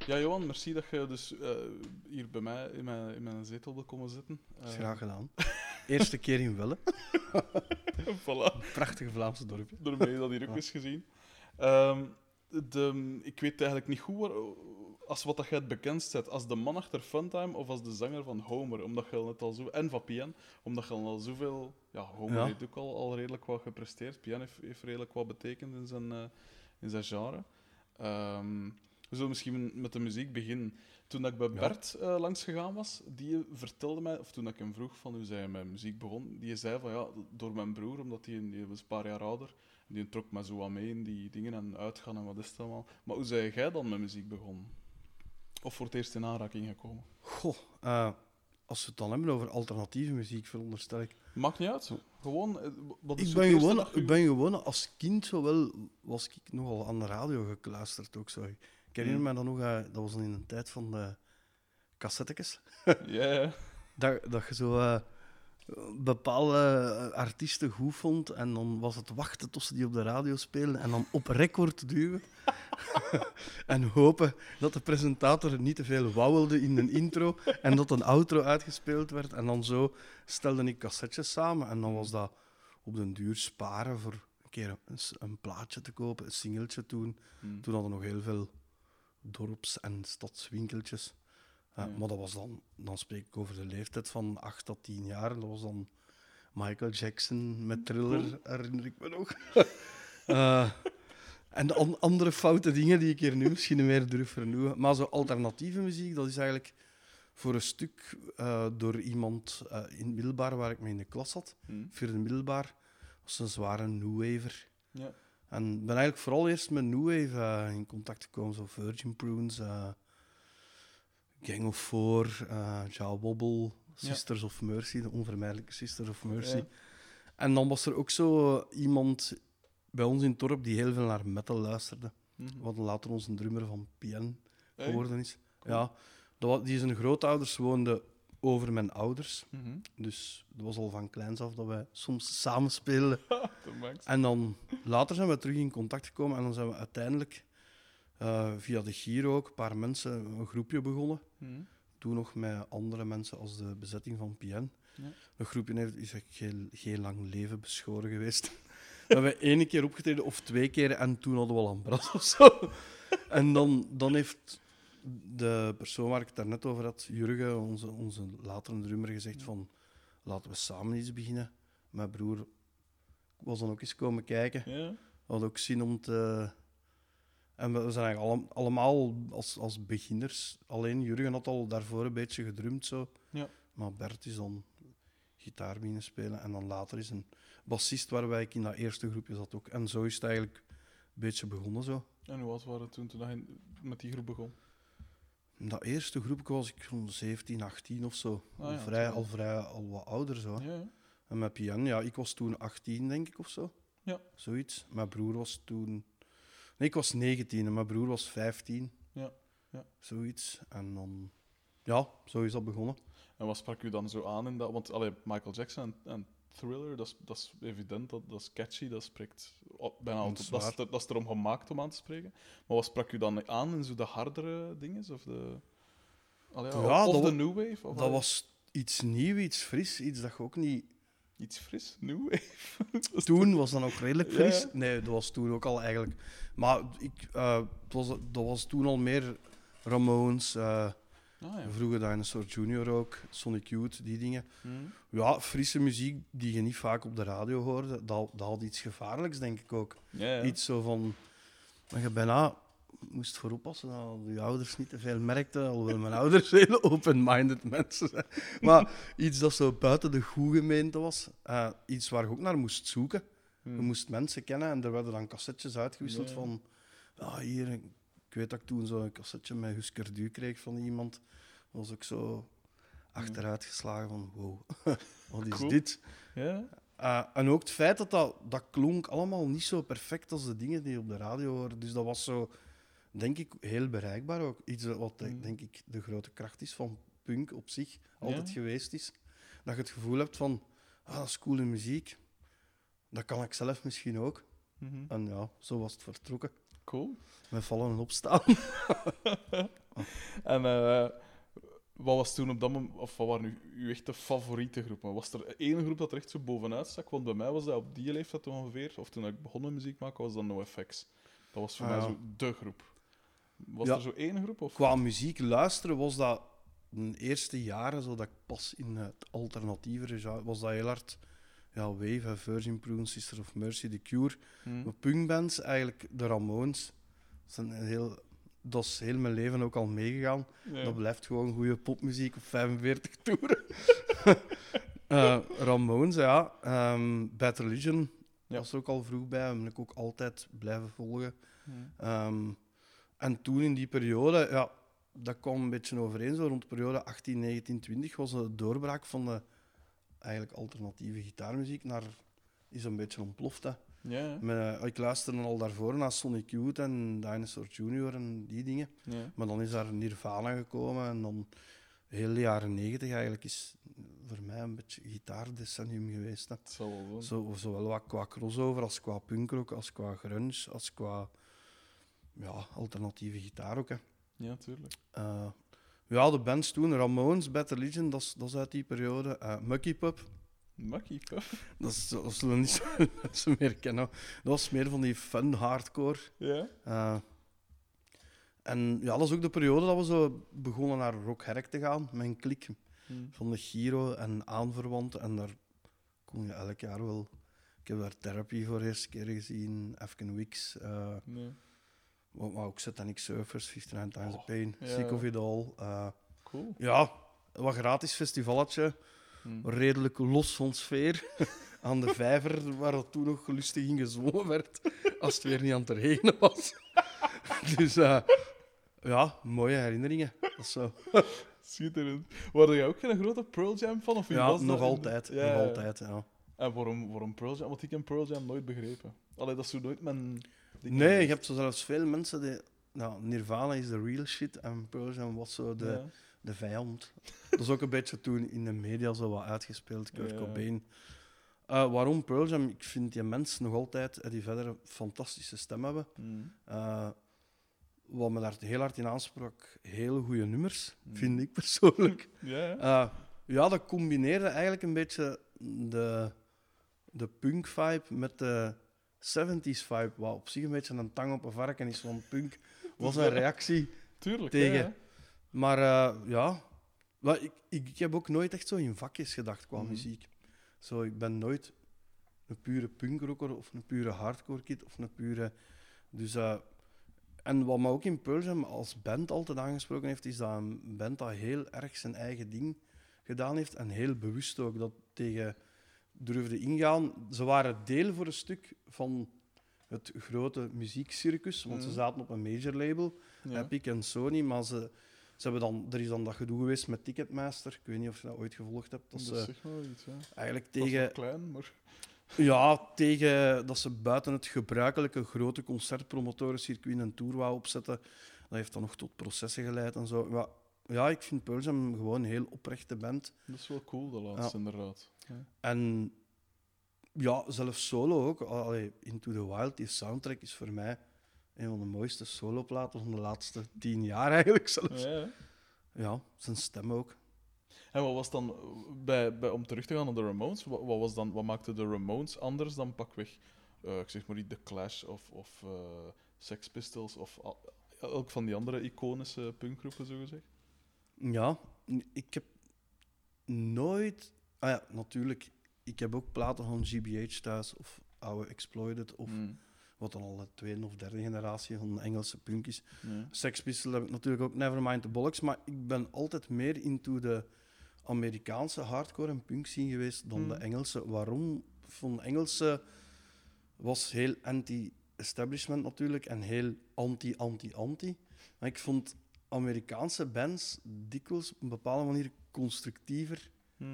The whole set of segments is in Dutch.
Ja, Johan, merci dat je dus hier bij mij in mijn zetel wil komen zitten. Dat is graag gedaan. Eerste keer in Welle. Voilà, Prachtige Vlaamse dorpje. daarmee dat hier ook eens gezien. Ik weet eigenlijk niet goed als wat dat jij het bekendst zet, als de man achter Funtime of als de zanger van Homer, omdat je al net al zo en van Pian, omdat je al zoveel, ja, Homer Ja. heeft ook al redelijk wat gepresteerd, Pian heeft redelijk wat betekend in zijn genre. We zullen misschien met de muziek beginnen. Toen dat ik bij Bert langs gegaan was, die vertelde mij, of toen ik hem vroeg van hoe zij met muziek begon, die zei van ja, door mijn broer, omdat die was een paar jaar ouder, die trok me zo wat mee in die dingen en uitgaan en wat is het allemaal. Maar hoe zei jij dan met muziek begonnen? Of voor het eerst in aanraking gekomen? Goh, als we het dan hebben over alternatieve muziek, veronderstel ik. Maakt niet uit. Gewoon, wat is Ik het eerste ben, dat gewoon, je- ik ben gewoon, als kind zowel, was ik nogal aan de radio gekluisterd ook. Zo. Ik herinner me dan nog, dat was dan in de tijd van de cassettekes. Ja. Dat je zo bepaalde artiesten goed vond en dan was het wachten tot ze die op de radio spelen en dan op record duwen. En hopen dat de presentator niet te veel wauwelde in een intro en dat een outro uitgespeeld werd. En dan zo stelde ik cassettes samen en dan was dat op den duur sparen voor een keer een plaatje te kopen, een singeltje toen. Toen hadden we nog heel veel dorps- en stadswinkeltjes. Maar dat was dan spreek ik over de leeftijd van 8 tot 10 jaar. Dat was dan Michael Jackson met Thriller, herinner ik me nog. En de andere foute dingen die ik hier nu misschien niet meer durf vernoemen. Maar zo alternatieve muziek, dat is eigenlijk voor een stuk door iemand in het middelbaar waar ik mee in de klas zat. Vierde middelbaar. Was een zware new-waver. Ja. En ik ben eigenlijk vooral eerst met new wave in contact gekomen. Zo Virgin Prunes, Gang of Four, Ja Wobble, Sisters of Mercy, de onvermijdelijke Sisters of Mercy. Ja. En dan was er ook zo iemand bij ons in het dorp die heel veel naar metal luisterde. Wat later onze drummer van PN geworden is. Cool. Ja, die zijn grootouders woonden over mijn ouders. Mhm. Dus dat was al van kleins af dat wij soms samen speelden. Dat maakt. En dan later zijn we terug in contact gekomen en dan zijn we uiteindelijk via de Giro ook een paar mensen een groepje begonnen. Toen nog met andere mensen als de bezetting van PN. Ja. Dat groepje is echt heel lang leven beschoren geweest. We hebben 1 keer opgetreden of 2 keer en toen hadden we al een bras of zo. En dan heeft de persoon waar ik het daarnet over had, Jurgen, onze latere drummer, gezegd van laten we samen iets beginnen. Mijn broer was dan ook eens komen kijken. Ja. Had ook zin om te... En we zijn eigenlijk allemaal als beginners. Alleen Jurgen had al daarvoor een beetje gedrumd. Zo. Ja. Maar Bert is dan gitaar beginnen spelen. En dan later is een bassist waarbij ik in dat eerste groepje zat ook. En zo is het eigenlijk een beetje begonnen. Zo. En hoe oud waren we toen je met die groep begon? In dat eerste groepje was ik rond 17, 18 of zo. Ah, ja, Al wat ouder. Zo. Ja. En met Pian, ja, ik was toen 18, denk ik, of zo. Ja. Zoiets. Mijn broer was toen... Nee, ik was 19 en mijn broer was 15. Ja. Zoiets. En dan... Ja, zo is dat begonnen. En wat sprak u dan zo aan in dat? Want Michael Jackson en Thriller, dat is evident, dat is catchy, dat spreekt bijna altijd. Dat is erom gemaakt om aan te spreken. Maar wat sprak u dan aan in zo de hardere dingen? Of de... of de new wave? Of Dat was iets nieuws, iets fris, iets dat je ook niet... Iets fris? New wave? Toen was dat nog redelijk fris. Ja. Nee, dat was toen ook al eigenlijk... Maar dat was toen al meer Ramones, vroeger Dinosaur Jr. ook, Sonic Youth, die dingen. Ja, frisse muziek die je niet vaak op de radio hoorde, dat had iets gevaarlijks, denk ik ook. Ja. Iets zo van... Dat je bijna moest voor oppassen dat je ouders niet te veel merkten, alhoewel mijn ouders hele open-minded mensen zijn. Maar iets dat zo buiten de goede gemeente was, iets waar je ook naar moest zoeken. Je moest mensen kennen en er werden dan cassettes uitgewisseld van... hier, ik weet dat ik toen zo'n cassetje met Husker Du kreeg van iemand. Dat was ook zo achteruitgeslagen van wow, wat is dit? Ja. En ook het feit dat klonk allemaal niet zo perfect als de dingen die je op de radio hoorde. Dus dat was zo, denk ik, heel bereikbaar ook. Iets wat, denk ik, de grote kracht is van punk op zich altijd geweest is. Dat je het gevoel hebt van, dat is coole muziek. Dat kan ik zelf misschien ook. En ja, zo was het vertrokken. Cool. Met vallen en opstaan. En wat was toen op dat moment, of wat waren uw echte favoriete groepen? Was er één groep dat er echt zo bovenuit stak? Want bij mij was dat op die leeftijd ongeveer, of toen ik begon met muziek maken, was dat NoFX. Dat was voor mij zo de groep. Was Ja. er zo één groep? Of? Qua muziek luisteren was dat de eerste jaren, zo dat ik pas in het alternatieve genre, was dat heel hard. Ja, Wave, Virgin Prunes, Sisters of Mercy, The Cure. Maar punkbands, eigenlijk de Ramones, dat is heel mijn leven ook al meegegaan. Ja. Dat blijft gewoon goede popmuziek op 45 toeren. Ramones, ja. Bad Religion was er ook al vroeg bij. Dat ben ik ook altijd blijven volgen. En toen in die periode, ja, dat kwam een beetje overeen. Zo rond de periode 18, 19, 20 was de doorbraak van de eigenlijk alternatieve gitaarmuziek is een beetje ontploft. Hè. Ja. Ik luisterde al daarvoor naar Sonic Youth en Dinosaur Jr. en die dingen. Ja. Maar dan is daar Nirvana gekomen en dan heel de jaren 90 eigenlijk is voor mij een beetje gitaardecennium geweest. Hè. Dat zal wel zijn. Zowel wat qua crossover als qua punkrock, als qua grunge, als qua alternatieve gitaar ook. Hè. Ja, tuurlijk. Ja, de bands toen, Ramones, Bad Religion, dat is uit die periode. Mucky Pup. Makkie, puff. Dat zullen we niet zo meer kennen. Dat was meer van die fun hardcore. Ja. En ja, dat is ook de periode dat we zo begonnen naar Rock Herk te gaan, met een klik van de Giro en aanverwanten. En daar kon je elk jaar wel... Ik heb daar Therapy voor de eerste keer gezien, Afghan Wicks, Nee. maar ook Satanic Surfers, 59 Times of Pain, ja. Sick of It All. Cool. Ja, wat gratis festivalletje. Redelijk los van sfeer. Aan de vijver, waar het toen nog lustig in gezwommen werd. Als het weer niet aan het regenen was. Dus ja, mooie herinneringen. Dat is zo. Schitterend. Waren jij ook geen grote Pearl Jam fan? Of wie Ja, was nog dat? altijd. Ja. Nog altijd, ja. En waarom Pearl Jam? Want ik heb Pearl Jam nooit begrepen. Allee, dat is zo nooit mijn ding. Nee, je hebt zo zelfs veel mensen die... Nou, Nirvana is de real shit en Pearl Jam was zo de vijand. Dat is ook een beetje toen in de media zo wat uitgespeeld, Kurt Cobain. Waarom Pearl Jam? Ik vind die mensen nog altijd, die verder een fantastische stem hebben. Wat me daar heel hard in aansprak, hele goede nummers, vind ik persoonlijk. Ja, dat combineerde eigenlijk een beetje de punk-vibe met de 70s vibe, wat op zich een beetje een tang op een varken is, want punk was een reactie Tuurlijk, tegen. Ja. Maar ja, ik heb ook nooit echt zo in vakjes gedacht qua muziek. Zo, ik ben nooit een pure punkrocker of een pure hardcore kid of een pure... Dus, en wat me ook in Pearl Jam als band altijd aangesproken heeft, is dat een band dat heel erg zijn eigen ding gedaan heeft en heel bewust ook dat tegen durfde ingaan. Ze waren deel voor een stuk van het grote muziekcircus, want ze zaten op een major label, Epic en Sony, maar ze hebben dan, er is dan dat gedoe geweest met Ticketmaster. Ik weet niet of je dat ooit gevolgd hebt. Dat zegt wel iets, ja. Eigenlijk Dat was tegen... nog klein, maar... Ja, tegen dat ze buiten het gebruikelijke grote concertpromotorencircuit een tour wou opzetten. Dat heeft dan nog tot processen geleid en zo. Maar ja, ik vind Pearl Jam gewoon een heel oprechte band. Dat is wel cool, de laatste, inderdaad. Ja. En ja, zelfs solo ook. Allee, Into the Wild, die soundtrack is voor mij een van de mooiste soloplaten van de laatste 10 jaar eigenlijk zelfs. Ja, zijn stem ook. En wat was dan, om terug te gaan naar de Ramones, wat maakte de Ramones anders dan pakweg, ik zeg maar niet The Clash of Sex Pistols of elk van die andere iconische punkgroepen, zogezegd? Ja, ik heb nooit... Ah ja, natuurlijk. Ik heb ook platen van GBH thuis, of oude Exploited, of wat dan al de tweede of derde generatie van Engelse punk is. Sex Pistols heb ik natuurlijk ook, Nevermind the Bollocks, maar ik ben altijd meer into de Amerikaanse hardcore en punk scene geweest dan de Engelse. Waarom? Van de Engelse was heel anti-establishment natuurlijk en heel anti-anti-anti. Maar ik vond Amerikaanse bands dikwijls op een bepaalde manier constructiever.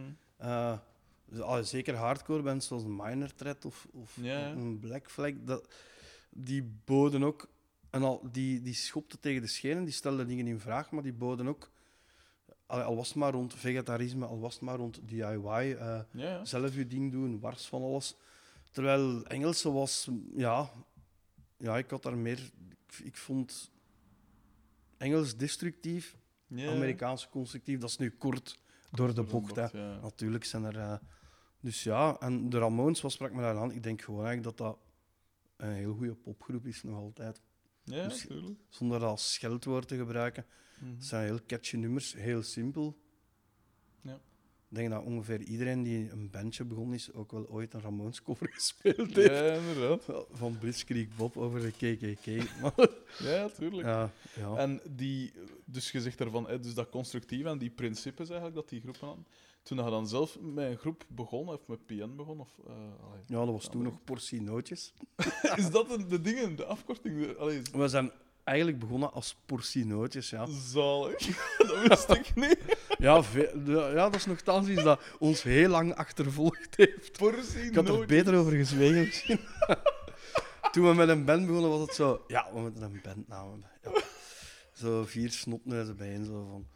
Zeker hardcore bands zoals een Minor Threat of een Black Flag, die boden ook... Die schopten tegen de schenen, die stelden dingen in vraag, maar die boden ook... Al was het maar rond vegetarisme, al was het maar rond DIY, zelf je ding doen, wars van alles. Terwijl Engelse was... Ja, ik had daar meer... Ik vond... Engels destructief, Ja. Amerikaans constructief. Dat is nu kort door de bocht. Hè. Ja. Natuurlijk zijn er... dus ja, en de Ramones, wat sprak me daar aan? Ik denk gewoon eigenlijk dat dat een heel goede popgroep is, nog altijd. Ja, Dus- natuurlijk. Zonder dat als scheldwoord te gebruiken. Mhm. Het zijn heel catchy nummers, heel simpel. Ja. Ik denk dat ongeveer iedereen die een bandje begonnen is, ook wel ooit een Ramones cover gespeeld heeft. Ja, inderdaad. Van Blitzkrieg Bob over de KKK. Maar, Ja, tuurlijk. ja, ja. En dus je zegt daarvan, dus dat constructief en die principes eigenlijk dat die groepen hadden. Toen je dan zelf met een groep begon, of met PN begon, of... allee, Ja, dat was toen nog portie nootjes. is dat de dingen, de afkorting? Allee, We zijn eigenlijk begonnen als portie nootjes, ja. zalig. Dat wist ik niet. Ja, ja, dat is nogthans iets dat ons heel lang achtervolgd heeft. Portie Ik had er nooit. beter over gezwegen misschien. Toen we met een band begonnen, was het zo... Ja, we moeten een bandnaam hebben. Ja. Zo 4 snotneuzen bijeen, zo van...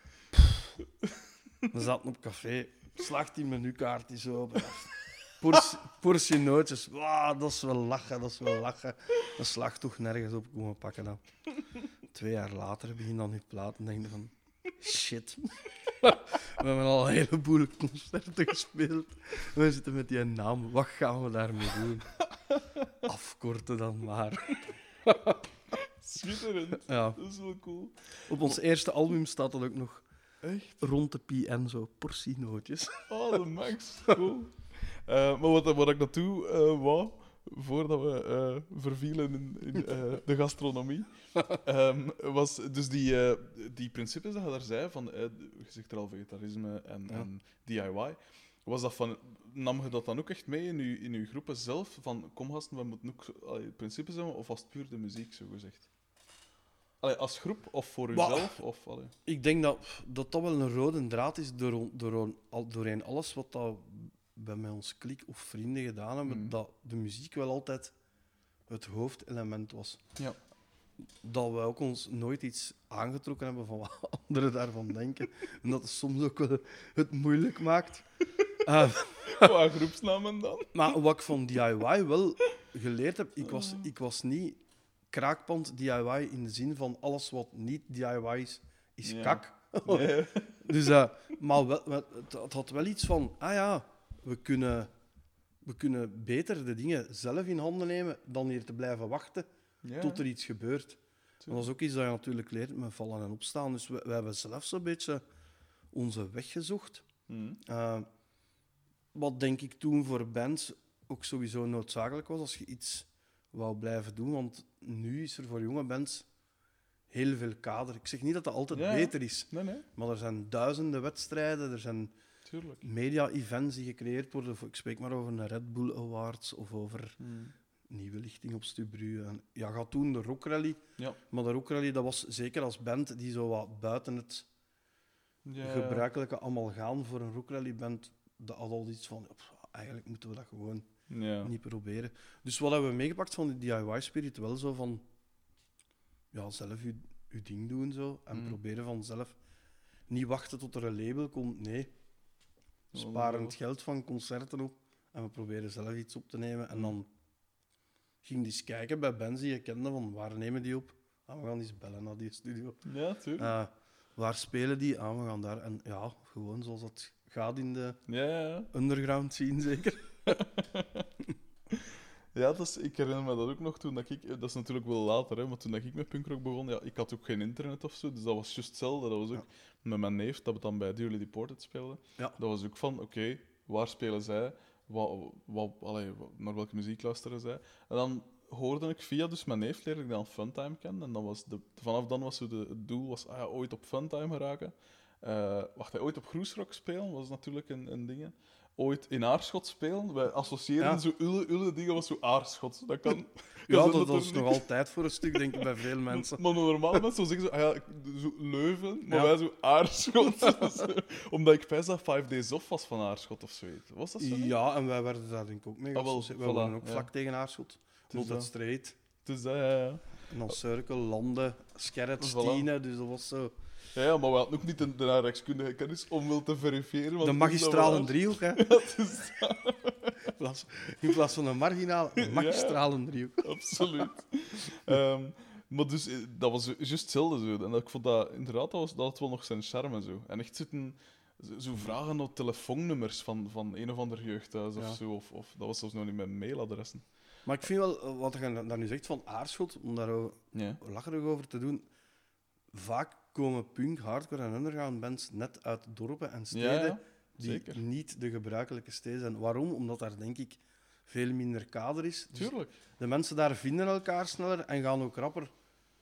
We zaten op café, slaagt die menukaart die zo open. Portie nootjes. Wauw, dat is wel lachen, dat is wel lachen. Dat slag toch nergens op komen pakken dan. 2 jaar later begin dan die plaat en denk je van... Shit. We hebben al een heleboel concerten gespeeld. We zitten met die naam. Wat gaan we daarmee doen? Afkorten dan maar. Schitterend. Ja. Dat is wel cool. Op ons eerste album staat dat ook nog Echt? rond de PN, zo portienootjes. Oh, de max. Cool. Maar wat ik naartoe wou, voordat we vervielen in de gastronomie, was dus die principes dat je daar zei, van, je zegt er al, vegetarisme en DIY, was dat van, nam je dat dan ook echt mee in je groepen zelf? Van, kom gasten, we moeten ook principes hebben, of was het puur de muziek, zo gezegd? Allee, als groep, of voor uzelf? Of, allee. Ik denk dat wel een rode draad is doorheen alles wat dat bij mij ons klik of vrienden gedaan hebben, dat de muziek wel altijd het hoofdelement was. Ja. Dat we ook ons nooit iets aangetrokken hebben van wat anderen daarvan denken. En dat het soms ook wel het moeilijk maakt. Qua groepsnamen dan? Maar wat ik van DIY wel geleerd heb, ik was niet kraakpand DIY in de zin van alles wat niet DIY is Ja. kak. Nee. Dus, maar het had wel iets van, we kunnen beter de dingen zelf in handen nemen dan hier te blijven wachten Ja. tot er iets gebeurt. En dat is ook iets dat je natuurlijk leert met vallen en opstaan. Dus we hebben zelf zo'n beetje onze weg gezocht. Mhm. Wat denk ik toen voor bands ook sowieso noodzakelijk was als je iets wou blijven doen. Want nu is er voor jonge bands heel veel kader. Ik zeg niet dat dat altijd Ja. beter is, Nee, maar er zijn duizenden wedstrijden, er zijn tuurlijk. media-events die gecreëerd worden. Ik spreek maar over een Red Bull Awards of over nieuwe lichting op Stubru. En ja, gaat toen de Rock Rally. Ja. Maar de Rock Rally, dat was zeker als band die zo wat buiten het Ja. gebruikelijke allemaal gaan voor een Rock Rally band. Dat had al iets van, eigenlijk moeten we dat gewoon Ja. niet proberen. Dus wat hebben we meegepakt van de DIY-spirit? Wel zo van, ja, zelf je ding doen zo. En proberen vanzelf niet wachten tot er een label komt. Nee, we sparen het geld van concerten op en we proberen zelf iets op te nemen. En dan ging die eens kijken bij bands die je kende, van waar nemen die op? We gaan eens bellen naar die studio. Ja, tuurlijk. Waar spelen die? We gaan daar. En ja, gewoon zoals dat gaat in de Ja. underground scene, zeker. Ja, ik herinner me dat ook nog toen dat ik... Dat is natuurlijk wel later, hè, maar toen dat ik met punkrock begon, ja, ik had ook geen internet of zo, dus dat was juist hetzelfde. Dat was ook met mijn neef, dat we dan bij Dearly Deported speelden. Ja. Dat was ook van, oké, waar spelen zij? Naar welke muziek luisteren zij? En dan hoorde ik via dus mijn neef, leerde ik dan Funtime kennen. En dan was vanaf dan was het doel was, ooit op Funtime geraken. Ooit op Groesrock spelen, was natuurlijk een ding. Ooit in Aarschot spelen. Wij associëren zo ulle dingen was zo Aarschot. Dat kan... Ja, kan dat er is niet. nog altijd voor een stuk, denk ik, bij veel mensen. Maar normaal mensen zeggen zo, zo Leuven, maar wij zo Aarschot. Omdat ik pijs dat 5 Days Off was van Aarschot of zoiets. Was dat zo? niet? Ja, en wij werden daar denk ik ook mee Ah, wel, geassocieerd. We voilà, wonen ook ja. vlak tegen Aarschot. Not dat. that straight. Dus ja. En dan Cirkel, Landen, Skerret, Voilà. Stine, dus dat was zo... Ja, maar we hadden ook niet de aardrijkskundige kennis om wel te verifiëren. want De het is magistrale dat driehoek, hè. Dat is In plaats van een marginaal, een magistrale driehoek. absoluut. Maar dus, dat was juist hetzelfde zo. En ik vond dat inderdaad, dat had wel nog zijn charme zo. En echt zitten zo vragen naar telefoonnummers van een of ander jeugdhuis Ja. of zo. Of dat was zelfs nog niet met mailadressen. Maar ik vind wel, wat je daar nu zegt van Aarschot, om daar Ja. lacherig over te doen, vaak komen punk, hardcore en underground bands net uit dorpen en steden Ja, die zeker. niet de gebruikelijke steden zijn. Waarom? Omdat daar denk ik veel minder kader is. Dus Tuurlijk. de mensen daar vinden elkaar sneller en gaan ook rapper.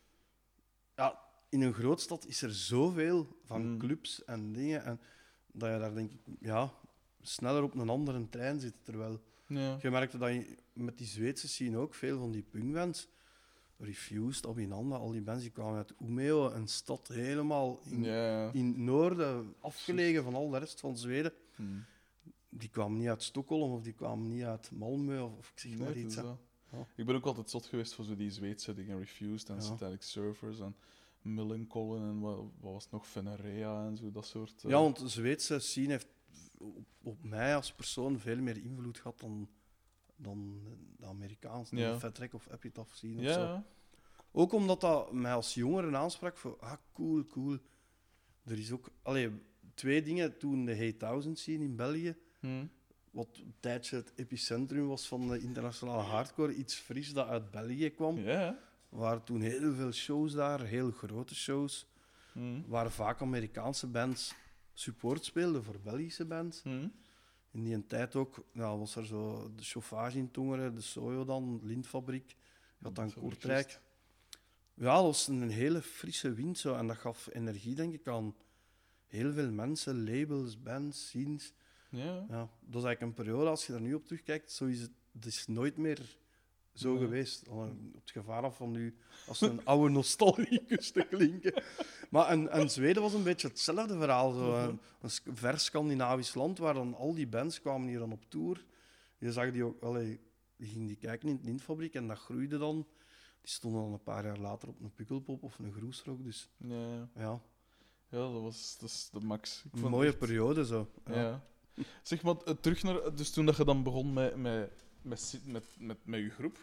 Ja, in een grootstad is er zoveel van clubs en dingen en dat je daar denk ik sneller op een andere trein zit. Terwijl Ja. je merkte dat met die Zweedse scene ook veel van die punkbands, Refused, Abinanda, al die bands die kwamen uit Umeå, een stad helemaal Ja. in het noorden, afgelegen van al de rest van Zweden. Die kwamen niet uit Stockholm of die kwamen niet uit Malmö of ik zeg Nee, maar het iets. is hè. dat. Ja. Ik ben ook altijd zot geweest voor zo die Zweedse dingen, Refused en Ja. Satanic Surfers en Millencolin en wat was het nog, Venerea en zo, dat soort... Ja, want de Zweedse scene heeft op mij als persoon veel meer invloed gehad dan de Amerikaanse, dan Ja. de Fat Wreck of Epitaph scene. Of ja, zo. ja. Ook omdat dat mij als jongere aansprak voor, cool. Er is ook, twee dingen toen de Hey Thousand scene in België, wat een tijdje het epicentrum was van de internationale hardcore, iets fris dat uit België kwam. Ja. Er waren toen heel veel shows daar, heel grote shows, waar vaak Amerikaanse bands support speelden voor Belgische bands. In die tijd ook was er zo de chauffage in Tongeren, de Sojo dan, Lintfabriek, je had dan Lintfabriek, Kortrijk. Ja, dat was een hele frisse wind zo, en dat gaf energie, denk ik, aan heel veel mensen, labels, bands, scenes. Ja. Ja, dat is eigenlijk een periode, als je daar nu op terugkijkt, zo is het is nooit meer zo Nee. geweest. Op het gevaar af van nu als een oude nostalgicus te klinken. Maar en Zweden was een beetje hetzelfde verhaal. Zo, een ver Scandinavisch land waar dan al die bands kwamen hier dan op tour. Je zag die ook, die gingen die kijken in de Lintfabriek en dat groeide dan. Die stonden dan een paar jaar later op een Pukkelpop of een Groesrock. Dus Ja. ja, Ja, dat is de max. Ik een vond mooie echt- periode zo. Ja. Zeg maar, terug naar... Dus toen dat je dan begon met je groep,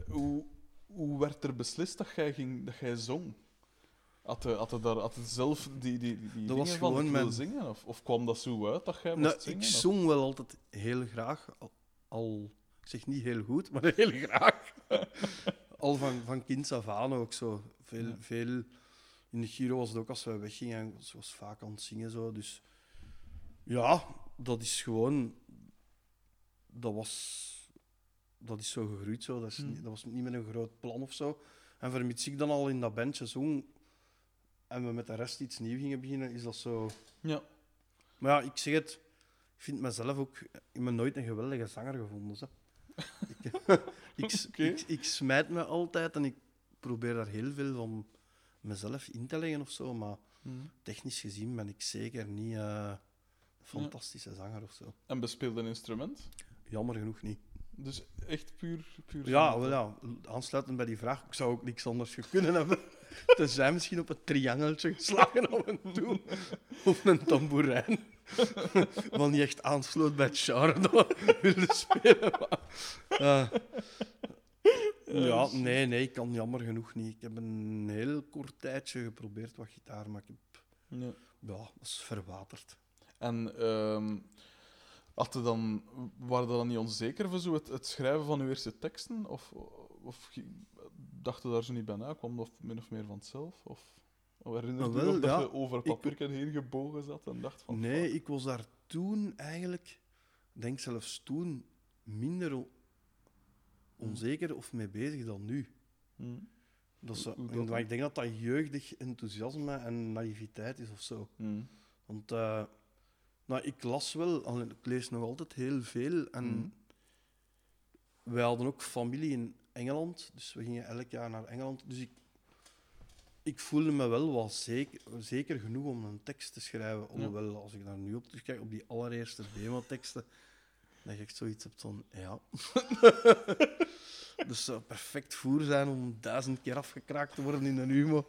hoe werd er beslist dat jij zong? Had je zelf die dingen was van gewoon ik wil mijn- zingen? Of kwam dat zo uit dat jij Nou, moest zingen? ik of- zong wel altijd heel graag. Ik zeg niet heel goed, maar heel graag. Al van kinds af aan ook zo. Veel in de Giro was het ook als we weggingen. Ze was vaak aan het zingen zo. Dus ja, dat is gewoon. Dat is zo gegroeid zo. Dat was niet met een groot plan of zo. En vermits ik dan al in dat bandje zong en we met de rest iets nieuws gingen beginnen, is dat zo. Ja. Maar ja, ik zeg het, ik vind mezelf ook... Ik ben nooit een geweldige zanger gevonden. Zo. Oké. Ik smijt me altijd en ik probeer daar heel veel van mezelf in te leggen of zo. Maar technisch gezien ben ik zeker niet een fantastische zanger of zo. En bespeelde een instrument? Jammer genoeg niet. Dus echt puur Ja, zingen. wel ja, aansluitend bij die vraag, ik zou ook niks anders kunnen hebben. Tenzij misschien op het triangeltje geslagen af en toe. Of een tamboerijn. Wat niet echt aansloot bij het genre dat we wilden spelen. Maar, ja, nee, ik kan jammer genoeg niet. Ik heb een heel kort tijdje geprobeerd wat gitaar, maar ik heb... Ja. Ja, dat is verwaterd. En waren je dan niet onzeker voor zo het schrijven van uw eerste teksten? Of dacht je daar zo niet bij na? Kwam dat min of meer vanzelf? Of herinner je Wel, nog dat ja. je over een papiertje heen gebogen zat en dacht van... Nee, fuck. ik was daar toen eigenlijk, denk zelfs toen, minder onzeker of mee bezig dan nu. Hm. Dat is zo, Hoe dat maar dan? ik denk dat dat jeugdig enthousiasme en naïviteit is of zo. Hm. Want ik las wel, ik lees nog altijd heel veel. En wij hadden ook familie in Engeland, dus we gingen elk jaar naar Engeland. Dus ik voelde me wel wat zeker genoeg om een tekst te schrijven. Alhoewel, als ik daar nu op terugkijk, op die allereerste demo-teksten, dat je echt zoiets hebt van, ja... Dus het zou perfect voer zijn om 1000 keer afgekraakt te worden in een humo.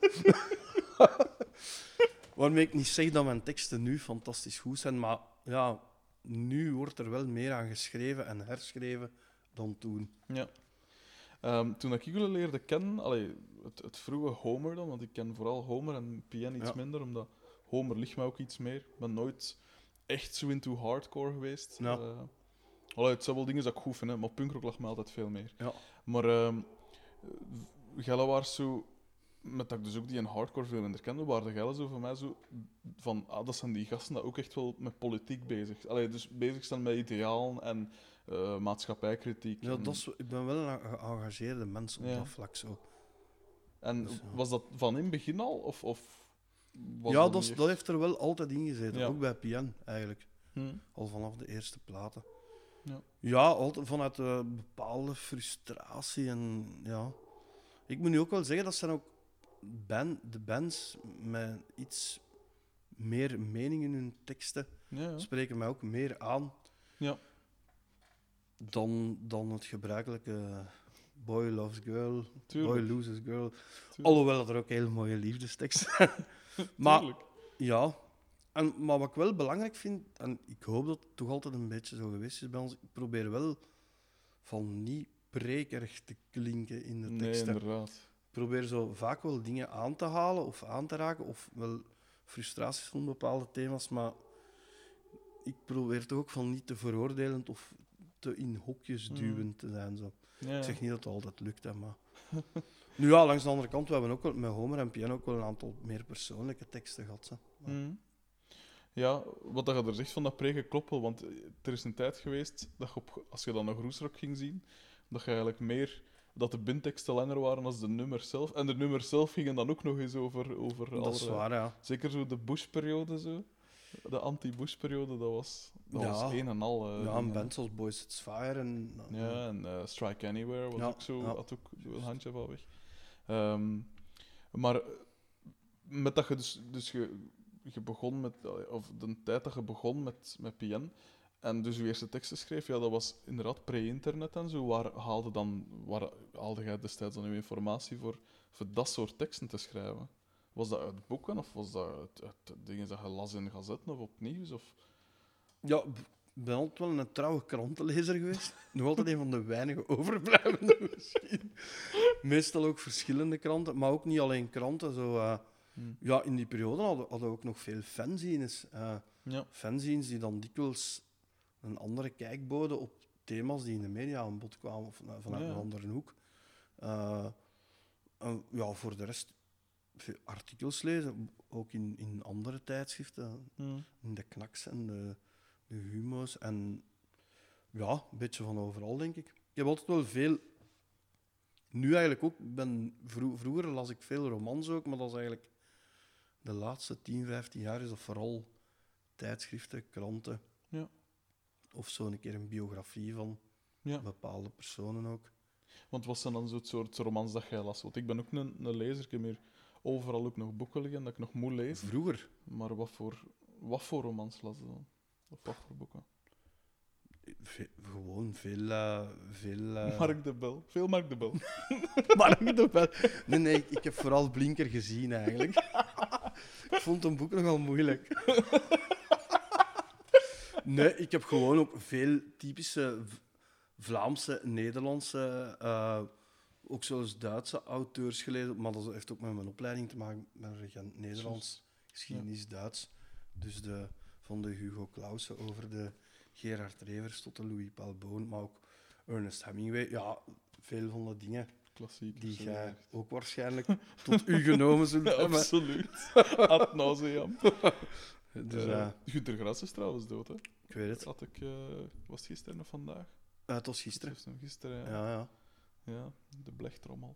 Waarmee ik niet zeg dat mijn teksten nu fantastisch goed zijn, maar ja, nu wordt er wel meer aan geschreven en herschreven dan toen. Ja. Toen ik jullie leerde kennen, het vroege Homer dan, want ik ken vooral Homer en PN iets minder, omdat Homer ligt mij ook iets meer. Ik ben nooit echt zo into hardcore geweest. Ja. Het zijn wel dingen dat ik goed vind, hè, maar punkrock lag me altijd veel meer. Ja. Maar Gelle was zo, met dat ik dus ook die een hardcore veel minder kende, waren Gelle zo voor mij zo van, dat zijn die gasten die ook echt wel met politiek bezig zijn. Dus bezig zijn met idealen en maatschappijkritiek. Ja, en, ik ben wel een geëngageerde mens op Ja. dat vlak zo. en Dus, ja. was dat van in het begin al? Of was Ja, niet dat echt- heeft er wel altijd in gezeten. Ja. Ook bij PN, eigenlijk. Hm. Al vanaf de eerste platen. Ja. Ja, altijd vanuit een bepaalde frustratie. En, ja. Ik moet nu ook wel zeggen, dat zijn ook de bands met iets meer mening in hun teksten. Ja. Spreken mij ook meer aan Ja. dan het gebruikelijke boy loves girl, Tuurlijk. boy loses girl. Tuurlijk. Alhoewel dat er ook hele mooie liefdesteksten zijn. Maar Tuurlijk. ja, maar wat ik wel belangrijk vind, en ik hoop dat het toch altijd een beetje zo geweest is bij ons, ik probeer wel van niet prekerig te klinken in de Nee, teksten. inderdaad. Ik probeer zo vaak wel dingen aan te halen of aan te raken, of wel frustraties van bepaalde thema's, maar ik probeer toch ook van niet te veroordelend of te in hokjes duwend te zijn. Zo. Ja. Ik zeg niet dat het altijd lukt, hè, maar... Nu ja, langs de andere kant, we hebben ook wel, met Homer en Piano ook wel een aantal meer persoonlijke teksten gehad. Hè. Mhm. Ja, wat dat je er zegt van dat preken klopt wel, want er is een tijd geweest dat je als je dan een groesrock ging zien, dat je eigenlijk meer dat de bindteksten langer waren dan de nummers zelf. En de nummers zelf gingen dan ook nog eens over Dat is allerlei- waar, ja. Zeker zo de Bush-periode, zo. De anti-Bush-periode, dat was Ja. een en al. Ja, een dingen. band zoals Boys It's Fire en... Ja, en Strike Anywhere was Ja, ook zo, ja. had ook een handje van weg. Maar met dat je dus je begon met, of de tijd dat je begon met PN, en dus je eerste teksten schreef, ja, dat was inderdaad pre-internet en zo. Waar haalde jij destijds dan uw informatie voor dat soort teksten te schrijven? Was dat uit boeken of was dat uit dingen dat je las in gazetten of op nieuws? Of... Ja, ik ben altijd wel een trouwe krantenlezer geweest. Nog altijd een van de weinige overblijvende misschien. Meestal ook verschillende kranten, maar ook niet alleen kranten. Zo, ja, in die periode hadden we ook nog veel fanzines. Ja. Fanzines die dan dikwijls een andere kijk boden op thema's die in de media aan bod kwamen of vanuit een andere hoek. En ja, voor de rest veel artikels lezen, ook in andere tijdschriften. In de Knaks en de Humo's. En ja, een beetje van overal, denk ik. Ik heb altijd wel veel... Nu eigenlijk ook. Vroeger las ik veel romans ook, maar dat is eigenlijk... De laatste 10, 15 jaar is dat vooral tijdschriften, kranten. Ja. Of zo een keer een biografie van bepaalde personen ook. Want wat zijn dan zo'n soort romans dat jij las? Want ik ben ook een lezer, ik heb hier overal ook nog boeken liggen dat ik nog moet lezen. Vroeger? Maar wat voor romans las je dan? Of wat voor boeken? Gewoon veel... Mark de Bel. Veel Mark de Bel. Mark de Bel. Nee, ik heb vooral Blinker gezien, eigenlijk. Ik vond een boek nogal moeilijk. Nee, ik heb gewoon ook veel typische Vlaamse, Nederlandse, ook zelfs Duitse auteurs gelezen. Maar dat heeft ook met mijn opleiding te maken, met regent Nederlands, geschiedenis, Duits. Dus van de Hugo Clausen over de Gerard Revers tot de Louis Palboon, maar ook Ernest Hemingway. Ja, veel van de dingen Klassiek. die jij ook waarschijnlijk tot u genomen zult Ja, hebben. absoluut. Ad nauseam. Dus, Günter Grass is trouwens dood, hè? ik weet het. Was het gisteren of vandaag? Het was gisteren. Gisteren, Ja. Ja, de blechtrommel.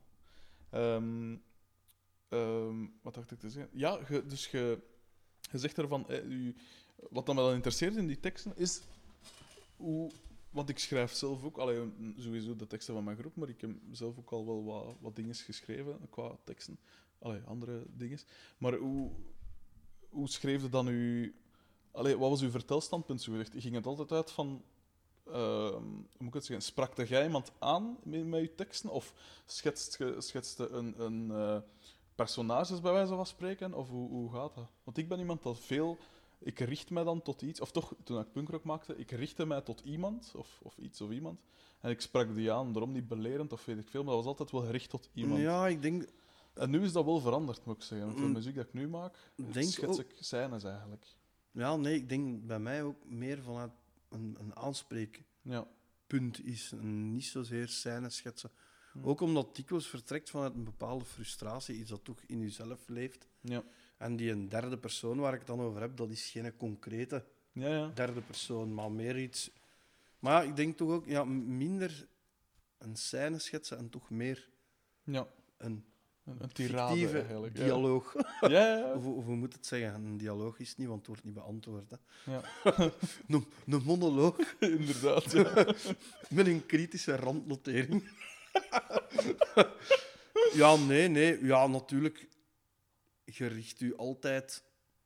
Wat dacht ik te zeggen? Ja, je zegt ervan... wat dan me dan interesseert in die teksten is... Want ik schrijf zelf ook... Sowieso de teksten van mijn groep, maar ik heb zelf ook al wel wat dingen geschreven qua teksten. Andere dingen. Maar hoe schreef je dan wat was uw vertelstandpunt zo gezegd? Ging het altijd uit van... hoe moet ik het zeggen? Sprak jij iemand aan met je teksten? Of schetste een personages bij wijze van spreken? Of hoe gaat dat? Want ik ben iemand dat veel ik richt mij dan tot iets, of toch, toen ik punkrock maakte, ik richtte mij tot iemand, of iets of iemand, en ik sprak die aan, daarom niet belerend of weet ik veel, maar dat was altijd wel gericht tot iemand. Ja, ik denk... En nu is dat wel veranderd, moet ik zeggen. Met de muziek dat ik nu maak, Denk schets ook- ik scènes eigenlijk. Ja, nee, ik denk bij mij ook meer vanuit een aanspreekpunt Ja. is. En niet zozeer scènes schetsen. Hm. Ook omdat het dikwijls vertrekt vanuit een bepaalde frustratie, iets dat toch in jezelf leeft. Ja. En die een derde persoon waar ik het dan over heb, dat is geen concrete Ja, ja. derde persoon, maar meer iets... Maar ja, ik denk toch ook minder een scène schetsen en toch meer Ja. een Een tirade fictieve eigenlijk. dialoog. Ja, ja, ja. Of hoe moet het zeggen? Een dialoog is het niet, want het wordt niet beantwoord. Hè. Ja. Een monoloog Inderdaad. Ja. met een kritische randnotering. Ja, nee. Ja, natuurlijk. Je richt u altijd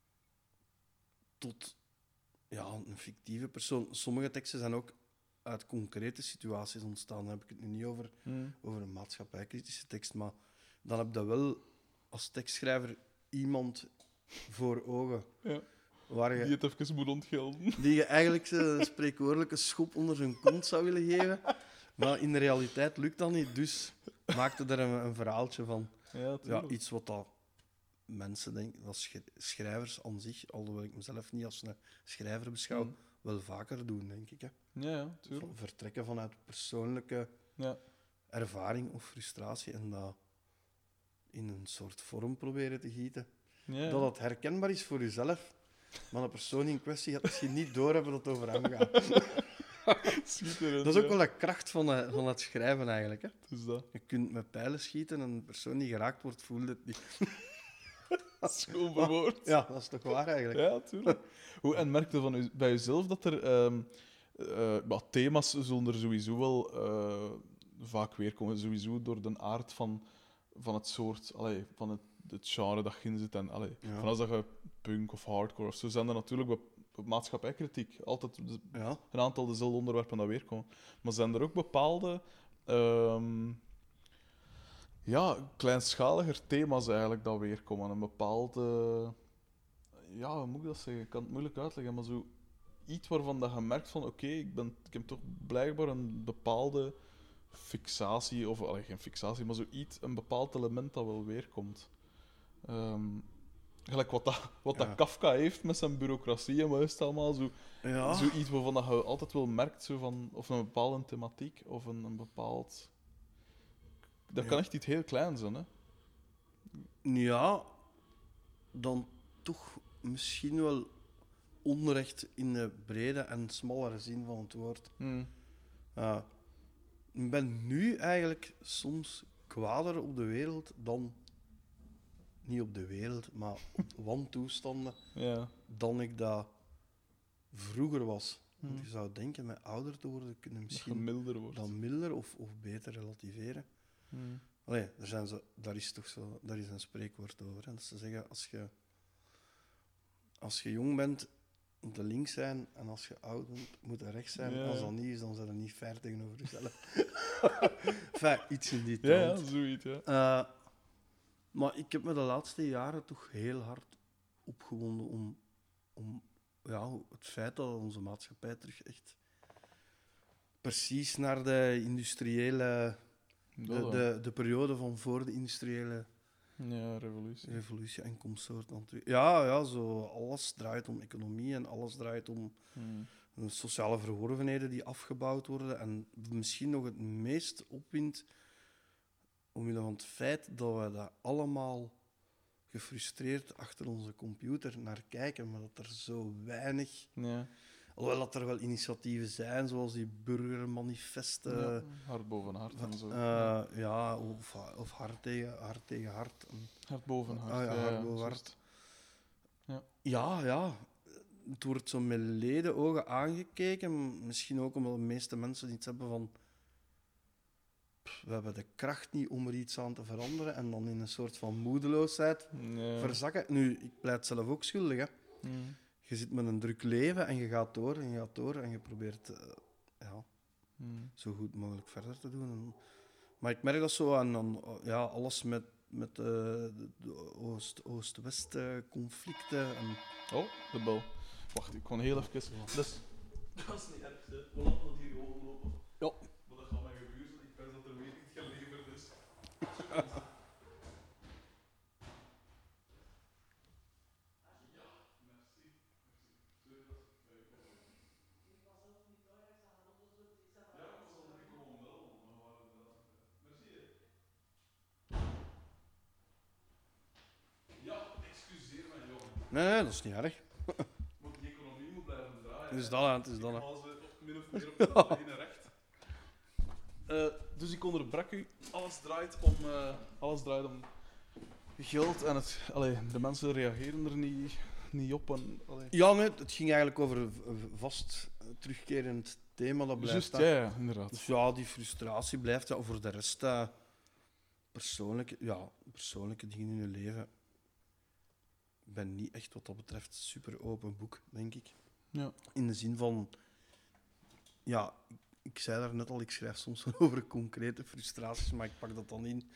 tot een fictieve persoon. Sommige teksten zijn ook uit concrete situaties ontstaan. Dan heb ik het nu niet over een maatschappijkritische tekst, maar dan heb je wel als tekstschrijver iemand voor ogen Ja. waar Die je, het even moet ontgelden. die je eigenlijk een spreekwoordelijke schop onder zijn kont zou willen geven. Maar in de realiteit lukt dat niet, dus maakte er een verhaaltje van. Ja, Ja, tuurlijk. iets wat dat mensen denken, dat schrijvers aan zich, alhoewel ik mezelf niet als een schrijver beschouw, Mm. wel vaker doen, denk ik. Hè. Ja, tuurlijk. Vertrekken vanuit persoonlijke Ja. ervaring of frustratie en dat in een soort vorm proberen te gieten. Ja. Dat het herkenbaar is voor jezelf, maar de persoon in kwestie gaat misschien niet doorhebben dat het over hem gaat. Schitterend, Dat is ook ja. wel de kracht van het schrijven eigenlijk. Hè. Dus dat. Je kunt met pijlen schieten en een persoon die geraakt wordt, voelt het niet. Dat is gewoon verwoord. Ja, dat is toch waar eigenlijk. Ja, tuurlijk. En merkte van bij jezelf dat er thema's zullen er sowieso wel vaak weerkomen, sowieso door de aard van het soort, van het genre dat je in zit. En, Ja. van als dat je punk of hardcore of zo, zijn er natuurlijk maatschappijkritiek. Altijd Ja. een aantal dezelfde onderwerpen dat weerkomen. Maar zijn er ook bepaalde ehm, kleinschaliger thema's eigenlijk dat weerkomen? Een bepaalde... Ja, hoe moet ik dat zeggen? Ik kan het moeilijk uitleggen, maar zo iets waarvan dat je merkt van oké, ik heb toch blijkbaar een bepaalde fixatie, of geen fixatie, maar een bepaald element dat wel weerkomt. Gelijk wat Ja. dat Kafka heeft met zijn bureaucratie en wat is het allemaal, Ja. zoiets waarvan dat je altijd wel merkt, zo van, of een bepaalde thematiek, of een bepaald... Dat kan echt iets heel kleins zijn, hè? Ja, dan toch misschien wel onrecht in de brede en smallere zin van het woord. Ik ben nu eigenlijk soms kwader op de wereld dan... Niet op de wereld, maar op wantoestanden Ja. dan ik dat vroeger was. Want Hmm. je zou denken, met ouder te worden, kunnen Dat je misschien milder wordt. dan milder of beter relativeren. Hmm. Allee, daar is toch zo, daar is een spreekwoord over. Hè. Dat ze zeggen, als je jong bent, moet je links zijn, en als je oud bent, moet je rechts zijn. Ja. Als dat niet is, dan zijn je niet fair tegenover jezelf. Enfin, iets in die Ja, trant. zoiets, ja. Maar ik heb me de laatste jaren toch heel hard opgewonden om het feit dat onze maatschappij terug echt precies naar de industriële... De periode van voor de industriële Ja, revolutie. en consort. Ja, zo alles draait om economie en alles draait om sociale verworvenheden die afgebouwd worden. En misschien nog het meest opwindt omwille van het feit dat we daar allemaal gefrustreerd achter onze computer naar kijken, maar dat er zo weinig... Ja. Alhoewel dat er wel initiatieven zijn, zoals die burgermanifesten... Ja, hart boven hart en zo. Of hart tegen hart. Hart boven hart. Ah, ja, hart boven hart. Ja. Het wordt zo met ledenogen aangekeken. Misschien ook omdat de meeste mensen iets hebben van... We hebben de kracht niet om er iets aan te veranderen. En dan in een soort van moedeloosheid verzakken. Nu, ik pleit zelf ook schuldig, hè. Mm. Je zit met een druk leven en je gaat door en je gaat door en je probeert zo goed mogelijk verder te doen. Maar ik merk dat zo aan alles met de Oost-West conflicten. En... Oh, de bel. Wacht, ik kon heel even... Dus, dat is niet erg, hè. We laten het hier gewoon lopen. Ja. Maar dat gaat mij gebeuren. Ik wens dat er weer niet geleverd is. Excuseer mij, jongen. Nee, dat is niet erg. Want die economie moet blijven draaien. Het is dat, hè, het is Ik dat. Hè. haal ze min of meer op het alleen recht. Dus ik onderbrak u. Alles draait om geld en de mensen reageren er niet op. En, Ja, nee, het ging eigenlijk over een vast terugkerend thema. Dat blijft. Juist, ja, inderdaad. Dus ja, die frustratie blijft. Ja, voor de rest, persoonlijke dingen in je leven. Ik ben niet echt wat dat betreft super open boek, denk ik. Ja. In de zin van, ja, ik zei daar net al, ik schrijf soms over concrete frustraties, maar ik pak dat dan in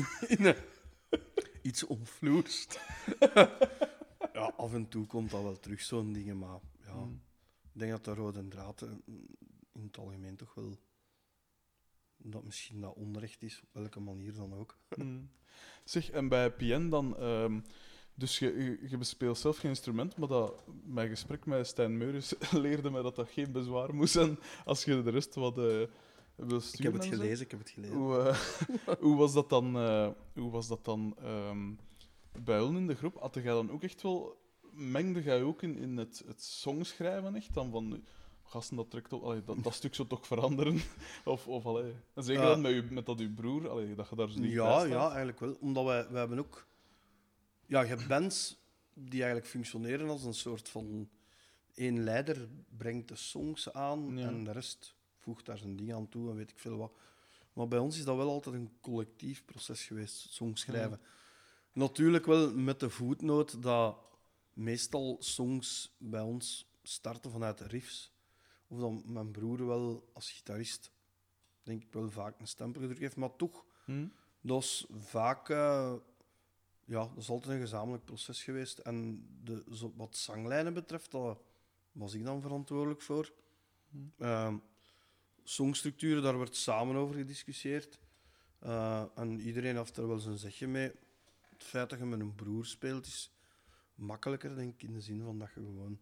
iets omvloerst. Ja, af en toe komt dat wel terug, zo'n dingen, maar ja, ik denk dat de rode draad in het algemeen toch wel dat misschien dat onrecht is, op welke manier dan ook. Zeg, en bij PN dan... dus je bespeelt zelf geen instrument, maar mijn gesprek met Stijn Meurens leerde mij dat geen bezwaar moest zijn als je de rest wat wil sturen. Ik heb het en zo. gelezen, ik heb het gelezen. Hoe was dat dan bij hun in de groep? Had jij dan ook echt wel... Mengde jij ook in het songschrijven echt? Dan van... Gasten, dat trekt op... dat stuk zou toch veranderen? En zeker dan met dat uw broer, dat je daar zo niet bij staat. Ja, eigenlijk wel. Omdat wij hebben ook... Ja, je hebt bands die eigenlijk functioneren als een soort van... Eén leider brengt de songs aan en de rest voegt daar zijn ding aan toe en weet ik veel wat. Maar bij ons is dat wel altijd een collectief proces geweest, songschrijven. Natuurlijk wel met de voetnoot dat meestal songs bij ons starten vanuit de riffs. Of dan mijn broer wel als gitarist, denk ik wel vaak een stempel gedrukt heeft. Maar toch, dat is vaak... dat is altijd een gezamenlijk proces geweest. En wat zanglijnen betreft, daar was ik dan verantwoordelijk voor. Songstructuren, daar wordt samen over gediscussieerd. En iedereen heeft er wel zijn zegje mee. Het feit dat je met een broer speelt is makkelijker, denk ik, in de zin van dat je gewoon...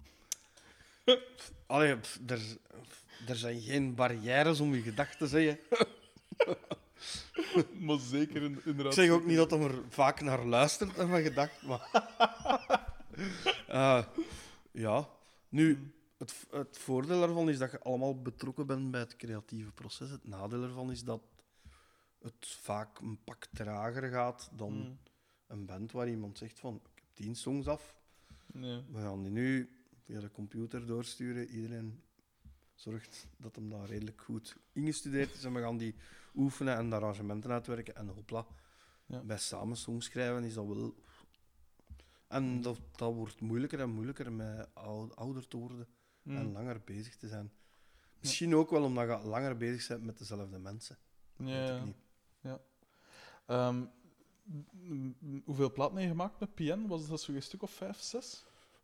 Er zijn geen barrières om je gedachten te zeggen. Maar zeker inderdaad... Ik zeg ook niet dat hij er vaak naar luistert en van gedacht, maar... Nu, het voordeel daarvan is dat je allemaal betrokken bent bij het creatieve proces. Het nadeel ervan is dat het vaak een pak trager gaat dan een band waar iemand zegt van, ik heb 10 songs af, we gaan die nu via de computer doorsturen. Iedereen zorgt dat hem daar redelijk goed ingestudeerd is en we gaan die oefenen en de arrangementen uitwerken en hopla. Ja. Bij samen songs schrijven is dat wel... En dat wordt moeilijker en moeilijker met ouder te worden en langer bezig te zijn. Misschien ook wel omdat je langer bezig bent met dezelfde mensen. Weet ik niet. Hoeveel platen heb je gemaakt met PN? Was dat zo'n stuk of 5, 6?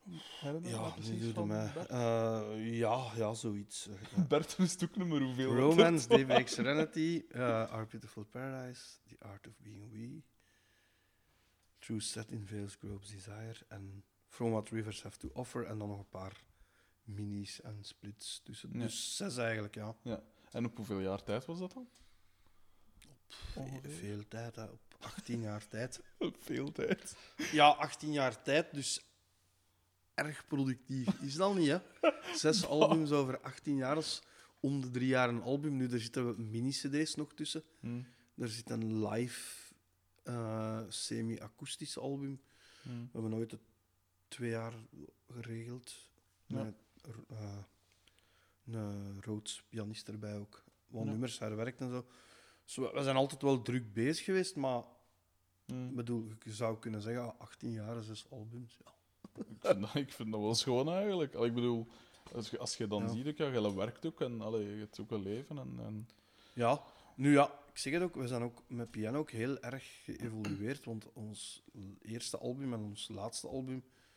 Zoiets. Bert wist ook niet meer hoeveel. Romance, Day Breaks Serenity, Our Beautiful Paradise, The Art of Being We, True Set in Veils Groves Desire en From What Rivers Have to Offer. En dan nog een paar minis en splits tussen. Ja. Dus 6 eigenlijk, ja. En op hoeveel jaar tijd was dat dan? Veel tijd, hè. Op 18 jaar tijd. Veel tijd. Ja, 18 jaar tijd, dus erg productief is dat niet, hè? 6 albums over 18 jaar, is om de 3 jaar een album. Nu, er zitten mini-cd's nog tussen. Er zit een live semi-akoestisch album. We hebben nooit het 2 jaar geregeld. Met een Rhodes pianist erbij ook. Wat nummers herwerkt en zo. We zijn altijd wel druk bezig geweest, maar bedoel, je zou kunnen zeggen 18 jaar, 6 albums. Ja. Ik vind dat wel schoon eigenlijk. Ik bedoel, als je dan ziet, je werkt ook en je hebt ook een leven. En... Ja, nu ja, ik zeg het ook, we zijn ook met piano ook heel erg geëvolueerd, want ons eerste album en ons laatste album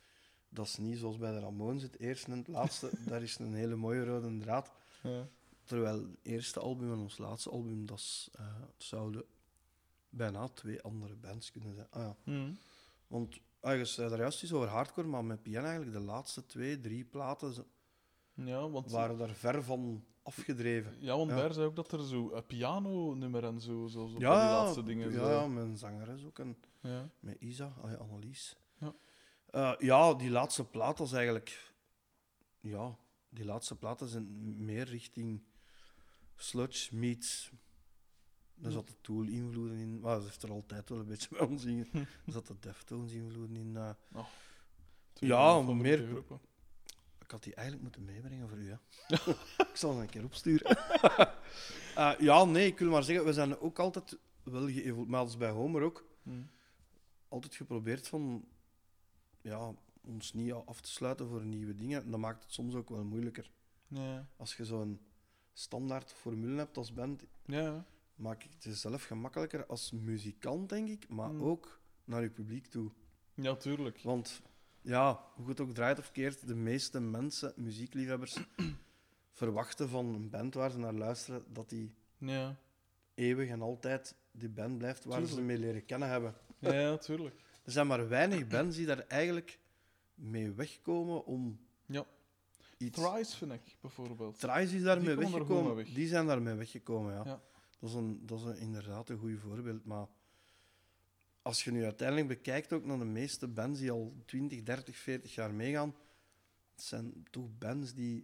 dat is niet zoals bij de Ramones, het eerste en het laatste. Daar is een hele mooie rode draad. Ja. Terwijl het eerste album en ons laatste album, het zouden bijna 2 andere bands kunnen zijn. Ah, ja. Want je zei daar juist iets over hardcore, maar met PN eigenlijk de laatste 2, 3 platen Ja, want, waren daar ver van afgedreven. ja, want Ja. daar zei ook dat er zo een piano-nummer en zo op die Ja, laatste dingen. ja, zo. ja, met een zangeres ook. En Ja. met Isa, Annelies. Ja. Ja, die laatste plaat was eigenlijk... Ja, die laatste platen zijn meer richting sludge meets... Er zaten Tool-invloeden in, maar dat heeft er altijd wel een beetje bij ons in. Er zaten Deftones-invloeden in. Twee Ja, favoriete meer... groepen. Ik had die eigenlijk moeten meebrengen voor u, hè. Ik zal ze een keer opsturen. Ja, nee, ik wil maar zeggen, we zijn ook altijd wel geëvolueerd, maar dat is bij Homer ook, altijd geprobeerd van... Ja, ons niet af te sluiten voor nieuwe dingen. En dat maakt het soms ook wel moeilijker. Ja. Als je zo'n standaard formule hebt als band, Ja. maak ik het jezelf gemakkelijker als muzikant, denk ik, maar ook naar je publiek toe. Ja, tuurlijk. Want ja, hoe het ook draait of keert, de meeste mensen, muziekliefhebbers, verwachten van een band waar ze naar luisteren dat die Ja. eeuwig en altijd die band blijft waar ze Tuurlijk. mee leren kennen hebben. Ja, tuurlijk. Er zijn maar weinig bands die daar eigenlijk mee wegkomen om Ja. iets... Thrice, vind ik, bijvoorbeeld. Thrice is daarmee Die komen er goed weggekomen. mee weg. Die zijn daarmee weggekomen, ja. Ja. Dat is inderdaad een goed voorbeeld. Maar als je nu uiteindelijk bekijkt ook naar de meeste bands die al 20, 30, 40 jaar meegaan, het zijn toch bands die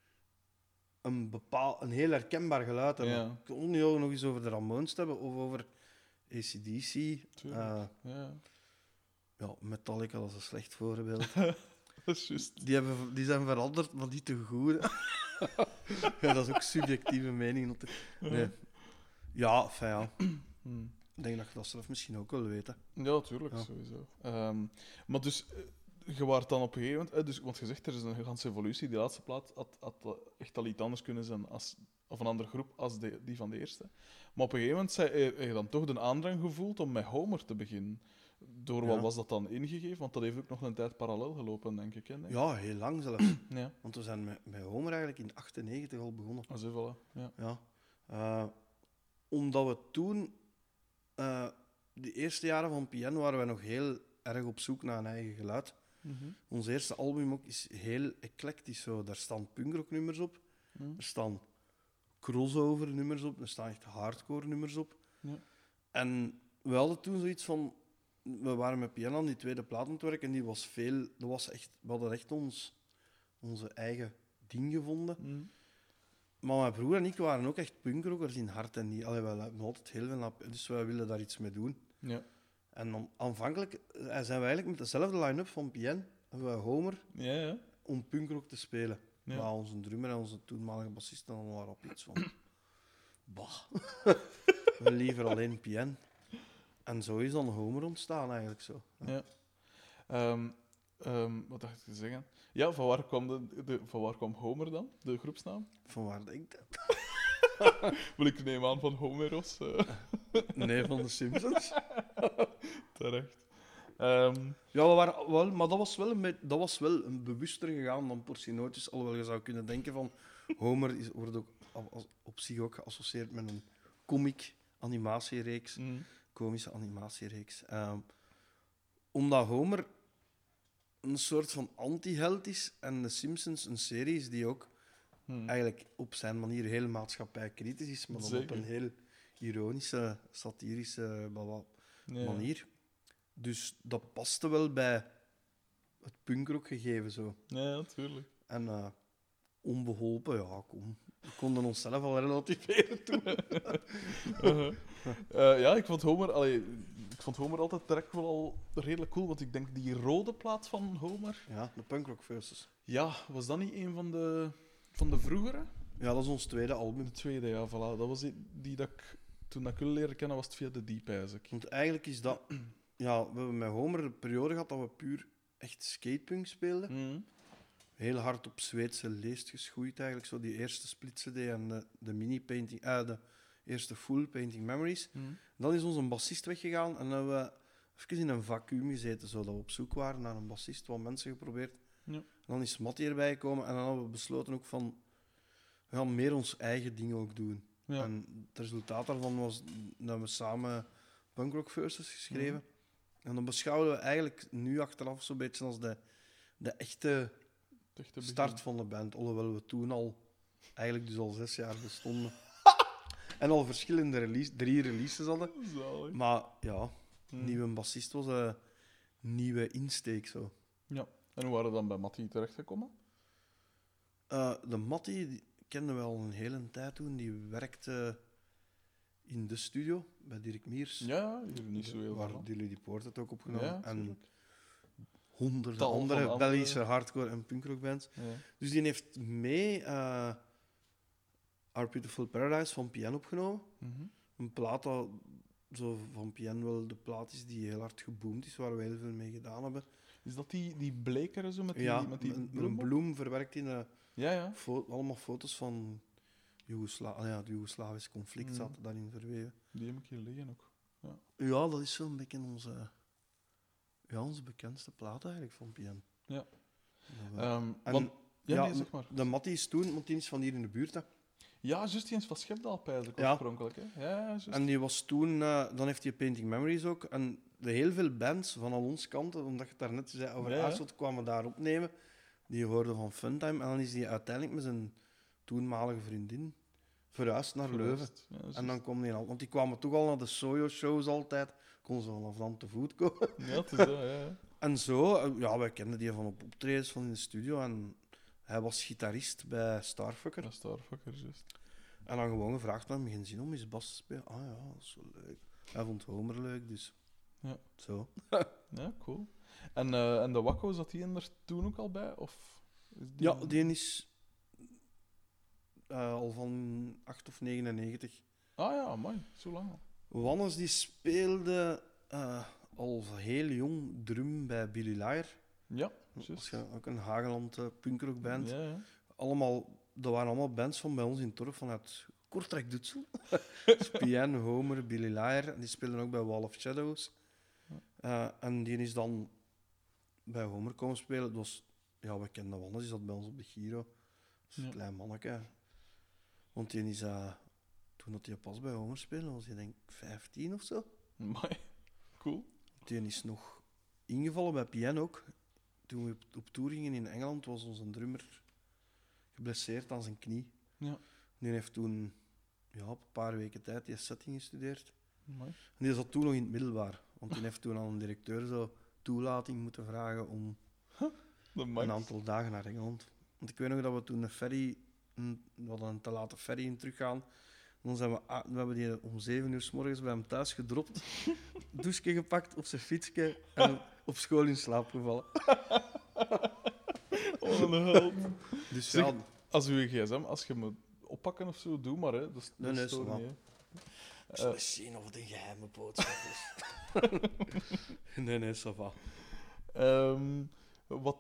een heel herkenbaar geluid hebben. Ja. Ik wil niet ook nog eens over de Ramones hebben of over AC/DC. Tuurlijk. Ja. Ja, Metallica, dat is een slecht voorbeeld. Dat is juist. Die zijn veranderd, maar niet te goed. Ja, dat is ook subjectieve mening. Nee. Ja, enfin, ja. Ik denk dat je dat zelf misschien ook wel weet. Hè. Ja, tuurlijk, Ja. sowieso. Maar dus, je waart dan op een gegeven moment... Dus, want je zegt, er is een gigantische evolutie. Die laatste plaat had echt al iets anders kunnen zijn of een andere groep als die van de eerste. Maar op een gegeven moment heb je dan toch de aandrang gevoeld om met Homer te beginnen. Door wat Ja. was dat dan ingegeven? Want dat heeft ook nog een tijd parallel gelopen, denk ik. Hè? Nee? Ja, heel lang zelfs. Ja. Want we zijn met Homer eigenlijk in 1998 al begonnen. Ah, zo, voilà. Ja. Ja. Omdat we toen, de eerste jaren van PN, waren we nog heel erg op zoek naar een eigen geluid. Ons eerste album ook is heel eclectisch. Zo. Daar staan punkrock-nummers op, er staan crossover-nummers op, er staan echt hardcore-nummers op. Ja. En we hadden toen zoiets van... We waren met PN aan die tweede plaat aan het werken en die was veel... We hadden echt onze eigen ding gevonden. Maar mijn broer en ik waren ook echt punkrockers in hart en niet. Allee, we hebben altijd heel veel... Dus wij willen daar iets mee doen. Ja. En dan aanvankelijk zijn we eigenlijk met dezelfde line-up van PN, hebben we Homer, Ja, ja. om punkrock te spelen. Ja. Maar onze drummer en onze toenmalige bassist dan waren op iets van... Bah. We liever alleen PN. En zo is dan Homer ontstaan eigenlijk zo. Ja. Wat dacht ik te zeggen? Ja, van waar kwam Homer dan, de groepsnaam? Van waar denk je? Wil ik nemen aan van Homeros? Nee, van de Simpsons. Terecht. Ja, we waren wel, maar dat was wel een bewuster gegaan dan Porcinootjes. Alhoewel je zou kunnen denken van... Homer wordt ook op zich ook geassocieerd met een comic-animatiereeks. Komische animatiereeks. Omdat Homer een soort van anti-held is en de Simpsons een serie is die ook eigenlijk op zijn manier heel maatschappijkritisch is, maar dan Zeker. op een heel ironische, satirische manier. Dus dat paste wel bij het punkrock gegeven zo. Ja, natuurlijk. En onbeholpen, ja, kom. We konden onszelf al relativeren toen. Ja, ik vond Homer altijd direct wel al redelijk cool, want ik denk die rode plaat van Homer... Ja, de punkrock versus. Ja, was dat niet een van de vroegere? Ja, dat is ons tweede album. De tweede, ja, voilà. Dat was die dat ik... Toen dat ik jullie leren kennen, was het via de Deep, eigenlijk. Want eigenlijk is dat... Ja, we hebben met Homer een periode gehad dat we puur echt skatepunk speelden. Heel hard op Zweedse leest geschoeid eigenlijk. Zo die eerste split-cd en de mini-painting... de eerste full Painting Memories. Dan is onze bassist weggegaan en hebben we even in een vacuüm gezeten, zodat we op zoek waren naar een bassist, wat mensen geprobeerd. Ja. En dan is Mattie erbij gekomen en dan hebben we besloten ook van, we gaan meer ons eigen ding ook doen. Ja. En het resultaat daarvan was dat we samen Punkrock Versus geschreven. En dan beschouwen we eigenlijk nu achteraf zo'n beetje als de echte Echt te start van de band. Alhoewel we toen al, eigenlijk dus al 6 jaar bestonden. En al verschillende 3 releases hadden. beginnen. Zalig. Maar ja, nieuwe bassist was een nieuwe insteek zo. Ja. En hoe waren we dan bij Mattie terechtgekomen? De Mattie die kenden we al een hele tijd toen. Die werkte in de studio bij Dirk Miers. Ja, hier niet zo heel waar veel. Dilly die Poort het ook opgenomen. Ja, en tuurlijk. honderden Tal van andere andere- Belgische hardcore en punkrockbands. Ja. Dus die heeft mee Our Beautiful Paradise van Pian opgenomen. Mhm. Een plaat dat zo van Pian wel de plaat is die heel hard geboomd is, waar we heel veel mee gedaan hebben. Is dat die blekere zo met die, Ja, met die een bloem? bloem verwerkt in Ja, ja. allemaal foto's van het Joegoslavisch conflict Mhm. zaten daarin verweven. Die heb ik hier liggen ook. Ja, dat is zo'n beetje onze bekendste plaat eigenlijk van Pian. Ja. Dat we- En, En- ja, nee, zeg maar. De Mattie is toen, want die is van hier in de buurt. Hè. Ja, juist die eens van Schepdaal, pijs Ja. oorspronkelijk. Hè? Ja, juist. En die was toen, dan heeft hij Painting Memories ook. En heel veel bands van al ons kanten, omdat je het daarnet zei over Ja, ja. Aarschot, kwamen daar opnemen. Die hoorden van Funtime. En dan is hij uiteindelijk met zijn toenmalige vriendin verhuisd naar Leuven. Verhuisd. Ja, juist. En dan kwam die al, want die kwamen toch al naar de Sojo-shows altijd. Kon ze vanaf dan te voet komen. Ja, het is dat, ja. En zo, ja, wij kenden die van op optredens van in de studio. En hij was gitarist bij Starfucker. Dat is Starfucker, juist. En dan gewoon gevraagd naar hem, geen zin om eens bas te spelen. Ah ja, dat is wel leuk. Hij vond Homer leuk, dus Ja. zo. Ja, cool. En de Wakko, zat die er toen ook al bij? Of is die... Ja, die is al van 8 of 99. Ah ja, mooi. Zo lang al. Wannes die speelde al heel jong drum bij Billy Liar. Ja, Dat juist. is ook een Hageland punkrockband. Ja, ja. Dat waren allemaal bands van bij ons in het dorp vanuit Kortrijk Duitsel. Pian, Homer, Billy Liar. En die speelden ook bij Wall of Shadows. En die is dan bij Homer komen spelen. Dat was, ja, we kenden Wannes, die zat bij ons op de Giro. Dat is een Ja. klein manneke. Want die is, toen dat hij pas bij Homer speelde, was hij denk ik 15 of zo. Mooi. Cool. Die is nog ingevallen bij Pian ook. Toen we op tour gingen in Engeland, was onze drummer geblesseerd aan zijn knie. Ja. Die heeft toen op een paar weken tijd die setting gestudeerd. Mooi. En die zat toen nog in het middelbaar. Want die heeft toen aan een directeur zo toelating moeten vragen om Dat mag. een aantal dagen naar Engeland. Want ik weet nog dat we toen we hadden een te late ferry in teruggaan. En dan zijn we hebben die om 7 uur 's morgens bij hem thuis gedropt, douche gepakt op zijn fietsje en op school in slaap gevallen. Oh, een held. Dus Zeg, ja, als uw gsm, als je moet oppakken of zo, doe maar. Hè. Dat Nee, stoort zo niet, wat. hè. misschien of het een geheime boodschap is. nee, ça va. Wat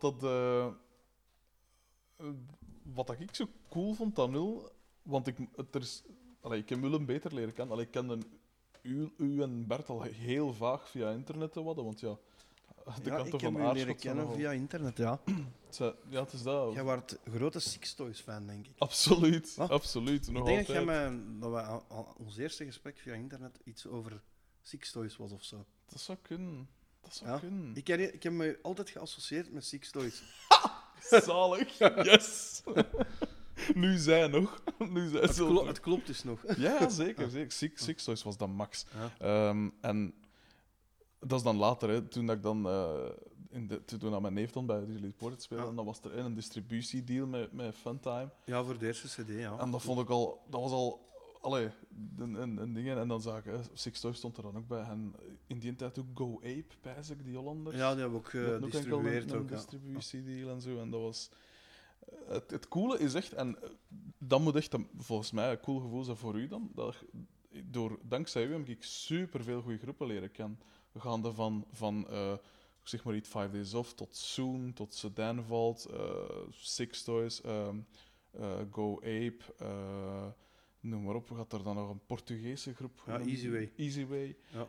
dat ik zo cool vond aan nul, want ik heb Willem beter leren kennen. Ik kende u en Bert al heel vaag via internet te wadden, want ja, de Ja, kanten ik heb van u leren Aarschot zijn kennen nogal- via internet, ja. Ja, het is dat. Jij was een grote Six Toys fan, denk ik. Absoluut, Wat? absoluut. Nog Ik denk dat, altijd. dat ons eerste gesprek via internet iets over Six Toys was of zo. Dat zou kunnen. Dat zou Ja. kunnen. Ik heb me altijd geassocieerd met Six Toys. Zalig. Yes. Nu zij nog. Nu zij zo. Het klopt dus nog. Ja, zeker. zeker. Six Toys was dan max. Ja. En dat is dan later, hè, toen dat ik dan toen dat mijn neef dan bij Dilly Poort speelde, Ja. en dan was er een distributiedeal met Funtime. Ja, voor de eerste CD, ja. En dat vond ik al, dat was al, een ding. En dan zag ik, Six Toys stond er dan ook bij. En in die tijd ook Go Ape, pijs ik, die Hollanders. Ja, die hebben we ook Die hadden ook enkel gedistribueerd. een Ook, ja. distributiedeal en zo. En dat was... Het coole is echt... En dat moet echt, volgens mij, een cool gevoel zijn voor u dan. Dankzij u heb ik superveel goede groepen leren kennen. Gaande van zeg maar iets 5 Days Off, tot Soon, tot Sedan Vault, Six Toys, Go Ape, noem maar op. Gaat er dan nog een Portugese groep? Ja, Easyway. Easyway. Ja.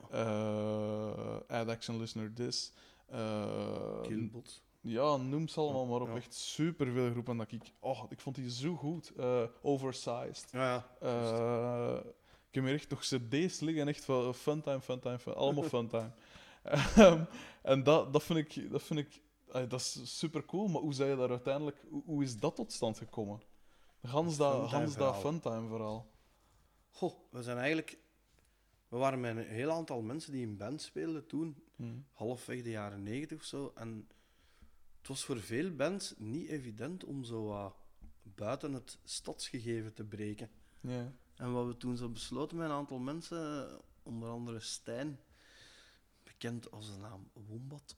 Add Action Listener This. Killbot. Ja, noem ze allemaal maar op. Ja. Echt superveel groepen dat ik vond die zo goed. Oversized. Ja. Ik heb hier echt nog cd's liggen, echt van funtime, allemaal funtime. En dat vind ik dat is super cool, maar hoe zei je daar uiteindelijk, hoe is dat tot stand gekomen? Gans dat funtime verhaal. Goh, we waren met een heel aantal mensen die in band speelden toen, halfweg de jaren 90 of zo. En het was voor veel bands niet evident om zo buiten het stadsgegeven te breken. Ja. En wat we toen zo besloten met een aantal mensen, onder andere Stijn, bekend als de naam Wombat,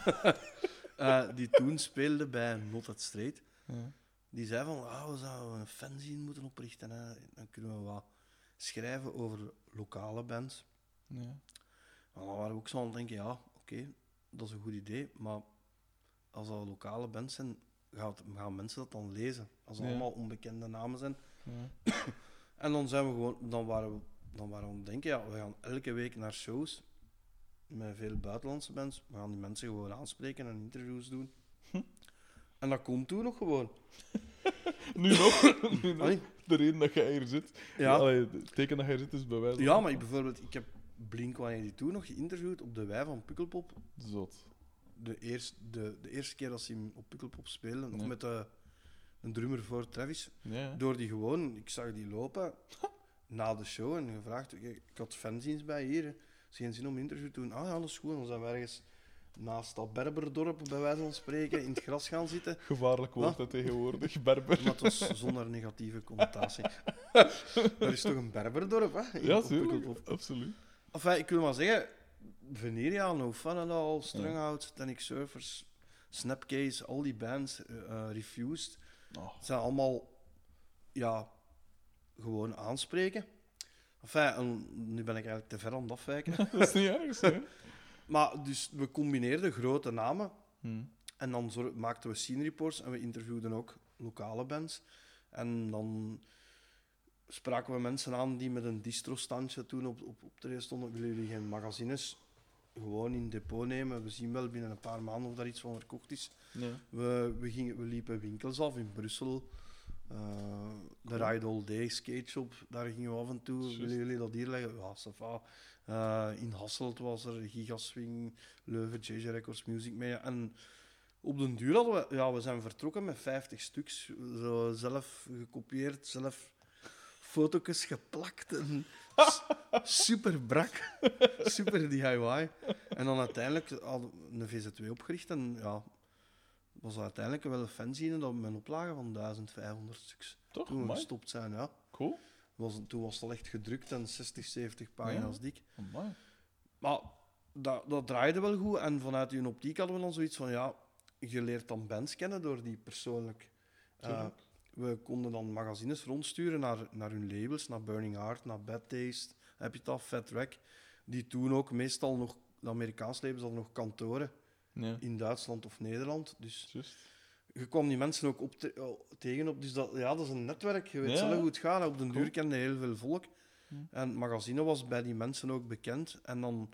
die toen speelde bij Not That Straight, die zei van, we zouden een fanzine moeten oprichten. Hè. Dan kunnen we wat schrijven over lokale bands. Ja. En dan waren we ook zo aan het denken, oké, dat is een goed idee, maar als dat lokale bands zijn, gaan mensen dat dan lezen. Als het allemaal onbekende namen zijn. Ja. En dan zijn we gewoon, dan waren we aan het denken, we gaan elke week naar shows met veel buitenlandse bands. We gaan die mensen gewoon aanspreken en interviews doen. En dat komt toen nog gewoon. Nu nog. De reden dat je hier zit. Ja. Het teken dat je hier zit is bij wijze Ja, maar ik heb Blink-182 nog geïnterviewd op de wei van Pukkelpop. Zot. De eerste keer dat ze hem op Pukkelpop spelen, nog met een drummer voor Travis. Ja. Door die gewoon, ik zag die lopen na de show en gevraagd, ik had fanzines bij hier, is geen zin om een interview te doen. Ja, dat is goed. Dan zijn we ergens naast dat Berberdorp, bij wijze van spreken, in het gras gaan zitten. Gevaarlijk woord hè, tegenwoordig, Berber. Maar het was zonder negatieve connotatie. Er is toch een Berberdorp, hè? Ja, tuurlijk. Absoluut. Enfin, ik wil maar zeggen, Veneria, No Fun and All, Strunghout, Titanic Surfers, Snapcase, al die bands, Refused, zijn allemaal, gewoon aanspreken. Enfin, en nu ben ik eigenlijk te ver aan het afwijken. Dat is niet erg, hè? Maar dus we combineerden grote namen en dan maakten we scene reports en we interviewden ook lokale bands. En dan spraken we mensen aan die met een distro-standje toen op optreden stonden. Willen jullie geen magazines gewoon in depot nemen? We zien wel binnen een paar maanden of daar iets van verkocht is. Ja. We liepen winkels af in Brussel. De Ride All Day skate shop, daar gingen we af en toe. Willen jullie dat hier leggen? Ja, ça va. In Hasselt was er Gigaswing, Leuven, JJ Records, Music Media. En op den duur hadden we zijn vertrokken met 50 stuks. Zo zelf gekopieerd, zelf foto's geplakt. En super brak, super DIY. En dan uiteindelijk hadden we een VZ2 opgericht. En was uiteindelijk wel een fanzine dat met een oplage van 1500 stuks. Toch? Toen we gestopt zijn, ja. Cool. Toen was het al echt gedrukt en 60, 70 pagina's dik. Amai. Maar dat draaide wel goed. En vanuit die optiek hadden we dan zoiets van, je leert dan bands kennen door die persoonlijk. We konden dan magazines rondsturen naar hun labels, naar Burning Heart, naar Bad Taste, Epitaph, Fat Wreck. Die toen ook meestal nog, de Amerikaanse labels hadden nog kantoren in Duitsland of Nederland. Dus je kwam die mensen ook tegen. Dus dat is een netwerk. Je weet zelf hoe het gaat. Op den duur kende heel veel volk. En het magazine was bij die mensen ook bekend. En dan,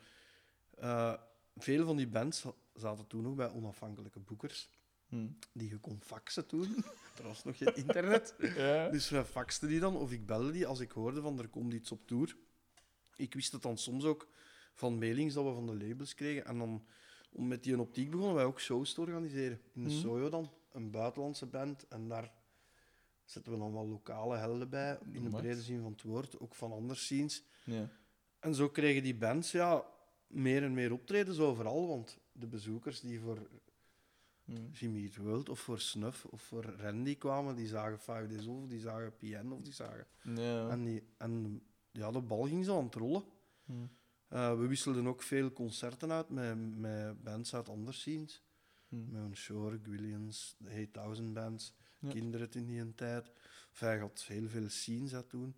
veel van die bands zaten toen nog bij onafhankelijke boekers. Die je kon faxen toen. Er was nog geen internet. Dus we faxten die dan, of ik belde die als ik hoorde van er komt iets op tour. Ik wist het dan soms ook van mailings dat we van de labels kregen. En dan, met die optiek begonnen wij ook shows te organiseren. In de Sojo dan, een buitenlandse band. En daar zetten we dan wel lokale helden bij, in de brede zin van het woord. Ook van andere scenes. Ja. En zo kregen die bands meer en meer optredens overal. Want de bezoekers die voor Jimmy Eat World of voor Snuff of voor Randy kwamen, die zagen 5 Days Off, die zagen PN of die zagen... Ja. En de bal ging zo aan het rollen. We wisselden ook veel concerten uit met bands uit andere scenes. Met een Shore, Williams, de 8000 bands, Kindred in die tijd. Hij had heel veel scenes uit toen.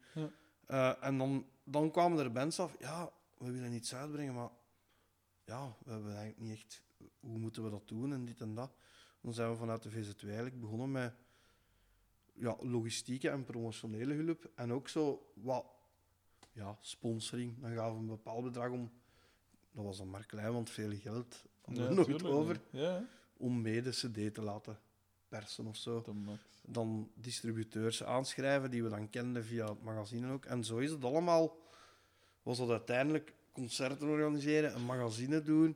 En dan kwamen er bands af. Ja, we willen iets uitbrengen, maar we hebben eigenlijk niet echt... Hoe moeten we dat doen en dit en dat? Dan zijn we vanuit de VZ2 eigenlijk begonnen met logistieke en promotionele hulp. En ook zo wat sponsoring. Dan gaven we een bepaald bedrag om... Dat was dan maar klein, want veel geld hadden we nooit tuurlijk, over. Ja, Om mee de cd te laten persen of zo. de max. Dan distributeurs aanschrijven, die we dan kenden via het magazine ook. En zo is het allemaal... Was dat uiteindelijk concerten organiseren, een magazine doen,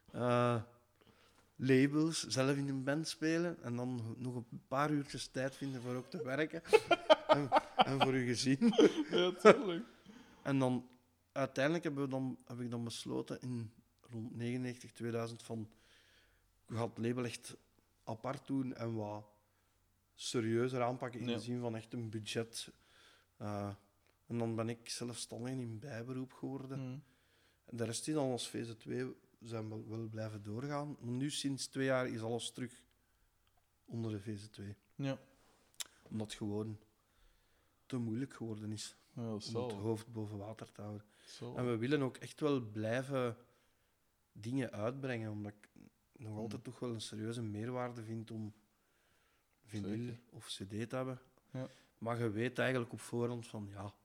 labels, zelf in een band spelen en dan nog een paar uurtjes tijd vinden voor ook te werken en voor je gezin. Ja, tuurlijk. En dan uiteindelijk heb ik dan besloten in rond 99, 2000 van ik ga het label echt apart doen en wat serieuzer aanpakken in de zin van echt een budget. En dan ben ik zelfstandig in bijberoep geworden. En de rest is dan als VZ2 zijn we wel blijven doorgaan. Maar nu, sinds 2 jaar, is alles terug onder de VZ2. Ja. Omdat het gewoon te moeilijk geworden is Ja, dat om zal. het hoofd boven water te houden. Zo. En we willen ook echt wel blijven dingen uitbrengen, omdat ik nog altijd toch wel een serieuze meerwaarde vind om vinyl Zeker. of cd te hebben. Ja. Maar je weet eigenlijk op voorhand van, ja,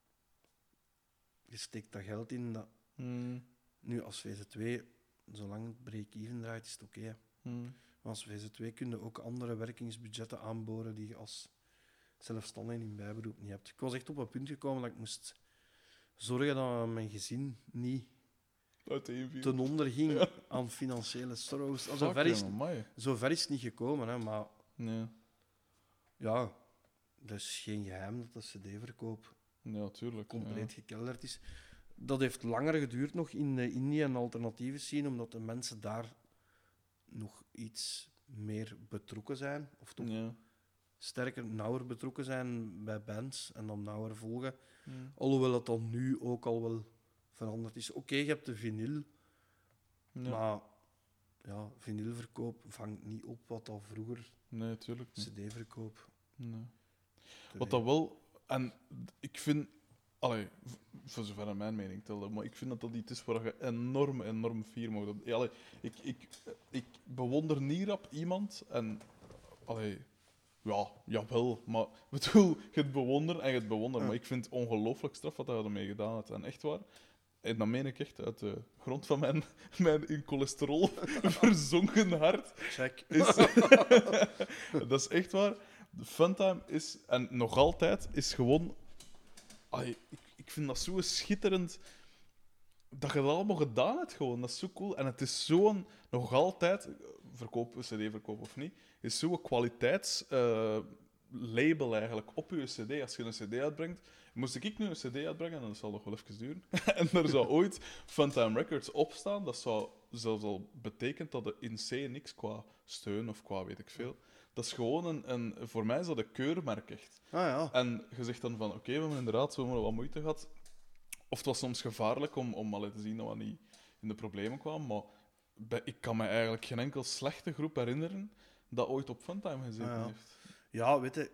je steekt dat geld in. Dat... Nu, als VZ2, zolang het break-even draait, is het oké. Hè. Maar als VZ2 kun je ook andere werkingsbudgetten aanboren die je als zelfstandig in bijberoep niet hebt. Ik was echt op een punt gekomen dat ik moest zorgen dat mijn gezin niet ten onder ging aan financiële sorrows. Zover is het niet gekomen, hè, maar Nee. ja, dat is geen geheim dat de cd-verkoop Ja, tuurlijk. compleet gekelderd is. Dat heeft langer geduurd nog in de indie- en alternatieve scene, omdat de mensen daar nog iets meer betrokken zijn. Of toch sterker, nauwer betrokken zijn bij bands en dan nauwer volgen. Alhoewel het dan nu ook al wel veranderd is. Oké, je hebt de vinyl, maar ja, vinylverkoop vangt niet op wat al vroeger Nee, tuurlijk niet. cd-verkoop. Nee. Wat dat wel... En ik vind... Allee, voor zover mijn mening telde, maar ik vind dat dat iets is waar je enorm fier mag op. Allee, ik bewonder niet rap iemand en... Allee, ja, jawel, maar ik bedoel, je het bewonderen, maar ik vind het ongelooflijk straf wat hij ermee gedaan heeft. En echt waar, en dat meen ik echt uit de grond van mijn in cholesterol verzonken hart. Check. Dat is echt waar. De Funtime is, en nog altijd, is gewoon... Allee, ik vind dat zo schitterend dat je dat allemaal gedaan hebt. Gewoon. Dat is zo cool. En het is zo'n... Nog altijd, cd-verkoop of niet, is zo'n kwaliteitslabel eigenlijk op je cd. Als je een cd uitbrengt... Moest ik nu een cd uitbrengen, en dat zal nog wel even duren, en er zou ooit Funtime Records opstaan, dat zou zelfs al betekent dat de in C niks qua steun of qua weet ik veel. Dat is gewoon voor mij is dat een keurmerk echt. Ah, ja. En je zegt dan van, oké, we hebben inderdaad zo wat moeite gehad. Of het was soms gevaarlijk om al te zien dat we niet in de problemen kwamen, maar ik kan me eigenlijk geen enkel slechte groep herinneren dat ooit op Funtime gezeten heeft. Ja, weet je...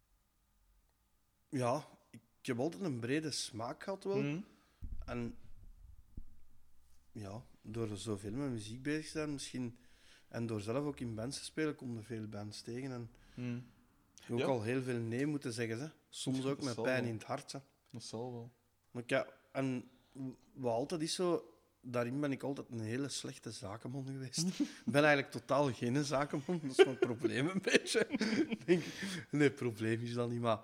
Ja, ik heb altijd een brede smaak gehad wel. En ja, door zoveel met muziek bezig te zijn misschien... En door zelf ook in bands te spelen, kom er veel bands tegen. En ook al heel veel nee moeten zeggen. Hè. Soms ook met pijn in het hart. Hè. Dat zal wel. Maar en wat altijd is zo... Daarin ben ik altijd een hele slechte zakenman geweest. Ik ben eigenlijk totaal geen zakenman. Dat is mijn probleem een beetje. Nee, probleem is dat niet. Maar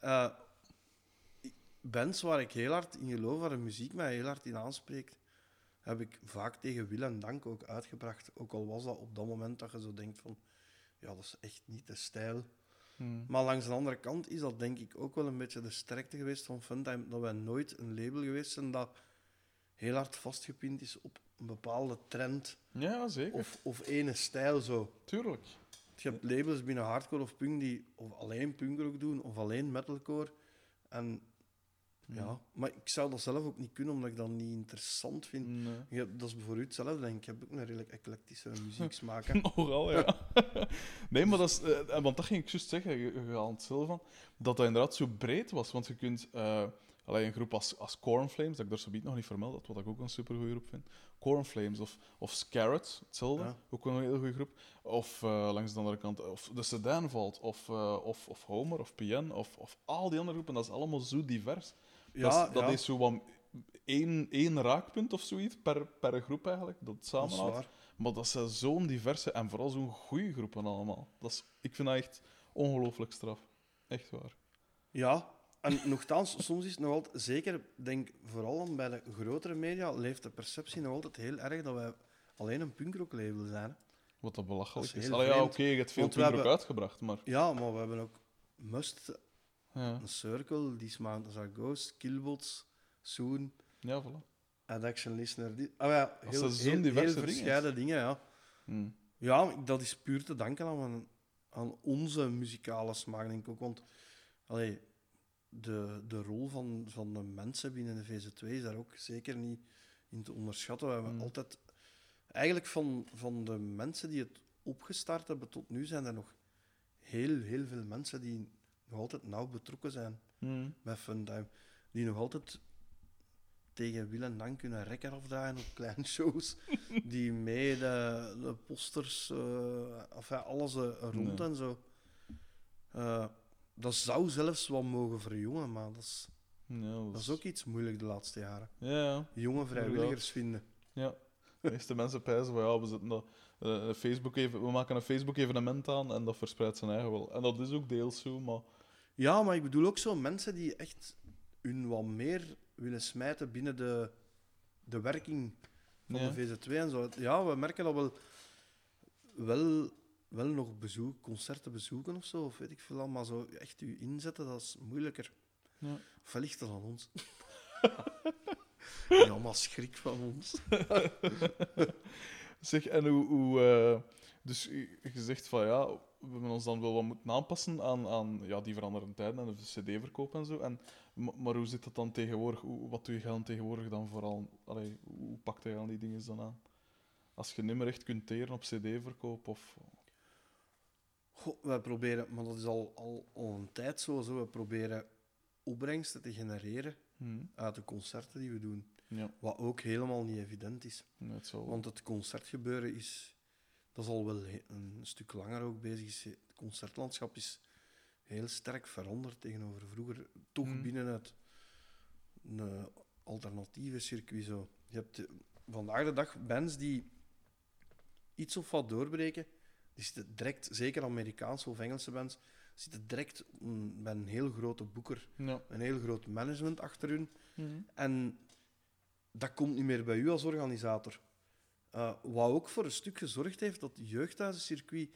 bands waar ik heel hard in geloof, waar de muziek mij heel hard in aanspreekt, heb ik vaak tegen wil en dank ook uitgebracht. Ook al was dat op dat moment dat je zo denkt van... Ja, dat is echt niet de stijl. Maar langs de andere kant is dat denk ik ook wel een beetje de sterkte geweest van Funtime. Dat wij nooit een label geweest zijn dat heel hard vastgepind is op een bepaalde trend. Ja, zeker. Of ene stijl zo. Tuurlijk. Je hebt labels binnen hardcore of punk die of alleen punkrock doen of alleen metalcore. En ja, maar ik zou dat zelf ook niet kunnen, omdat ik dat niet interessant vind. Nee. Dat is voor u hetzelfde, denk ik. Ik heb ook een redelijk eclectische muzieksmaak. Nogal, ja. Nee, maar dat is... want dat ging ik juist zeggen, je haalt het zelf van, dat inderdaad zo breed was. Want je kunt... een groep als Cornflames, dat ik daar zo nog niet vermeld had, wat ik ook een supergoeie groep vind. Cornflames of Scarrett, hetzelfde, Ja. ook wel een hele goede groep. Of langs de andere kant, of de Sedan Vault, of Homer, of PN, of al die andere groepen, dat is allemaal zo divers. Dat is zo wat één raakpunt of zoiets per groep eigenlijk, dat het dat is samenhoudt. waar. Maar dat zijn zo'n diverse en vooral zo'n goede groepen allemaal. Ik vind dat echt ongelooflijk straf. Echt waar. Ja, en nogthans, soms is het nog altijd, zeker, denk vooral dan bij de grotere media, leeft de perceptie nog altijd heel erg dat wij alleen een punkrocklabel zijn. Hè. Wat dat belachelijk Dat is is. heel Allee, ja, vreemd. oké, je hebt veel Want we punkrock hebben- uitgebracht, maar... Ja, maar we hebben ook Must, Ja, een Circle, These Mountains Are Ghost, Killbots, Soon, ja voilà. Addiction Listener. Ja, Dat heel, zijn zo'n heel, diverse heel dingen. verscheiden dingen, ja. Hm. Ja, dat is puur te danken aan onze muzikale smaak, denk ik ook. Want allee, de rol van de mensen binnen de VZ2 is daar ook zeker niet in te onderschatten. We hebben altijd... Eigenlijk van de mensen die het opgestart hebben tot nu, zijn er nog heel veel mensen die nog altijd nauw betrokken zijn Hm. bij Funtime. Die nog altijd tegen wil en dank kunnen rekken afdraaien op kleine shows. Die mee de posters, enfin, alles rond Nee. en zo. Dat zou zelfs wel mogen verjongen, maar dat is ook iets moeilijk de laatste jaren. Ja, Jonge vrijwilligers vinden. ja. De meeste mensen pijzen van ja, we maken een Facebook-evenement aan en dat verspreidt zijn eigen wel. En dat is ook deels zo, maar... Ja, maar ik bedoel ook zo mensen die echt hun wat meer willen smijten binnen de werking van Ja. de VZ2 en zo. Ja, we merken dat wel nog concerten bezoeken of zo, of weet ik veel al, maar zo echt u inzetten, dat is moeilijker. Ja. Of ligt dat aan ons? Ja, allemaal schrik van ons. Zeg, en dus je zegt van ja, we hebben ons dan wel wat moeten aanpassen aan ja, die veranderende tijden en de CD-verkoop en zo. Maar hoe zit dat dan tegenwoordig? Wat doe je dan tegenwoordig dan vooral? Allee, hoe pakt je al die dingen dan aan? Als je niet meer echt kunt teren op CD-verkoop of... Goh, wij proberen, maar dat is al een tijd zo, we proberen opbrengsten te genereren uit de concerten die we doen. Ja, Wat ook helemaal niet evident is. net zo. Want het concertgebeuren dat is al wel een stuk langer ook bezig. Het concertlandschap is heel sterk veranderd tegenover vroeger. Toch binnen het een alternatieve circuit. Zo. Je hebt vandaag de dag bands die iets of wat doorbreken. Die zitten direct, zeker Amerikaanse of Engelse bands, zitten direct bij een heel grote boeker, Ja. een heel groot management achter hun. Mhm. En dat komt niet meer bij u als organisator. Wat ook voor een stuk gezorgd heeft dat het jeugdhuizencircuit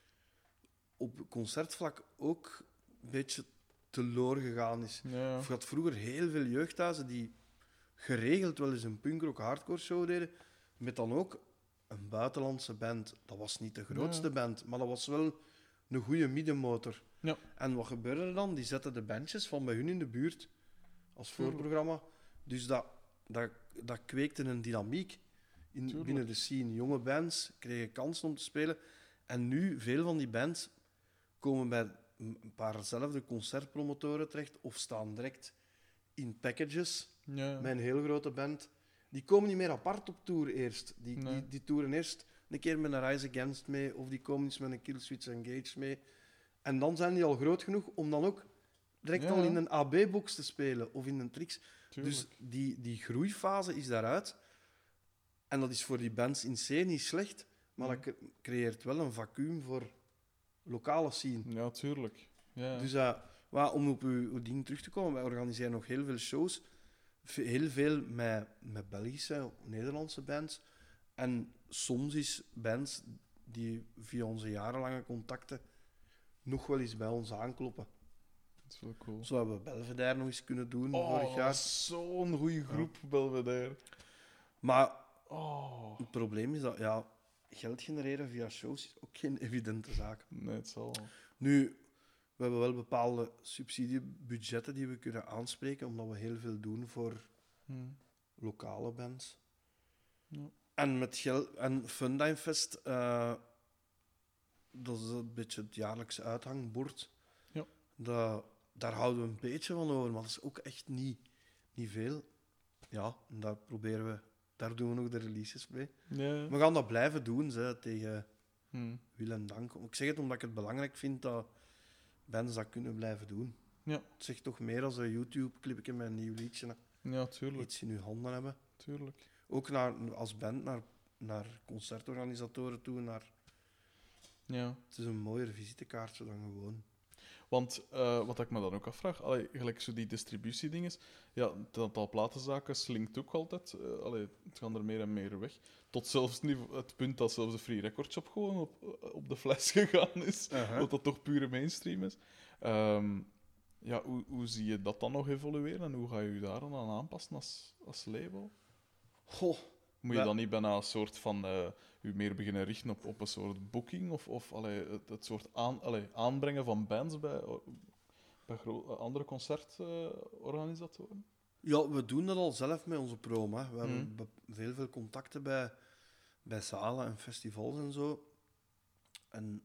op concertvlak ook een beetje teloor gegaan is. Ja. Je had vroeger heel veel jeugdhuizen die geregeld wel eens een punkrock hardcore show deden, met dan ook een buitenlandse band. Dat was niet de grootste band, maar dat was wel een goede middenmotor. Ja. En wat gebeurde er dan? Die zetten de bandjes van bij hun in de buurt als voorprogramma. Dus dat kweekte een dynamiek binnen de scene. Jonge bands kregen kansen om te spelen. En nu, veel van die bands komen bij een paarzelfde concertpromotoren terecht of staan direct in packages Ja. met een heel grote band. Die komen niet meer apart op tour eerst. Die toeren eerst een keer met een Rise Against mee of die komen eens met een Killswitch Engage mee. En dan zijn die al groot genoeg om dan ook direct al in een AB-box te spelen of in een Trix. Tuurlijk. Dus die groeifase is daaruit. En dat is voor die bands in C niet slecht, maar dat creëert wel een vacuüm voor lokale scene. Ja, tuurlijk. Ja. Dus om op uw ding terug te komen, wij organiseren nog heel veel shows. Heel veel met Belgische, Nederlandse bands. En soms is bands die via onze jarenlange contacten nog wel eens bij ons aankloppen. Dat is wel cool. Zo hebben we Belvedere nog eens kunnen doen vorig dat jaar. was zo'n goede groep, Belvedere. Maar Oh. het probleem is dat geld genereren via shows is ook geen evidente zaak. Nee, het zal. Nu, we hebben wel bepaalde subsidiebudgetten die we kunnen aanspreken, omdat we heel veel doen voor lokale bands. Ja. En met geld en Funtime Fest, dat is een beetje het jaarlijkse uithangbord. Ja. Daar houden we een beetje van over, maar dat is ook echt niet niet veel. Ja, en daar doen we nog de releases mee. Ja. We gaan dat blijven doen, tegen Hm. wil en dank. Ik zeg het omdat ik het belangrijk vind dat bands dat kunnen blijven doen. Ja. Het zegt toch meer als een YouTube-clipje met een nieuw liedje. Ja, tuurlijk. Iets in uw handen hebben. Tuurlijk. Ook als band naar concertorganisatoren toe. Ja. Het is een mooier visitekaartje dan gewoon. Want wat ik me dan ook afvraag, gelijk zo die distributiedinges, ja, het aantal platenzaken slinkt ook altijd. Het gaan er meer en meer weg. Tot zelfs het punt dat zelfs de Free Record Shop gewoon op de fles gegaan is. Wat dat toch pure mainstream is. Ja, hoe zie je dat dan nog evolueren en hoe ga je je daar dan aan aanpassen als label? Goh. Moet je dan niet bijna een soort van u meer beginnen richten op een soort booking of het soort aanbrengen van bands bij andere concertorganisatoren? Ja, we doen dat al zelf met onze promo. Hè. We hebben veel contacten bij zalen en festivals en zo. En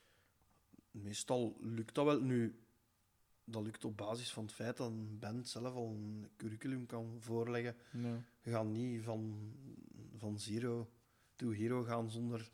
meestal lukt dat wel. Nu, dat lukt op basis van het feit dat een band zelf al een curriculum kan voorleggen. Ja. Je gaat niet van zero to hero gaan zonder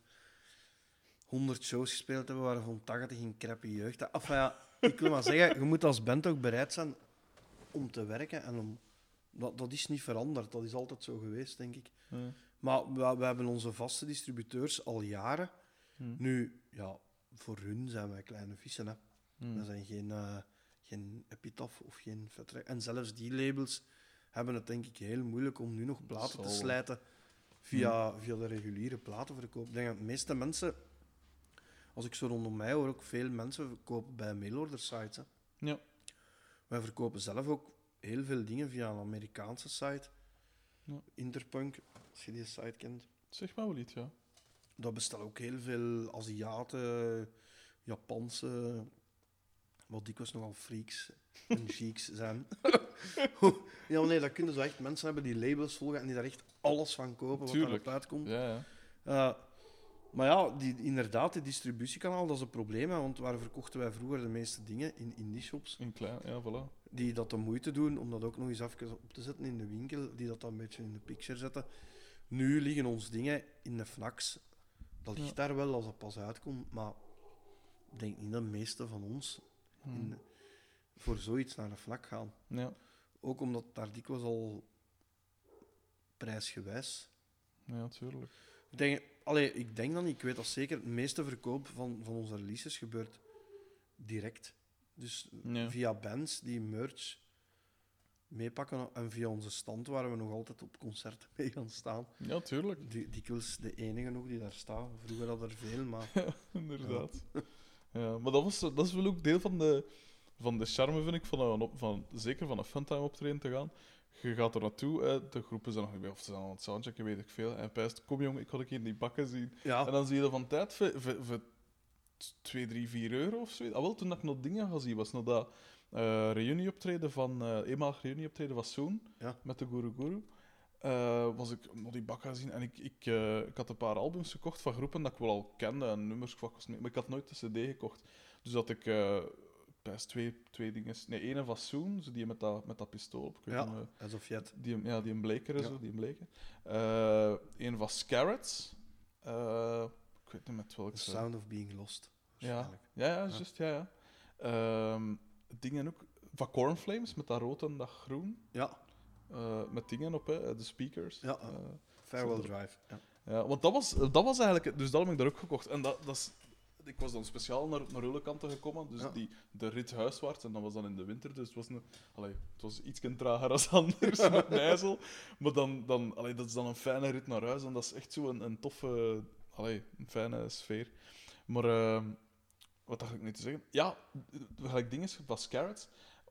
100 shows gespeeld te hebben, waarvan 80 in crappy jeugd. Enfin ja, ik wil maar zeggen, je moet als band ook bereid zijn om te werken. En dat is niet veranderd. Dat is altijd zo geweest, denk ik. Ja. Maar we hebben onze vaste distributeurs al jaren. Nu, ja, voor hun zijn wij kleine vissen. Hè. We zijn geen Epitaph of geen Vetrek. En zelfs die labels hebben het denk ik heel moeilijk om nu nog platen te slijten via de reguliere platenverkoop. Ik denk dat de meeste mensen, als ik zo rondom mij hoor, ook veel mensen verkopen bij mailorder sites. Hè. Ja. Wij verkopen zelf ook heel veel dingen via een Amerikaanse site. Ja. Interpunk, als je die site kent. Zeg maar wel iets, ja. Dat bestellen ook heel veel Aziaten, Japanse, wat dikwijls nogal freaks en chics zijn. Ja, nee, dat kunnen zo echt mensen hebben die labels volgen en die daar echt alles van kopen wat erop uitkomt. Ja, ja. Maar ja, inderdaad, die distributiekanaal, dat is een probleem. Hè, want waar verkochten wij vroeger de meeste dingen? In indie-shops. In klein, ja, voilà. Die dat de moeite doen om dat ook nog eens even op te zetten in de winkel. Die dat dan een beetje in de picture zetten. Nu liggen ons dingen in de Fnacs. Dat ligt daar wel als dat pas uitkomt. Maar ik denk niet dat de meeste van ons voor zoiets naar de Fnac gaan. Ja. Ook omdat daar dikwijls al prijsgewijs. Ja, tuurlijk. Ik denk dan, ik weet dat zeker, het meeste verkoop van onze releases gebeurt direct. Dus via bands die merch meepakken en via onze stand waar we nog altijd op concerten mee gaan staan. Ja, tuurlijk. Dikwijls de enige nog die daar staan. Vroeger had er veel, maar... Ja, inderdaad. Ja, maar dat is wel ook deel van de charme, vind ik, zeker van een funtime optreden te gaan. Je gaat er naartoe, de groepen zijn nog niet bij, of ze zijn aan het soundchecken, weet ik veel. En pijst, kom jongen, ik ga een keer die bakken zien. Ja. En dan zie je dat van tijd voor 2, 3, 4 euro of zo. Ah, wel, toen ik nog dingen ga zien, was nog dat reunieoptreden eenmalig reunieoptreden van Soon, met de Guru Guru. Was ik nog die bak gaan zien en ik had een paar albums gekocht van groepen dat ik wel al kende en nummers kwakjes mee, maar ik had nooit de CD gekocht. Dus dat ik best twee dingen. Nee, één van Soon, zo die met dat pistool op. alsof je het... Die een bleker zo, die een bleke. Eén van Scarrets. Ik weet niet met welke. The Sound of Being Lost. Ja, juist, ja. Dingen ook. Van Cornflames, met dat rood en dat groen. Ja. Met dingen op, hè, de speakers. Ja, Farewell Drive. Ja. Ja, want dat was eigenlijk... Dus dat heb ik daar ook gekocht. En dat is... Ik was dan speciaal naar Ullekanten gekomen, dus de rit huiswaarts, en dat was dan in de winter, dus het was iets trager als anders met Nijzel. Maar dan dat is dan een fijne rit naar huis, en dat is echt zo een toffe, een fijne sfeer. Maar wat dacht ik nu te zeggen? Ja, gelijk dingen van Scarrets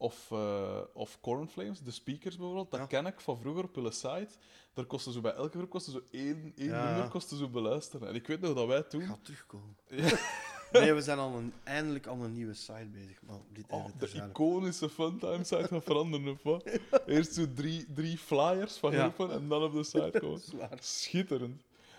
of Cornflames, de speakers bijvoorbeeld, dat ken ik van vroeger op hun site. Daar kostte zo bij elke groep zo één nummer kostte zo beluisteren. En ik weet nog dat wij toen... Gaat terugkomen. Ja. Nee, we zijn eindelijk aan een nieuwe site bezig. Maar dit de iconische funtime-site gaat veranderen, of wat? Eerst zo drie flyers van groepen en dan op de site komen. Schitterend.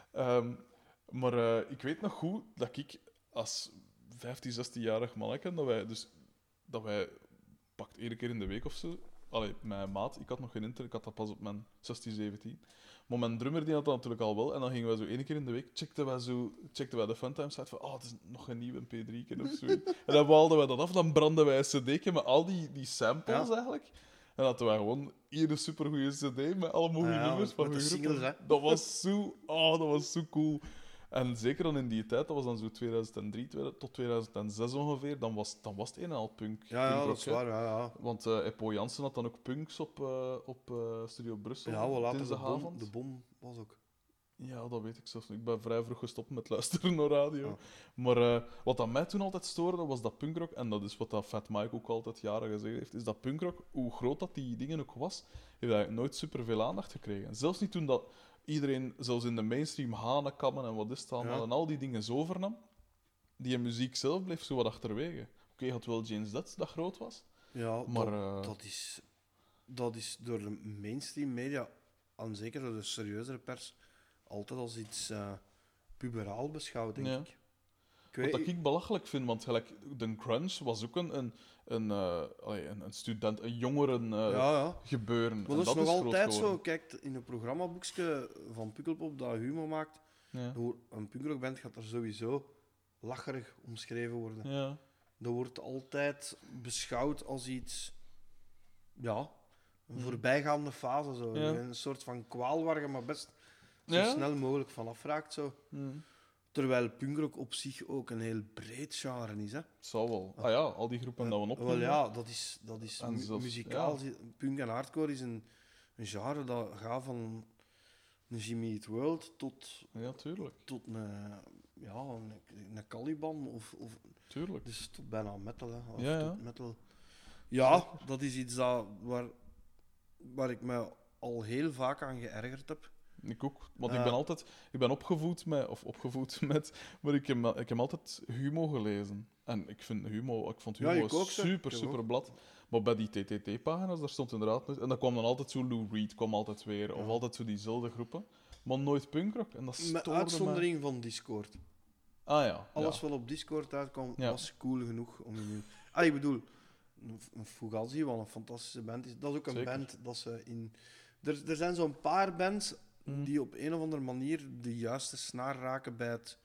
Maar ik weet nog goed dat ik als 15, 16-jarig manneke, dat wij pakt 1 keer in de week of zo, Allee, mijn maat, ik had nog geen internet, ik had dat pas op mijn 16, 17. Maar mijn drummer die had dat natuurlijk al wel. En dan gingen wij zo 1 keer in de week, checkten wij de Funtime site van, het is nog een nieuwe MP3'tje of zo. En dan haalden wij dat af, dan brandden wij een cd'tje met al die samples eigenlijk. En dan hadden wij gewoon hier een supergoeie cd met alle mogelijke nummers van met de hun groepen. singles, hè. Dat was zo cool. En zeker dan in die tijd, dat was dan zo 2003 tot 2006 ongeveer, dan was het een en al punk. Ja, punkrock, dat is hè. waar, ja. Want Eppo Jansen had dan ook punks op Studio Brussel. Ja, wel later dinsdagavond. de bom was ook. Ja, dat weet ik zelfs niet. Ik ben vrij vroeg gestopt met luisteren naar radio. Ja. Maar wat dat mij toen altijd stoorde, was dat punkrock. En dat is wat dat Fat Mike ook altijd jaren gezegd heeft. Is dat punkrock, hoe groot dat die dingen ook was, heeft eigenlijk nooit superveel aandacht gekregen. Zelfs niet toen dat iedereen, zelfs in de mainstream, Hanekammen en wat is het allemaal, Ja. en al die dingen zo overnam. Die muziek zelf bleef zo wat achterwege. Oké, je had wel James Dutz dat groot was. Ja, Maar, dat is door de mainstream media, en zeker door de serieuzere pers, altijd als iets puberaal beschouwd, denk Ja. ik. Wat dat ik belachelijk vind, want gelijk, de grunge was ook een student, een jongeren ja. gebeuren. Maar En dat is nog groot altijd zo. geworden. Kijk, in een programmaboekje van Pukkelpop dat Humo maakt, Ja. een punkrockband gaat er sowieso lacherig omschreven worden. Ja. Dat wordt altijd beschouwd als iets, ja, een Mhm. voorbijgaande fase. Zo. Ja. Een soort van kwaal waar je maar best zo Ja? snel mogelijk van afraakt. Zo. Mm. Terwijl punkrock op zich ook een heel breed genre is. Hè? Het zal wel. Ah ja, al die groepen dat we Wel opnoemen. ja, dat is En zelfs- muzikaal. ja. Punk en hardcore is een genre dat gaat van een Jimmy Eat World Ja, tuurlijk. tot een Caliban of Tuurlijk. dus tot bijna metal. Hè, of Ja, ja. tot metal. Ja, dat is iets waar ik me al heel vaak aan geërgerd heb. Ik ook. Want Ja. ik ben opgevoed met, maar ik heb altijd Humo gelezen. En ik vond Humo Ja, ik ook, super, ik super ook. blad. Maar bij die TTT-pagina's, daar stond inderdaad nooit... En dan kwam dan altijd zo Lou Reed, kwam altijd weer. Of Ja. altijd zo diezelfde groepen. Maar nooit punkrock. En dat Met stoorde me. uitzondering van Discord. Ah ja. Alles ja. wat op Discord uitkwam, Ja. was cool genoeg om in... Ik bedoel, een Fugazi, wat een fantastische band is, dat is ook een Zeker. band dat ze in... Er zijn zo'n paar bands Mhm. die op een of andere manier de juiste snaar raken bij het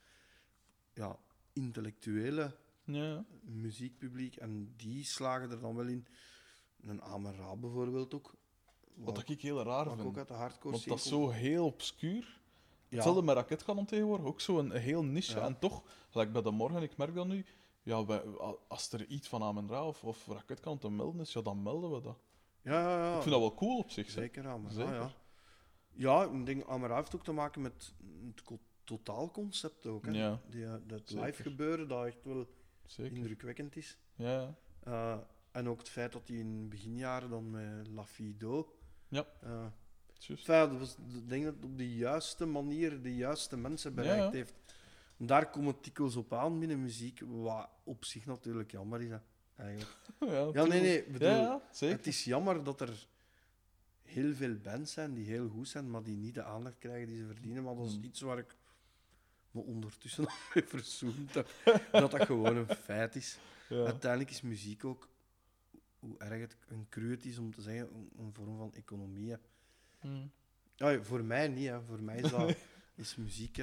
intellectuele Ja. muziekpubliek. En die slagen er dan wel in. Een Amen Ra bijvoorbeeld ook. Wat ik heel raar Wat ik ook vind. uit de hardcore Want dat is scene zo heel obscuur. Ja. Hetzelfde met Raketkanon tegenwoordig, ook zo een heel niche. Ja. En toch, gelijk bij de morgen, ik merk dat nu, ja, als er iets van Amen Ra of Raketkanon te melden is, ja, dan melden we dat. Ja. Ik vind dat wel cool op zich. Zeg. Zeker Amen Ra, Zeker. ja. Ja, ik denk Amen Ra heeft ook te maken met het totaalconcept ook. Hè. Ja. Dat Zeker. live gebeuren, dat echt wel Zeker. indrukwekkend is. Ja, En ook het feit dat hij in beginjaren dan met La Fido... Ja. eh, juist. ik denk dat het op de juiste manier de juiste mensen bereikt Ja. heeft. Daar komen tikkels op aan binnen muziek, wat op zich natuurlijk jammer is. Hè, eigenlijk. Ja, nee, ik bedoel, Ja, zeker. het is jammer dat er heel veel bands zijn die heel goed zijn, maar die niet de aandacht krijgen die ze verdienen. Maar dat is iets waar ik me ondertussen al mee verzoend heb. Dat gewoon een feit is. Ja. Uiteindelijk is muziek ook, hoe erg het een cru het is om te zeggen, een vorm van economie. Hè. Mm. Ja, voor mij niet. Hè. Voor mij is muziek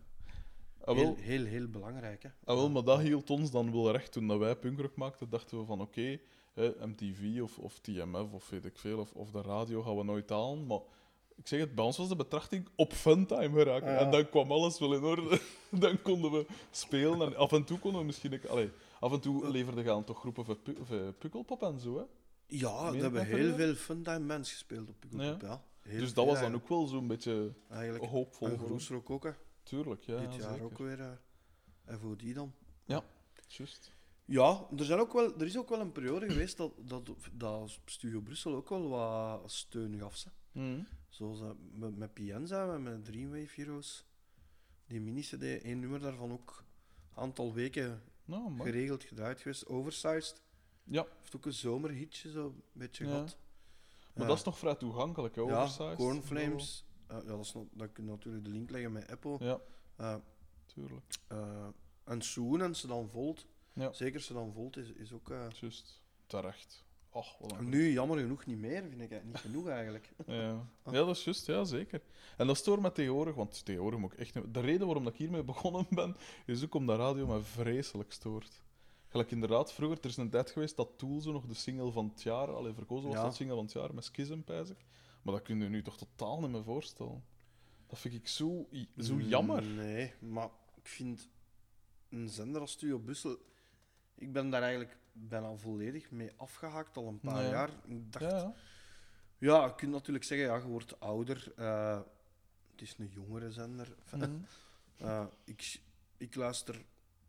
Ah, wel, heel belangrijk. Hè. wel, maar dat hield ons dan wel recht. Toen dat wij punkrock maakten, dachten we van oké, MTV of TMF of weet ik veel, of de radio gaan we nooit aan. Maar ik zeg het, bij ons was de betrachting op funtime geraken. Ja. En dan kwam alles wel in orde. Dan konden we spelen. En af en toe konden we misschien... af en toe leverden gaan toch groepen voor Pukkelpop en zo, hè. Ja, Meen er je hebben dat heel verder? veel funtime bands gespeeld op Pukkelpop. Ja. Heel Dus veel dat was dan eigenlijk. ook wel zo'n beetje Eigenlijk hoopvol. een voor ons. groesrock ook. Hè. Tuurlijk, ja. Dit jaar zeker. ook weer FOD dan. Juist. Ja, er is ook wel een periode geweest dat Studio Brussel ook wel wat steun gaf. Hè. Mm. Zoals met Pienza, met Dreamwave Heroes. Die mini-cd, één nummer daarvan ook een aantal weken Nou, maar. geregeld gedraaid geweest. Oversized. Ja, Heeft ook een zomerhitje zo een beetje Ja. gehad. maar dat is nog vrij toegankelijk, hè, Ja, oversized. Cornflames. Dat kun je natuurlijk de link leggen met Apple. Ja, Eh, tuurlijk. en Soon en Sedan Volt. Ja. Zeker Sedan Volt is ook... Juist. Terecht. Och, wat een Nu, jammer genoeg, niet meer, vind ik. Niet genoeg, eigenlijk. Ja. Ja, dat is juist, ja, zeker. En dat stoort me tegenwoordig, want tegenwoordig moet ik echt niet... De reden waarom dat ik hiermee begonnen ben, is ook omdat radio me vreselijk stoort. Gelijk inderdaad, vroeger, er is een tijd geweest dat Tool zo nog de single van het jaar, verkozen was Ja. tot single van het jaar, met Schism, pijs ik. Maar dat kun je nu toch totaal niet meer voorstellen. Dat vind ik zo jammer. Nee, maar ik vind een zender als Studio Brussel... Ik ben daar eigenlijk bijna volledig mee afgehaakt, al een paar Ja. jaar. Ik dacht... Ja, Ja, je kunt natuurlijk zeggen, ja, je wordt ouder. Het is een jongere zender. Mhm. Ik luister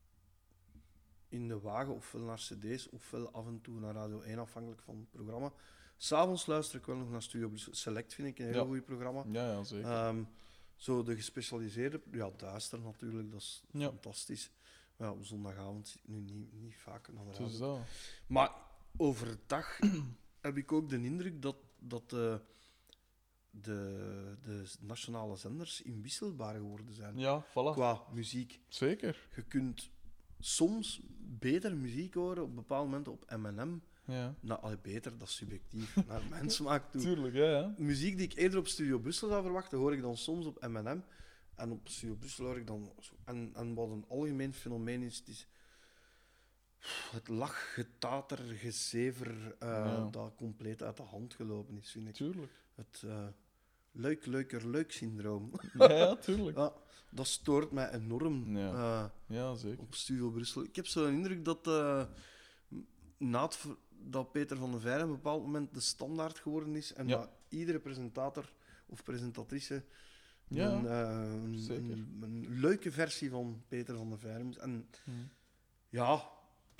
in de wagen ofwel naar cd's, ofwel af en toe naar Radio 1, afhankelijk van het programma. S'avonds luister ik wel nog naar Studio Brussel. Select vind ik een heel Ja. goed programma. ja, zeker. Zo de gespecialiseerde... Ja, Duister natuurlijk, dat is Ja. fantastisch. Maar ja, op zondagavond zit ik nu niet vaak naar de radio. Dus dat. Maar overdag heb ik ook de indruk dat de nationale zenders inwisselbaar geworden zijn. Ja, voilà. Qua muziek. Zeker. Je kunt soms beter muziek horen op bepaalde momenten op M&M. Ja. Nou, beter, dat is subjectief, naar mijn smaak toe. Tuurlijk, ja. Muziek die ik eerder op Studio Brussel zou verwachten, hoor ik dan soms op M&M. En op Studio Brussel hoor ik dan... En wat een algemeen fenomeen is, het is het lach, getater, gezever, Ja. dat compleet uit de hand gelopen is, vind ik. Tuurlijk. Het leuk syndroom. Ja, tuurlijk. Ja, dat stoort mij enorm Ja, zeker. op Studio Brussel. Ik heb zo'n indruk dat dat Peter van der Veijren op een bepaald moment de standaard geworden is en Ja. dat iedere presentator of presentatrice Ja, een zeker. een leuke versie van Peter van der Veijren is. En Mhm. ja,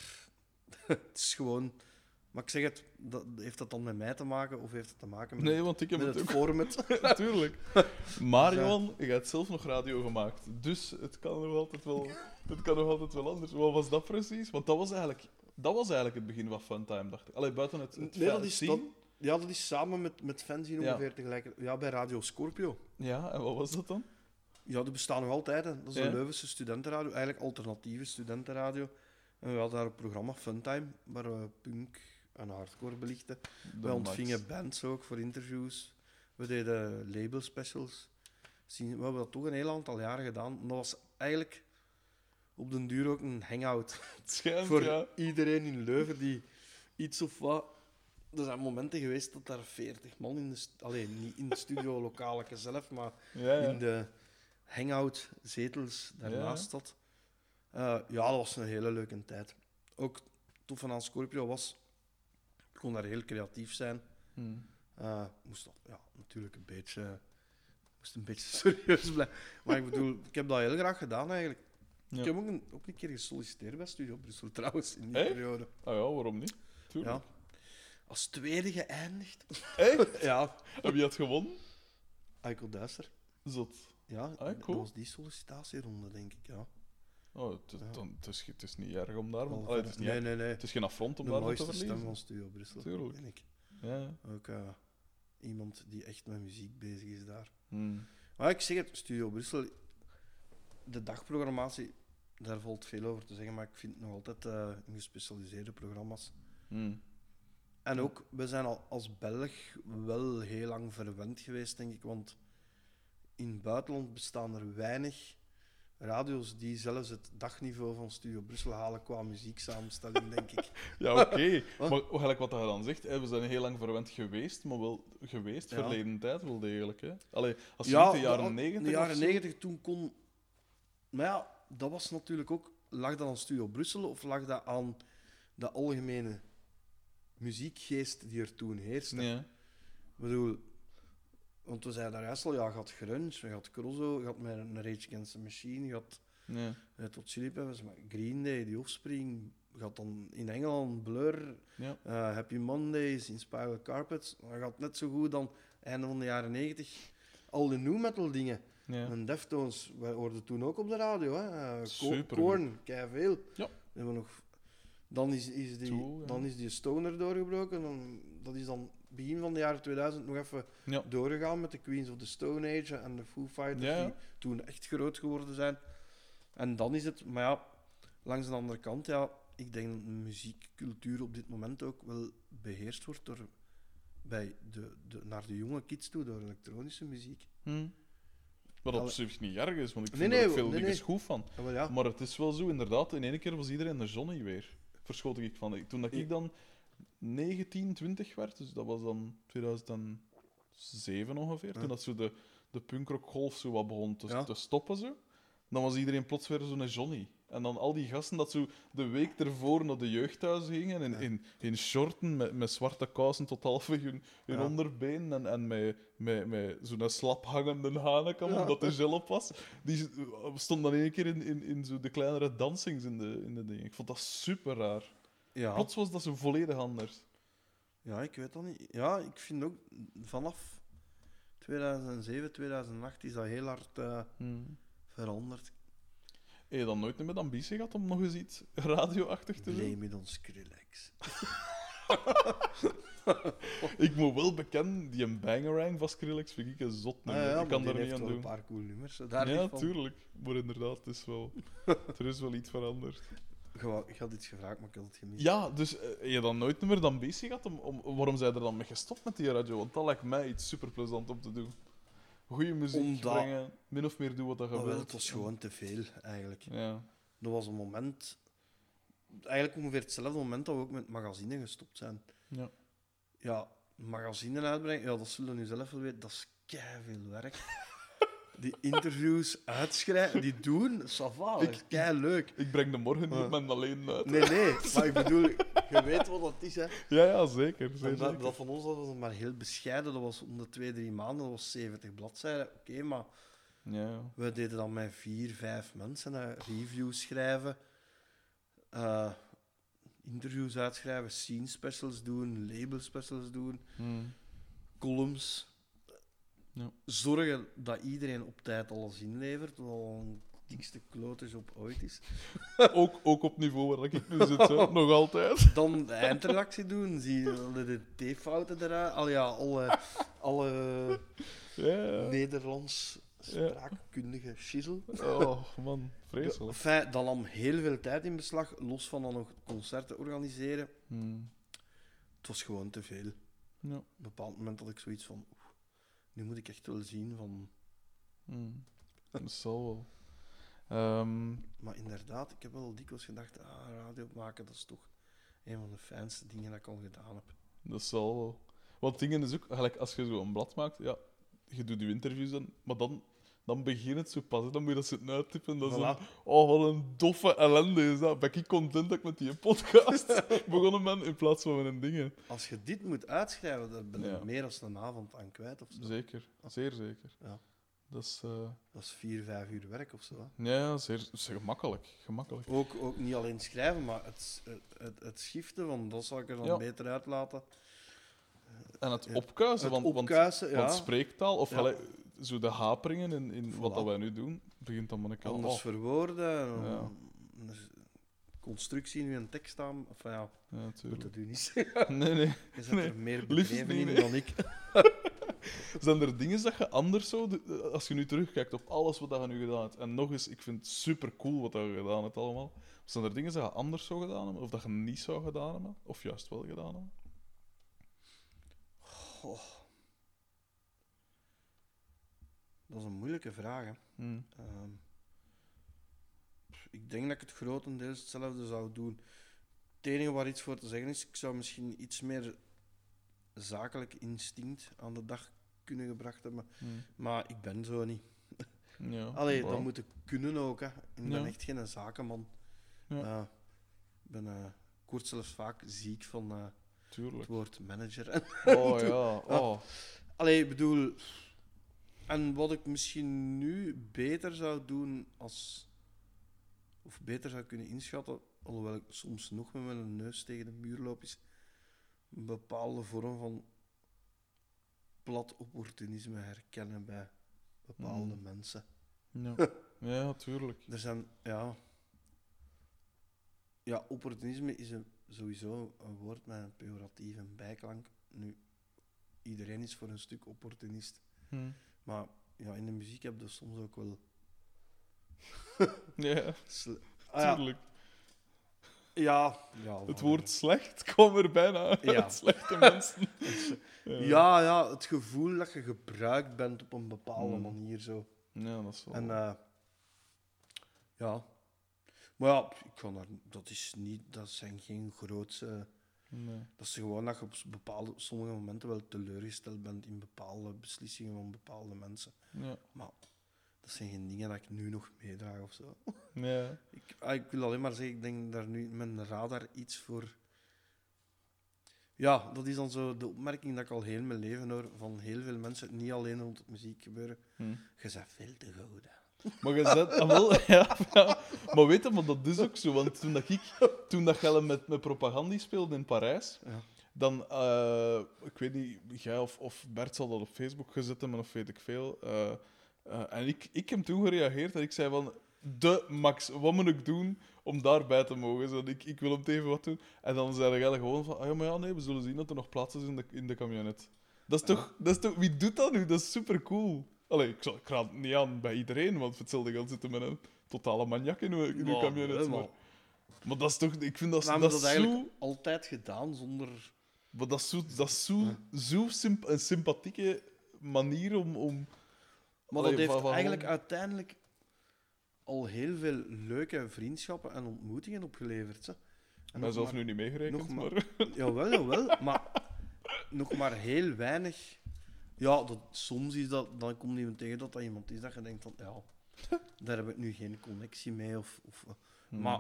het is gewoon... Maar ik zeg het, heeft dat dan met mij te maken of heeft het te maken met, Nee, want ik heb met het het ook. format? Natuurlijk. Maar Johan, je hebt zelf nog radio gemaakt. Dus het kan nog altijd wel anders. Wat was dat precies? Want dat was eigenlijk het begin van Funtime, dacht ik. Allee, buiten het Nee, dat is, zien. dat is samen met Fanzine Ja. ongeveer tegelijk. Ja, bij Radio Scorpio. Ja, en wat was dat dan? Ja, die bestaan nog altijd. Hè. Dat is Ja. een Leuvense studentenradio, eigenlijk alternatieve studentenradio. En we hadden daar een programma, Funtime, waar we punk en hardcore belichten. De We ontvingen Max. bands ook voor interviews. We deden label specials. We hebben dat toch een heel aantal jaren gedaan. En dat was eigenlijk op den duur ook een hangout Het schijnt, voor ja. iedereen in Leuven die iets of wat... Er zijn momenten geweest dat daar 40 man in de... Alleen niet in het studiolokaaleke zelf, maar Ja, in ja. de hangout-zetels daarnaast zat. Ja, dat was een hele leuke tijd. Ook het toffe aan Scorpio was... Ik kon daar heel creatief zijn. Hmm. Moest dat, ja, natuurlijk een beetje serieus blijven. Maar ik bedoel, ik heb dat heel graag gedaan eigenlijk. Ja. Ik heb ook een keer gesolliciteerd bij Studio Brussel trouwens, in die Echt? periode. Ah ja, waarom niet? Tuurlijk. Ja. Als tweede geëindigd. Echt? Ja. Heb je dat gewonnen? Eikel Duister. Zot. Ja, Ah, cool. dat was die sollicitatieronde, denk ik, ja. Oh, het is niet erg om daar... Al Allee, het is niet nee, erg. nee, nee. Het is geen affront om De daar te mooiste verliezen. stem van Studio Brussel, Tuurlijk. ben ik. Ja. Ook iemand die echt met muziek bezig is daar. Hmm. Maar ik zeg het, Studio Brussel, de dagprogrammatie, daar valt veel over te zeggen, maar ik vind nog altijd in gespecialiseerde programma's. Hmm. En ook, we zijn als Belg wel heel lang verwend geweest, denk ik, want in het buitenland bestaan er weinig radio's die zelfs het dagniveau van Studio Brussel halen qua muzieksamenstelling, denk ik. Ja, oké. Wat? Maar gelijk wat je dan zegt, hè, we zijn heel lang verwend geweest, maar wel geweest, Ja. verleden tijd wel degelijk. Hè. Allee, als je niet de jaren 90 de jaren of zo- 90 toen kon... Maar ja, dat was natuurlijk ook... Lag dat aan Studio Brussel of lag dat aan de algemene muziekgeest die er toen heerste? Ja. Ik bedoel... Want we zeiden daar juist al, ja, je had grunge, je had Crozzo, je had met een Rage Against the Machine, je had Ja. tot Chili Peppers, maar Green Day, The Offspring, je had dan in Engeland Blur, Ja. Happy Mondays, Inspiral Carpets, maar je had net zo goed dan einde van de jaren 90 al de nu metal dingen. Ja. En Deftones, wij hoorden toen ook op de radio, hè. Supergoed. Korn, keiveel. Ja. We hebben nog... Dan is Toe, ja. dan is die Stoner doorgebroken. Dat is dan begin van de jaren 2000 nog even Ja. doorgegaan met de Queens of the Stone Age en de Foo Fighters, Ja, ja. die toen echt groot geworden zijn. En dan is het... Maar ja, langs de andere kant, ja, ik denk dat muziekcultuur op dit moment ook wel beheerst wordt door, naar de jonge kids toe, door elektronische muziek. Wat op Allee. zich niet erg is, want ik Nee, vind er ook nee, veel nee, dingen nee. goed van. Ja, wel ja. Maar het is wel zo, inderdaad, in één keer was iedereen de Johnny weer. Verschoot ik van. Toen dat ik dan 19, 20 werd, dus dat was dan 2007 ongeveer, Ja. toen dat zo de punkrockgolf zo wat begon Ja. te stoppen, zo, dan was iedereen plots weer zo'n Johnny. En dan al die gasten dat zo de week ervoor naar de jeugdhuizen gingen, in shorten, met zwarte kousen tot halfweg hun onderbeen en met zo'n slap hangende hanekam, omdat de gel op was. Die stonden dan één keer in zo de kleinere dansings in de dingen. Ik vond dat super raar. Ja. Plots was dat zo volledig anders. Ja, ik weet dat niet. Ja, ik vind ook vanaf 2007, 2008 is dat heel hard veranderd. Heb je dan nooit meer de ambitie gehad om nog eens iets radioachtig te doen? Blame it on Skrillex. Ik moet wel bekennen, die een bangerang van Skrillex vind ik een zot nummer. Ik kan daar niet aan doen. een paar cool nummers. Daar Ja, niet van. tuurlijk. Maar inderdaad, het is wel... er is wel iets veranderd. Ik had iets gevraagd, maar ik had het gemist. Ja, dus heb je dan nooit meer de ambitie gehad waarom zij er dan mee gestopt met die radio? Want dat lijkt mij iets super plezant om te doen. Goeie muziek Omdat- brengen, min of meer doen wat dat je Maar wel, wilt. het was gewoon te veel, eigenlijk. Ja. Er was een moment... Eigenlijk ongeveer hetzelfde moment dat we ook met magazine gestopt zijn. Ja. Ja, magazine uitbrengen, ja, dat zullen we nu zelf wel weten, dat is keiveel werk. Die interviews uitschrijven, die doen, ça va, dat is leuk. Ik breng de morgen niet met alleen uit. Nee, maar ik bedoel, je weet wat dat is, hè. Ja, zeker. En zeker. dat van ons dat was maar heel bescheiden, dat was om de 2-3 maanden, dat was 70 bladzijden. Oké, maar Ja. we deden dan met 4-5 mensen, hè, reviews schrijven, interviews uitschrijven, scene specials doen, label specials doen, columns. Ja. Zorgen dat iedereen op tijd alles inlevert, wat al een dikste klote op ooit is. Ook op niveau waar ik nu zit, zo. Nog altijd. Dan de eindredactie doen, zie je de T-fouten eruit. Alle Ja. Nederlands spraakkundige shizzle. Oh, man. Vreselijk. Enfin, dat nam heel veel tijd in beslag, los van dan nog concerten organiseren. Het was gewoon te veel. Ja. Op een bepaald moment had ik zoiets van... Nu moet ik echt wel zien van... Dat zal wel. Maar inderdaad, ik heb wel dikwijls gedacht... radio maken, dat is toch een van de fijnste dingen dat ik al gedaan heb. Dat zal wel. Want dingen is ook, gelijk als je zo een blad maakt, ja, je doet je interviews dan, maar dan begint het zo pas. Hè. Dan moet je dat zitten uittypen. Dat is Voilà. wat een doffe ellende is dat. Ben ik content dat ik met die podcast begonnen ben in plaats van met een ding. Als je dit moet uitschrijven, daar ben je Ja. meer dan een avond aan kwijt. Of zo. Zeker, zeer zeker. Ja. Dat is, Dat is 4-5 uur werk of zo. Hè. ja, zeer gemakkelijk. Gemakkelijk. Ook niet alleen schrijven, maar het schiften, van dat zal ik er dan Ja. beter uitlaten. En het opkuisen, Het want opkuisen, ja. want spreektaal, of Ja. gelijk, zo de haperingen in wat Voilà. dat wij nu doen, begint dan met een Anders kant. verwoorden, Ja. een constructie in een tekst staan. Enfin, ja, Ja, moet natuurlijk. dat u niet. Nee, nee. Je zit Nee, er meer liefst bedreven niet, in nee. dan ik. Zijn er dingen dat je anders zou doen, als je nu terugkijkt op alles wat je nu gedaan hebt? En nog eens, ik vind het super cool wat je gedaan hebt allemaal. Zijn er dingen dat je anders zou gedaan hebben, of dat je niet zou gedaan hebben, of juist wel gedaan hebben? Goh. Dat is een moeilijke vraag. Hè. Ik denk dat ik het grotendeels hetzelfde zou doen. Het enige waar iets voor te zeggen is, ik zou misschien iets meer zakelijk instinct aan de dag kunnen gebracht hebben. Maar ik ben zo niet. Ja. Allee, wow. dat moet ik kunnen ook. Hè. Ik ben Ja. echt geen zakenman. Ja. Ik word zelfs vaak ziek van het Tuurlijk. woord manager. Oh ja, oh. Allee, ik bedoel... En wat ik misschien nu beter zou doen of beter zou kunnen inschatten, alhoewel ik soms nog met mijn neus tegen de muur loop, is een bepaalde vorm van plat opportunisme herkennen bij bepaalde mensen. Ja. Ja, tuurlijk. Er zijn... Ja, opportunisme is sowieso een woord met een pejoratieve bijklank. Nu, iedereen is voor een stuk opportunist. Maar ja, in de muziek heb je soms ook wel... Ja, Ja, tuurlijk. Ja. Het woord slecht kwam er bijna Ja. uit. Slechte mensen. Ja, het gevoel dat je gebruikt bent op een bepaalde Mm. manier. Zo. Ja, dat is wel... En ja. Maar ja, dat zijn geen grootse... Nee. Dat is gewoon dat je op sommige momenten wel teleurgesteld bent in bepaalde beslissingen van bepaalde mensen. Ja. Maar dat zijn geen dingen dat ik nu nog meedraag of zo. Ja. Ik wil alleen maar zeggen, ik denk daar nu mijn radar iets voor... Ja, dat is dan zo de opmerking dat ik al heel mijn leven hoor van heel veel mensen, niet alleen rond het muziekgebeuren. Hm. Je bent veel te goed. Hè. Maar je zet... wel, ja. Maar weet je, maar dat is ook zo. Want toen dat Gelle met propaganda speelde in Parijs, Ja. dan... ik weet niet, jij of Bert zal dat op Facebook gezet hebben, of weet ik veel. En ik heb toen gereageerd en ik zei van... De Max, wat moet ik doen om daarbij te mogen? Zo, ik wil op even wat doen. En dan zei Gelle gewoon van... Ah, ja, maar ja, nee, we zullen zien dat er nog plaats is in de camionet. Dat is toch... Wie doet dat nu? Dat is super cool. Allee, ik raad het niet aan bij iedereen, want voor hetzelfde geld zitten met een totale maniak in uw camionet. Maar dat is toch... Ik vind dat, We hebben dat dat zo... eigenlijk altijd gedaan zonder... Maar dat is zo een sympathieke manier om... Maar Allee, dat heeft van eigenlijk gewoon- uiteindelijk al heel veel leuke vriendschappen en ontmoetingen opgeleverd. Hè. En Maar zelf nu niet meegerekend, nog maar... Jawel, maar nog maar heel weinig. Ja, soms is dat, dan komt iemand tegen dat iemand is dat je denkt van, ja, daar heb ik nu geen connectie mee. Maar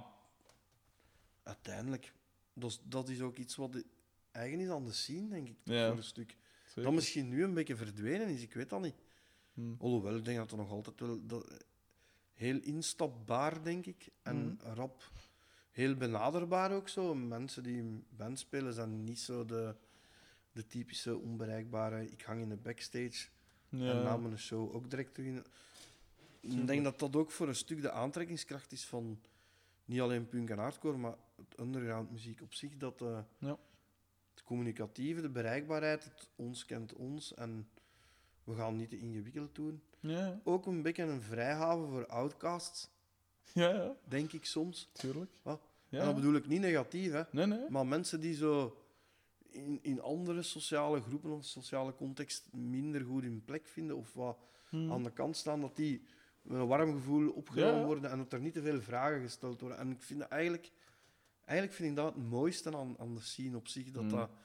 uiteindelijk, dat is ook iets wat eigen is aan de scene, denk ik, Ja. voor een stuk. Zeker. Dat misschien nu een beetje verdwenen is, ik weet dat niet. Hm. Alhoewel, ik denk dat er nog altijd wel... heel instapbaar, denk ik. En rap heel benaderbaar ook zo. Mensen die in band spelen zijn niet zo de typische onbereikbare... Ik hang in de backstage en na mijn show ook direct terug in... Ik denk dat dat ook voor een stuk de aantrekkingskracht is van niet alleen punk en hardcore, maar het underground muziek op zich. Dat het communicatieve, de bereikbaarheid, het ons kent ons en we gaan niet te ingewikkeld doen. Ja, Ook een beetje een vrijhaven voor outcasts, ja, denk ik soms. tuurlijk. Wat? Ja. En dat bedoel ik niet negatief, hè. Nee. Maar mensen die zo in andere sociale groepen of sociale context minder goed hun plek vinden of wat aan de kant staan, dat die met een warm gevoel opgenomen Ja. worden en dat er niet te veel vragen gesteld worden. En ik vind dat eigenlijk vind ik dat het mooiste aan de scene op zich,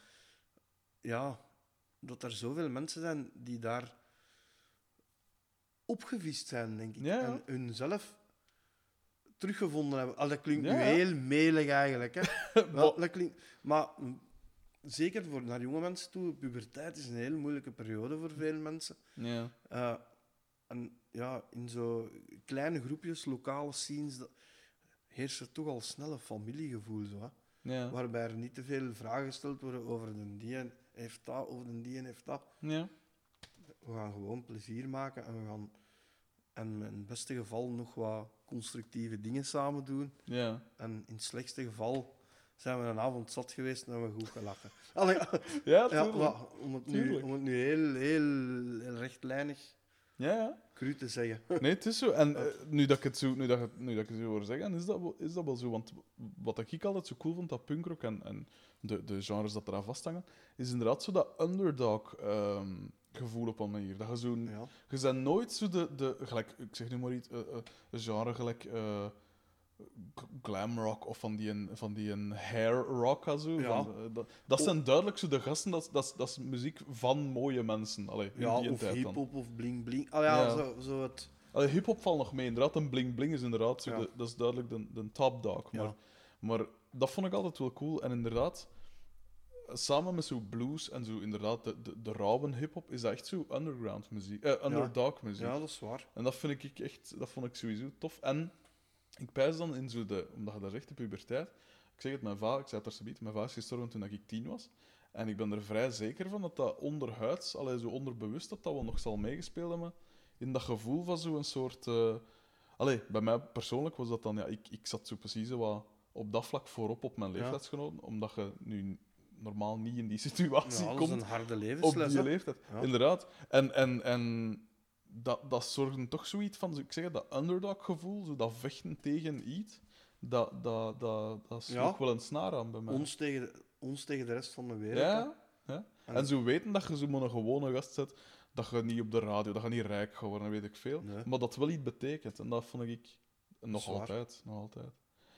dat er zoveel mensen zijn die daar opgevist zijn, denk ik. Ja. En hunzelf teruggevonden hebben. Dat klinkt Ja. nu heel melig eigenlijk. Hè. Wel, dat klinkt... Maar zeker naar jonge mensen toe, puberteit is een heel moeilijke periode voor veel mensen. Ja. En ja, in zo kleine groepjes, lokale scenes, heerst er toch al snel een familiegevoel. Zo, hè. Ja. Waarbij er niet te veel vragen gesteld worden over de die heeft dat, of de die heeft dat. Ja. We gaan gewoon plezier maken en we gaan in het beste geval nog wat constructieve dingen samen doen. Ja. En in het slechtste geval zijn we een avond zat geweest en hebben we goed gelachen. Allee, Ja, ja, tuurlijk. maar om het nu heel rechtlijnig Ja. cru te zeggen. Nee, het is zo. En nu dat ik het zo hoor zeggen, is dat wel zo. Want wat ik altijd zo cool vond, dat punkrock en de genres dat eraan vasthangen, is inderdaad zo dat underdog gevoel op een manier. Dat je zo... Ja. Je bent nooit zo gelijk, ik zeg nu maar iets, een genre gelijk glam rock of van die een hair rock en zo. Ja. Dat zijn duidelijk zo de gasten, dat is muziek van mooie mensen. Allee, in Ja, die of tijd dan. hip-hop of bling-bling. Ah ja, Ja. Zo het... Allee, hip-hop valt nog mee, inderdaad. Een bling-bling is inderdaad zo Ja. dat is duidelijk de top dog. Ja. Maar dat vond ik altijd wel cool. En inderdaad, samen met zo blues en zo, inderdaad, de rauwe hip-hop, is dat echt zo underground muziek, underdog muziek. Ja, dat is waar. En dat vind ik echt, dat vond ik sowieso tof. En ik pijs dan in zo omdat je daar zegt, de puberteit. Ik zeg het, ik zei het daar zoiets, mijn vader is gestorven toen ik 10 was. En ik ben er vrij zeker van dat onderhuids, zo onderbewust, dat wel nog zal meegespeeld hebben. In dat gevoel van zo'n soort... bij mij persoonlijk was dat dan... Ja, ik zat zo precies wat op dat vlak voorop op mijn leeftijdsgenoten, omdat je nu normaal niet in die situatie Ja, dat is komt een harde op levensles. die hè. leeftijd. Ja. Inderdaad. En dat zorgde toch zoiets van, ik zeg het, dat underdog-gevoel, zo dat vechten tegen iets, dat sloeg wel een snaar aan bij mij. Ons tegen de rest van de wereld. Ja, ja. En zo weten dat je zo maar een gewone gast zet, dat je niet op de radio, dat je niet rijk gaat worden, weet ik veel. Nee. Maar dat wel iets betekent. En dat vond ik nog Zwaar. altijd. Nog altijd.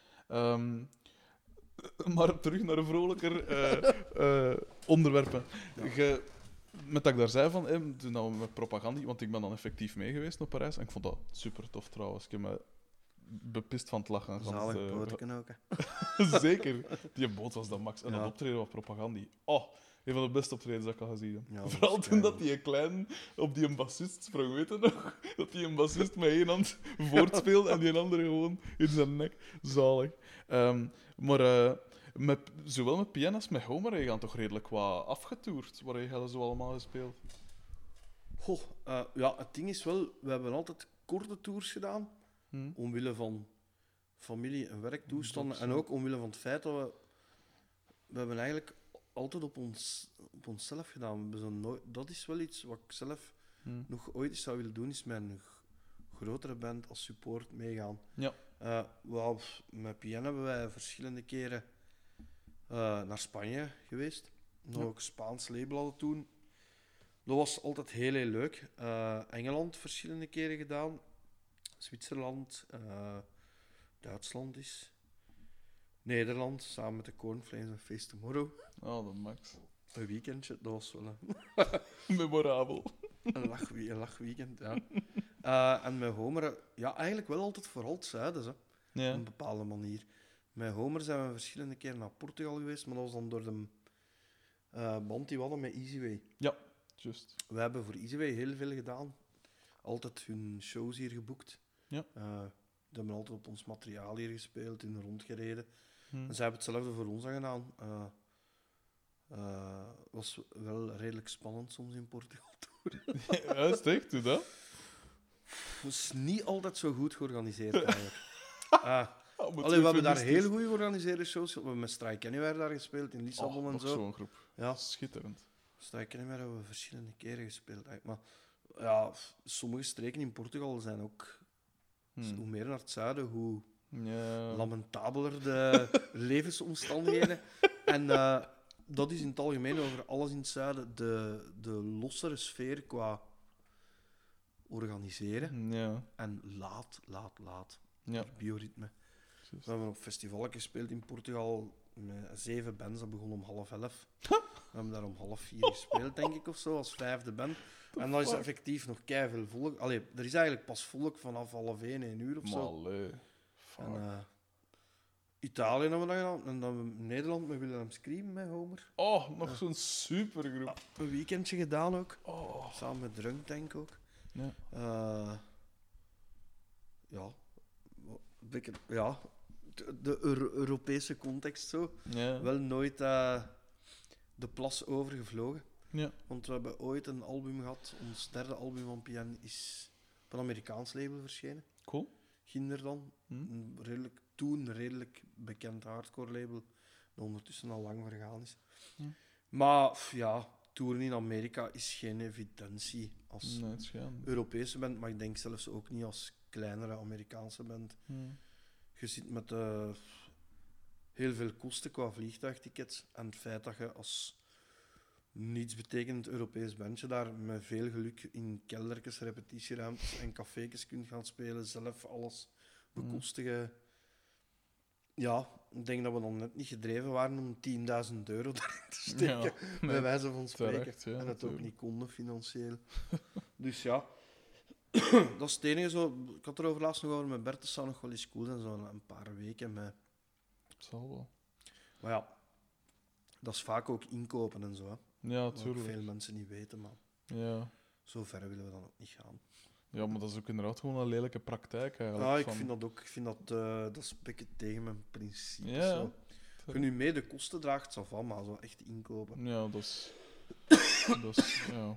Maar terug naar een vrolijker onderwerpen. Ja. Met dat ik daar zei van, toen we met propaganda, want ik ben dan effectief mee geweest naar Parijs. En ik vond dat super tof trouwens. Ik heb me bepist van het lachen. Zalig pootken ook. Hè. Zeker. Die boot was dat max. En dat optreden van propaganda. Oh, een van de beste optredens dat ik al gezien heb. Ja, dat Vooral was toen dat keigoed. die klein op die bassist sprong, weet je nog? Dat die een bassist met één hand voortspeelde en die andere gewoon in zijn nek. Zalig. Maar zowel met Pian als met Homer je gaan toch redelijk wat afgetoerd. Waar je dat zo allemaal gespeeld? Goh, ja, het ding is wel, we hebben altijd korte tours gedaan. Omwille van familie- en werktoestanden. En ook omwille van het feit dat we hebben eigenlijk altijd op onszelf gedaan. We hebben dat is wel iets wat ik zelf nog ooit eens zou willen doen, is met een grotere band als support meegaan. Ja. Met Piano hebben wij verschillende keren naar Spanje geweest. Nog ook een Spaans label hadden toen. Dat was altijd heel leuk. Engeland verschillende keren gedaan. Zwitserland, Duitsland is. Nederland, samen met de Cornflames en Face Tomorrow. Oh, dat max. Een weekendje, dat was wel Memorabel. een lachweekend, ja. En met Homer, ja, eigenlijk wel altijd vooral het zuiden, hè, Ja. op een bepaalde manier. Met Homer zijn we verschillende keren naar Portugal geweest, maar dat was dan door de band die we hadden met Easyway. Ja, juist. We hebben voor Easyway heel veel gedaan. Altijd hun shows hier geboekt. Ja. Die hebben altijd op ons materiaal hier gespeeld, in rondgereden. En zij hebben hetzelfde voor ons gedaan. Was wel redelijk spannend soms in Portugal. Ja, is het echt? Doe dat? Het is niet altijd zo goed georganiseerd eigenlijk. Oh, We hebben daar heel goed georganiseerde shows gehad. We hebben met Strike Anywhere daar gespeeld, in Lissabon en nog zo. zo'n groep. Ja. Schitterend. Strike Anywhere hebben we verschillende keren gespeeld. Eigenlijk. Maar ja, sommige streken in Portugal zijn ook... Hoe meer naar het zuiden, hoe lamentabeler de levensomstandigheden. En dat is in het algemeen over alles in het zuiden de lossere sfeer qua organiseren. Ja. En laat. Ja. Bioritme. We hebben op festivalen gespeeld in Portugal met 7 bands. Dat begon om 10:30. We hebben daar om 3:30 gespeeld, denk ik, of zo, als 5e band. En dan is effectief nog keiveel volk. Allee, er is eigenlijk pas volk vanaf 1:30, 1:00 of zo. En Italië hebben we dat gedaan. En dan Nederland met Willem Scream, met Homer. Oh, nog zo'n supergroep. Een weekendje gedaan ook. Oh. Samen met Drunk Tank ook. Ja. Ja, de Europese context zo. Ja. Wel nooit de plas overgevlogen. Ja. Want we hebben ooit een album gehad. Ons 3e album van Pian is op een Amerikaans label verschenen. Cool. Ginder dan. Een redelijk bekend hardcore label. Dat ondertussen al lang vergaan is. Maar ja, toeren in Amerika is geen evidentie als Nee, het is geen. Europese band. Maar ik denk zelfs ook niet als kleinere Amerikaanse band. Je zit met heel veel kosten qua vliegtuigtickets. En het feit dat je als niets betekend Europees bandje daar met veel geluk in keldertjes, repetitieruimtes en café's kunt gaan spelen, zelf alles bekostigen. Ja, ik denk dat we dan net niet gedreven waren om €10.000 erin te steken, bij wijze van spreken. Terecht, ja, en het ook natuurlijk. niet konden financieel. Dus ja, dat is het enige zo. Ik had erover laatst nog over met Bert, het zou nog wel eens cool zijn, zo een paar weken met... Het zal wel. Maar ja, dat is vaak ook inkopen en zo. Hè. Ja, Wat ook natuurlijk. veel mensen niet weten, maar Ja. zo ver willen we dan ook niet gaan. Ja, maar dat is ook inderdaad gewoon een lelijke praktijk eigenlijk. Ja, ik van- vind dat ook. Ik vind dat is een beetje tegen mijn principe. Ja. Zo. Als je nu mee de kosten draagt, ça va, maar zo echt inkopen. Ja, dat is... ja.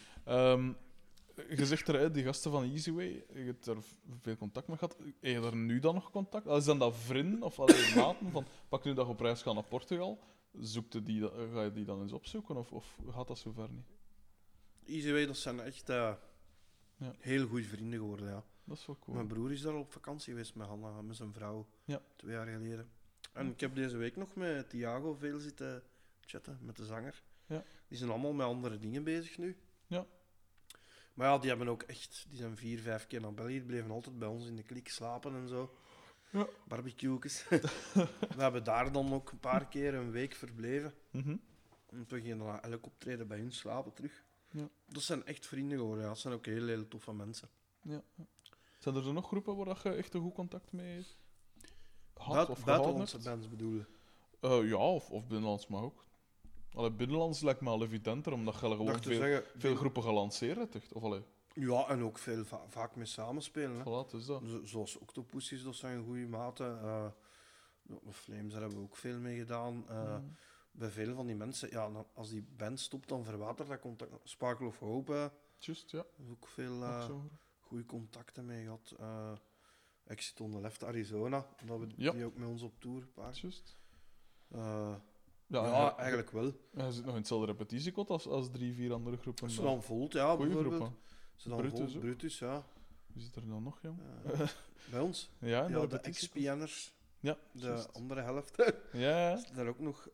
Je zegt er, hè, die gasten van Easyway, je hebt er veel contact mee gehad. Heb je er nu dan nog contact? Is dat vrienden of alleen maten? Van, pak nu dat je op reis gaat naar Portugal, ga je die dan eens opzoeken of gaat dat zover niet? Easyway, dat zijn echt heel goede vrienden geworden, ja. Dat is wel cool. Mijn broer is daar op vakantie geweest met Hanna, met zijn vrouw. Ja. 2 jaar geleden. En ik heb deze week nog met Thiago veel zitten chatten, met de zanger. Ja. Die zijn allemaal met andere dingen bezig nu. Ja. Maar ja, die hebben ook echt... Die zijn 4, 5 keer naar België. Die bleven altijd bij ons in de klik slapen en zo. Ja. Barbecues. We hebben daar dan ook een paar keer een week verbleven. Mhm. Want we gingen dan na elk optreden bij hun slapen terug. Ja. Dat zijn echt vrienden geworden. Ja. Dat zijn ook heel toffe mensen. Ja. Zijn er zo nog groepen waar dat je echt een goed contact mee had of gehouden Buitenlandse hebt? bands bedoelen. Ja, of binnenlands mag ook. Allee, binnenlands lijkt me al evidenter, omdat je gewoon Dacht te veel, zeggen, veel groepen gelanceerd hebt. Echt. Of allee, Ja, en ook veel, vaak mee samenspelen. Hè. voilà, het is dat. Zoals Octopussies, dat zijn goede maten. De Flames, daar hebben we ook veel mee gedaan. Bij veel van die mensen, ja, als die band stopt, dan verwatert dat contact. Sparkle of Hope, Juist, ja. daar ook veel Ook zo. goede contacten mee gehad. Exit on the Left Arizona, dat we Ja. die ook met ons op tour. Een paar. Juist. Ja, hij- eigenlijk wel. Hij zit nog in hetzelfde repetitiekot als 3, 4 andere groepen. Als ze dan Volt, ja, Goeie bijvoorbeeld. groepen. Ze dan Brutus Volt, ook. Brutus, ja. Wie zit er dan nog, jong? Bij ons. Ja, in de Ja, de repetitie. ex-pianers, Ja, de juist. andere helft. Ja. Daar ook nog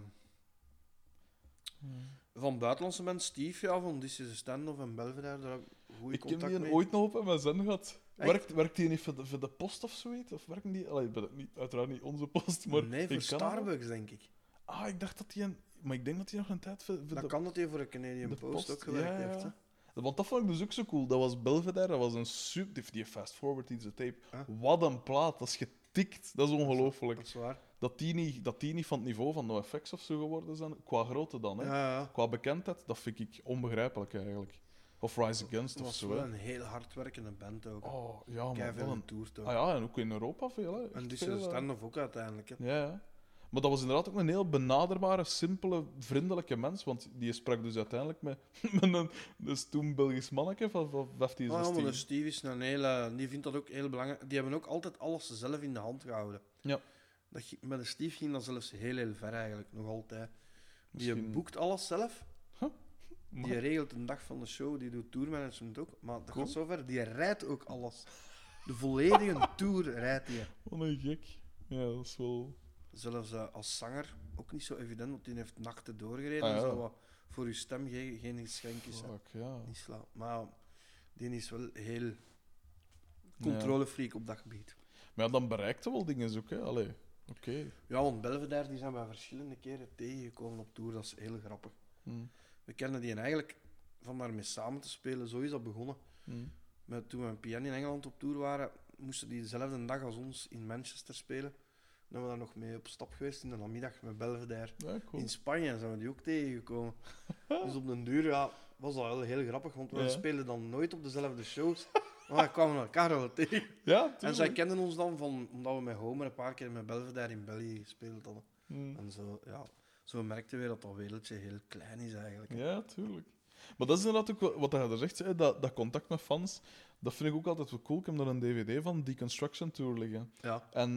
van buitenlandse mensen, Steve, ja, van This is a Stand-off en Belvedere, daar heb ik goede Ik heb contact die mee. ooit nog op MSN gehad. Echt? Werkt die niet voor de post of zoiets? Of werken die... Allee, uiteraard niet onze post, maar... Nee, voor in Canada. Starbucks, denk ik. Ah, ik dacht dat die... Maar ik denk dat hij nog een tijd voor Dat de... kan dat hij voor een Canadian de Post, ook post, gewerkt ja, ja. heeft. Hè? Want dat vond ik dus ook zo cool. Dat was Belvedere, dat was een super... Die Fast Forward in zijn tape. Ah. Wat een plaat, dat is getikt. Dat is ongelooflijk. Dat is waar. Dat die niet van het niveau van NoFX of zo geworden zijn. Qua grootte dan, hè. Ja. Qua bekendheid, dat vind ik onbegrijpelijk eigenlijk. Of Rise Against Dat of was zo, wel hè. een heel hardwerkende band ook. Oh, ja, man. Keiveel Wat een een... tour toch. Ah ja, en ook in Europa veel, hè. En Echt This veel, is a Stand-off ook uiteindelijk. Hè. Ja, ja. Maar dat was inderdaad ook een heel benaderbare, simpele, vriendelijke mens. Want die sprak dus uiteindelijk met een dus toen Belgisch manneke van 15, Ah, 16. maar de Steve is een hele... Die vindt dat ook heel belangrijk. Die hebben ook altijd alles zelf in de hand gehouden. Ja. Met de Steve ging dat zelfs heel ver eigenlijk, nog altijd. Die Misschien- boekt alles zelf. Maar- Die regelt een dag van de show, die doet tourmanagement ook. Maar dat Cool. gaat zover, die rijdt ook alles. De volledige tour rijdt hij. Wat een gek. Ja, dat is wel... Zelfs als zanger ook niet zo evident, want die heeft nachten doorgereden. Ah, ja. En zo wat voor je stem geen geschenk is. Hè. Fuck, ja. Niet slaap. Maar die is wel heel controlefreak op dat gebied. Maar ja, dan bereikt hij wel dingen ook, hè. Allee, oké. Ja, want Belvedere die zijn we verschillende keren tegengekomen op tour. Dat is heel grappig. Hm, We kennen die eigenlijk van daarmee samen te spelen. Zo is dat begonnen. hm. Toen we een piano in Engeland op tour waren, moesten die dezelfde dag als ons in Manchester spelen. Dan zijn we daar nog mee op stap geweest in de namiddag met Belvedere. Ja, cool. In Spanje zijn we die ook tegengekomen. Dus op den duur ja, was dat wel heel grappig, want we Ja. spelen dan nooit op dezelfde shows. Maar we kwamen elkaar wel tegen. Ja, En zij tuurlijk. kenden ons dan van, omdat we met Homer een paar keer met Belvedere in België gespeeld hadden. Hm. En zo, ja, zo merkten we dat dat wereldje heel klein is eigenlijk. Ja, tuurlijk. Maar dat is inderdaad ook wat je er zegt, hè, dat contact met fans, dat vind ik ook altijd wel cool. Ik heb daar een DVD van Deconstruction Tour liggen. Ja. En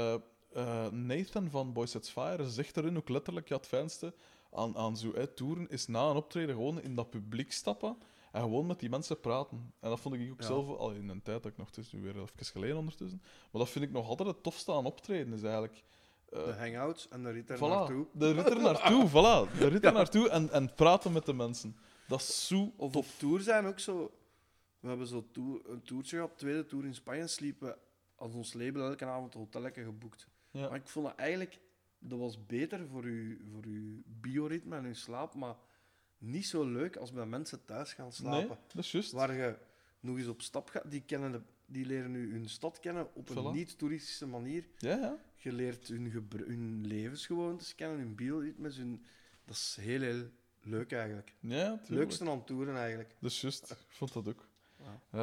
Nathan van Boy Sets Fire zegt erin ook letterlijk, ja, het fijnste aan zo'n toeren is na een optreden gewoon in dat publiek stappen en gewoon met die mensen praten. En dat vond ik ook Ja. zelf, al in een tijd dat ik nog, het is nu weer even geleden ondertussen, maar dat vind ik nog altijd het tofste aan optreden, is eigenlijk... De hangouts en de rit er Voilà, naartoe. de rit er naartoe, voilà. De rit er naartoe en praten met de mensen. Dat is zo Of tof. op tour zijn ook zo. We hebben zo een toertje gehad, tweede tour in Spanje, sliepen we als ons label elke avond een hotelletje geboekt. Ja. Maar ik vond dat eigenlijk, dat was beter voor uw bioritme en uw slaap, maar niet zo leuk als bij mensen thuis gaan slapen. Nee, dat is juist. Waar je nog eens op stap gaat, die leren nu hun stad kennen op een Voilà. niet-toeristische manier. Ja, ja. Je leert hun levensgewoontes kennen, hun bioritmes. Dat is heel leuk eigenlijk. Ja, Het tuurlijk. leukste aan toeren eigenlijk. Dat is juist. Ik vond dat ook. Ja.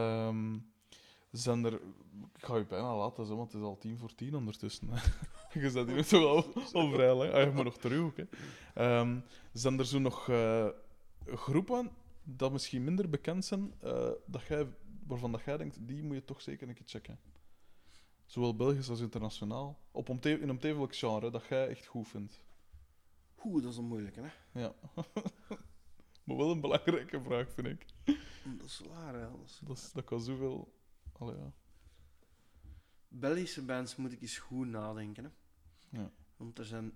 Zijn er... Ik ga je bijna laten, zo, want het is al 10:10 ondertussen. Je zit hier toch al vrij lang. Ah, je moet nog terug ook, hè. Zijn er zo nog groepen dat misschien minder bekend zijn, waarvan dat jij denkt, die moet je toch zeker een keer checken? Zowel Belgisch als internationaal. In een welk genre dat jij echt goed vindt. Oeh, dat is een moeilijke, hè? Ja. Maar wel een belangrijke vraag, vind ik. Dat is waar, hè. Dat kan zoveel Allee, ja. Belgische bands moet ik eens goed nadenken. Hè. Ja. Want er zijn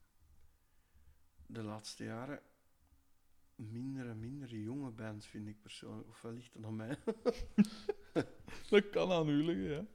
de laatste jaren minder en minder jonge bands, vind ik persoonlijk. Of wel ligt het aan mij? Dat kan aan u liggen, ja.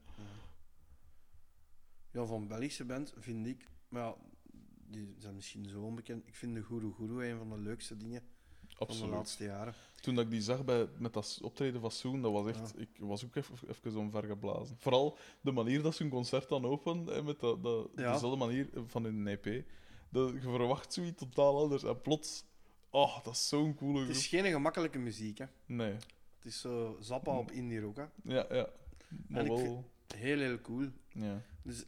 Ja, van Belgische bands vind ik... Maar ja, die zijn misschien zo onbekend. Ik vind de Guru Guru een van de leukste dingen van de Absoluut. laatste jaren. Toen dat ik die zag met dat optreden van Soen, dat was echt... Ja. Ik was ook even omvergeblazen. Vooral de manier dat ze hun concert dan openen, met Ja. dezelfde manier van in een EP. Je verwacht zoiets totaal anders. En plots... Oh, dat is zo'n coole Het groep. is geen gemakkelijke muziek, hè. Nee. Het is zo Zappa op indie rock, hè. Ja. Maar En ik wel... Heel, heel cool. Ja. Dus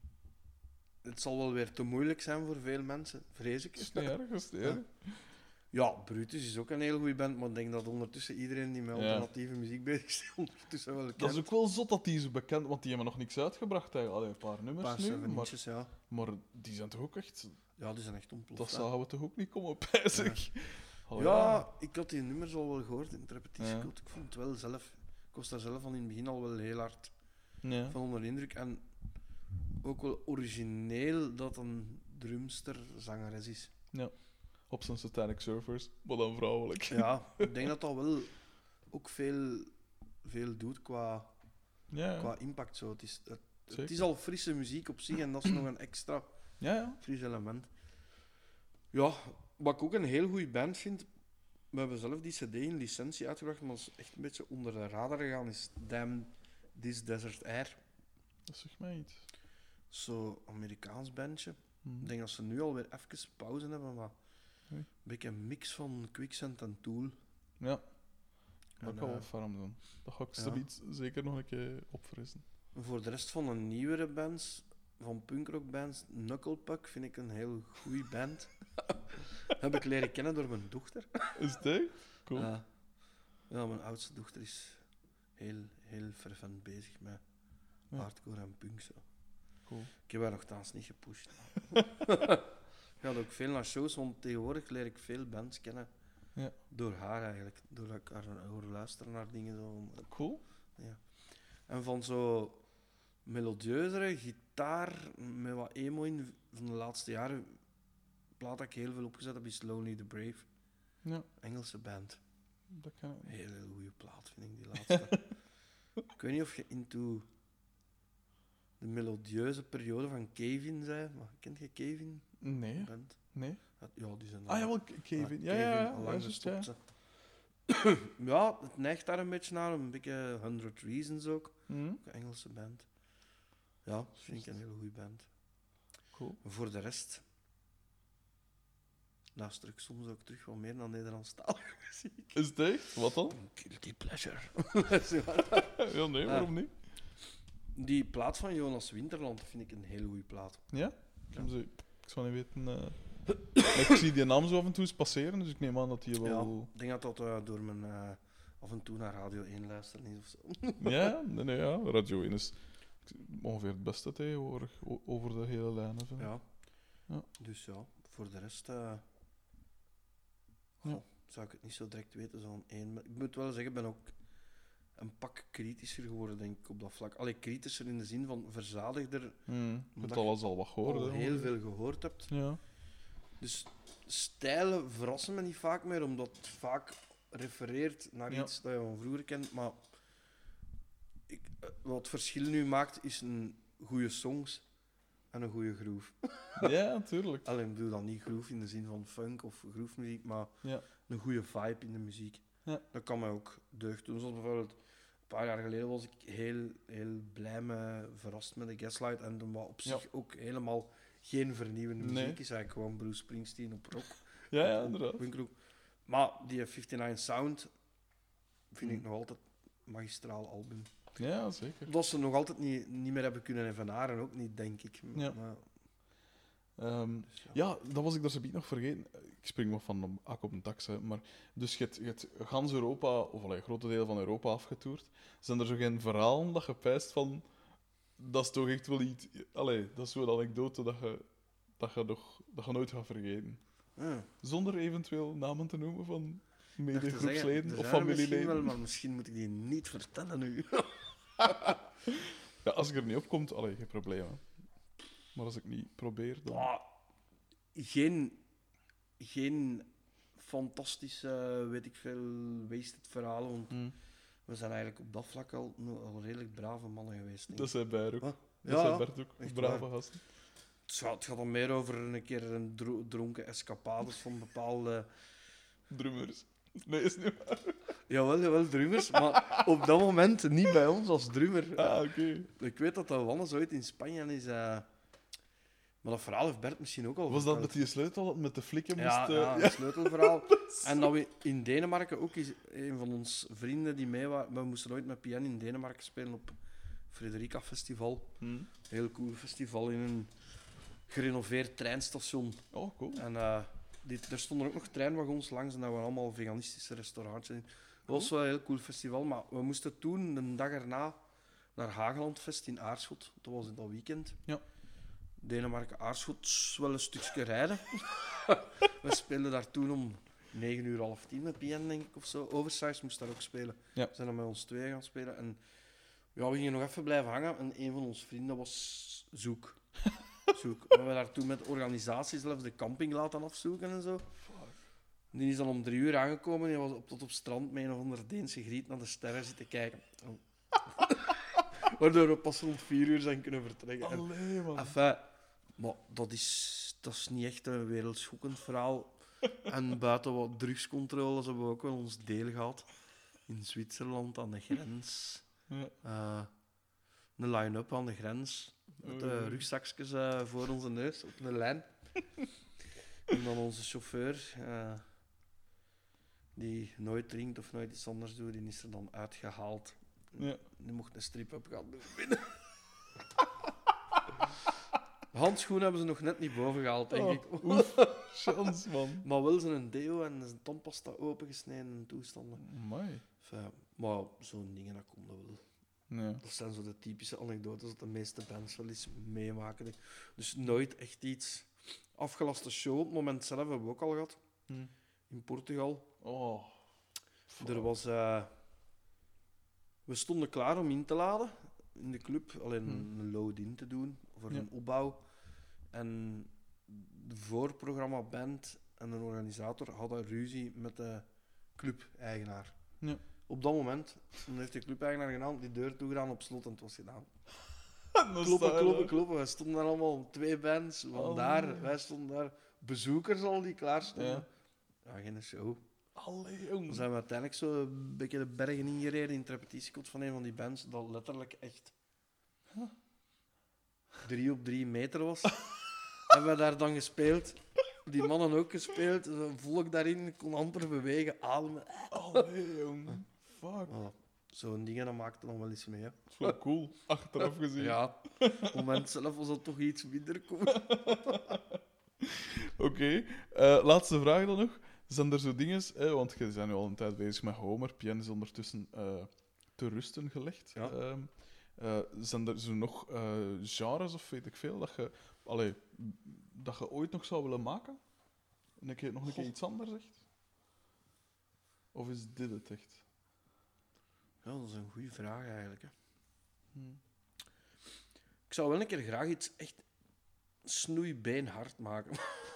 het zal wel weer te moeilijk zijn voor veel mensen, vrees ik. Het is niet erg, het is niet erg. Ja, Brutus is ook een heel goede band, maar ik denk dat ondertussen iedereen die met Ja. alternatieve muziek bezig is, ondertussen wel kent. Dat is ook wel zot dat die zo bekend... Want die hebben nog niks uitgebracht, eigenlijk. Allee, een paar Een nummers paar nu, seven maar, inches, ja. maar die zijn toch ook echt... Ja, die zijn echt ontploft. Dat hè. zagen we toch ook niet komen, pijzig. Oh, Ja, ik had die nummers al wel gehoord in het Ja. repetitiecode. Ik vond het wel zelf... Ik was daar zelf van in het begin al wel heel hard Ja. van onder de indruk. En ook wel origineel dat een drumster zangeres is. Op zijn Satanic Surfers, maar dan vrouwelijk. Ja, ik denk dat dat wel ook veel doet qua impact. Zo. Het Zeker. is al frisse muziek op zich en dat is nog een extra Ja. fris element. Ja, wat ik ook een heel goede band vind, we hebben zelf die CD in licentie uitgebracht, maar dat is echt een beetje onder de radar gegaan, is Damn This Desert Air. Dat zegt mij iets. Zo'n Amerikaans bandje. Hm. Ik denk dat ze nu alweer even pauze hebben, maar Oei. een beetje een mix van Quicksand en Tool. Ja, dat En, kan wel farm doen. Dat ga ik ja. zoiets zeker nog een keer opfrissen. Voor de rest van de nieuwere bands, van punkrockbands, Knucklepuck vind ik een heel goede band. Heb ik leren kennen door mijn dochter. Is het echt? Cool. Ja, mijn oudste dochter is heel fervent bezig met Ja. hardcore en punk. Zo. Cool. Ik heb haar nogthans niet gepusht. Ik ga ook veel naar shows, want tegenwoordig leer ik veel bands kennen. Ja. Door haar eigenlijk. Doordat ik haar hoor luisteren naar dingen. Zo. Cool. En van zo melodieuzere gitaar met wat emo in van de laatste jaren, plaat dat ik heel veel opgezet heb, is Lonely the Brave. Ja, Engelse band. dat kan ik. Heel goede plaat, vind ik, die laatste. Ik weet niet of je into de melodieuze periode van Kevin zei, maar kent je Kevin? Nee. Band? Nee. Ja, die zijn Ah, jawel, Kevin. Ja, al lang juist, gestopt. ja. Hè. Ja, het neigt daar een beetje naar, een beetje 100 Reasons ook. Hm? Een Engelse band. Ja, dat vind ik een hele goede band. Cool. Voor de rest luister ik soms ook terug wat meer naar Nederlandstalige muziek. Is het echt? Wat dan? Guilty pleasure. Ja, nee, waarom niet? Die plaat van Jonas Winterland vind ik een hele goede plaat. Ja? Ja. Ik zou niet weten... ik zie die naam zo af en toe eens passeren, dus ik neem aan dat die wel... Ik denk dat dat door mijn af en toe naar Radio 1 luisteren is of zo. Ja, nee, ja. Radio 1 is ongeveer het beste tegenwoordig over de hele lijn. Vind ik. Ja. Ja. Dus ja, voor de rest Ja. zou ik het niet zo direct weten. Zo'n één. Ik moet wel zeggen, ik ben ook een pak kritischer geworden, denk ik, op dat vlak. Allee, kritischer in de zin van verzadigder. Je hebt dat alles al wat gehoord. Al hè, heel hoor. veel gehoord hebt. Ja. Dus stijlen verrassen me niet vaak meer, omdat het vaak refereert naar Ja. iets dat je van vroeger kent. Maar wat het verschil nu maakt, is een goede songs en een goede groove. Ja, natuurlijk. Alleen ik bedoel dan niet groove in de zin van funk of groove-muziek, maar Ja. een goede vibe in de muziek. Ja. Dat kan mij ook deugd doen. Zoals bijvoorbeeld een paar jaar geleden was ik heel blij verrast met de Gaslight. En toen wat op zich ook helemaal geen vernieuwende muziek Nee. is. Eigenlijk gewoon Bruce Springsteen op rock. Ja, op inderdaad. punkrock. Maar die 59 Sound vind ik Mm. nog altijd een magistraal album. Ja, zeker. Dat ze nog altijd niet meer hebben kunnen evenaren, ook niet, denk ik. Ja. Maar, dus Ja, dat was ik daar zo nog vergeten. Ik spring nog van een ak op een tax, hè. Maar dus je hebt gans Europa, of allee, grote delen van Europa afgetoerd. Zijn er zo geen verhalen dat je pijst van... Dat is toch echt wel iets... Allee, dat is zo'n anekdote dat je nooit gaat vergeten. ja. Zonder eventueel namen te noemen van Ik dacht te zeggen, medegroepsleden er of zijn er misschien familieleden. wel, maar misschien moet ik die niet vertellen nu. Ja, als ik er niet op kom, allee, geen probleem. Hè. Maar als ik niet probeer, dan... Ah, geen fantastische, weet ik veel, wasted verhalen. Want Hm. we zijn eigenlijk op dat vlak al redelijk brave mannen geweest. denk ik. Dat zei Bert ook. Wat? Dat Ja, zei Bert ook. echt Brave waar. gasten. Het gaat dan meer over een keer een dronken escapades van bepaalde... Drummers. Nee, is niet waar. Jawel, drummers. Maar op dat moment niet bij ons als drummer. Ah, oké. Ik weet dat Wannes ooit in Spanje is... Maar dat verhaal heeft Bert misschien ook al Was dat verteld. met die sleutel dat met de flikken moest... Ja, een sleutelverhaal. En dat we in Denemarken ook is een van ons vrienden die mee waren. We moesten ooit met Pian in Denemarken spelen op Frederica Festival. Hm. Heel cool festival in een gerenoveerd treinstation. Oh, cool. En er stonden ook nog treinwagons langs en daar waren allemaal veganistische restaurants in. Dat was wel een heel cool festival, maar we moesten toen, de dag erna, naar Hagelandfest in Aarschot. Dat was in dat weekend. Ja. Denemarken-Aarschot is wel een stukje rijden. We speelden daar toen om 9 uur, half 10 met PN, denk ik, of zo. Oversize moest daar ook spelen. Ja. We zijn dan met ons twee gaan spelen. En ja, we gingen nog even blijven hangen. En een van onze vrienden was Zoek. We hebben daar toen met de organisatie zelfs de camping laten afzoeken en zo. Die is dan om 3 uur aangekomen en die was tot op strand met een of andere Deense griet naar de sterren zitten kijken. Waardoor we pas rond 4 uur zijn kunnen vertrekken. En, Allee, man. enfin, maar dat is niet echt een wereldschokkend verhaal. En buiten wat drugscontroles hebben we ook wel ons deel gehad. In Zwitserland aan de grens. Ja. Een line-up aan de grens. Met de rugzakjes voor onze neus op een lijn. En dan onze chauffeur, die nooit drinkt of nooit iets anders doet, die is er dan uitgehaald. Ja. Die mocht een strip-up gaan doen binnen. Handschoenen hebben ze nog net niet boven gehaald, denk ik. Chance, man. Maar wel zijn deo en zijn tandpasta opengesneden en toestanden. Amai. Enfin, maar zo'n dingen, dat komt dat wel. Ja. Dat zijn zo de typische anekdotes dat de meeste bands wel eens meemaken. Dus nooit echt iets. Afgelaste show op het moment zelf hebben we ook al gehad. Hm. In Portugal. Oh. Er was... we stonden klaar om in te laden in de club. Alleen een load-in te doen voor een opbouw. En de voorprogramma band en een organisator hadden ruzie met de club-eigenaar. Ja. Op dat moment dan heeft de club-eigenaar gedaan, die deur toegedaan op slot en het was gedaan. Kloppen. Kloppen. We stonden daar allemaal 2 bands. Wij stonden daar. Bezoekers al die klaar stonden. Ja, geen show. Allee, Dan jongen. zijn we uiteindelijk zo een beetje de bergen ingereden in het repetitiekot van een van die bands dat letterlijk echt 3 op 3 meter was. Hebben we daar dan gespeeld. Die mannen ook gespeeld. Zo'n volk daarin kon amper bewegen, ademen. Allee, jongen. Fuck. Oh, zo'n dingen dat maakte dan wel eens mee. Hè. Dat is wel cool. Achteraf gezien. Ja, op het moment zelf was dat toch iets minder cool. Oké. Laatste vraag dan nog. Zijn er zo dingen, want je bent nu al een tijd bezig met Homer, Pian is ondertussen te rusten gelegd. Ja. Zijn er zo nog genres of weet ik veel dat je ooit nog zou willen maken? En ik nog een keer iets anders echt? Of is dit het echt? Ja, dat is een goede vraag eigenlijk. Hè. Hmm. Ik zou wel een keer graag iets echt snoeibeenhard maken.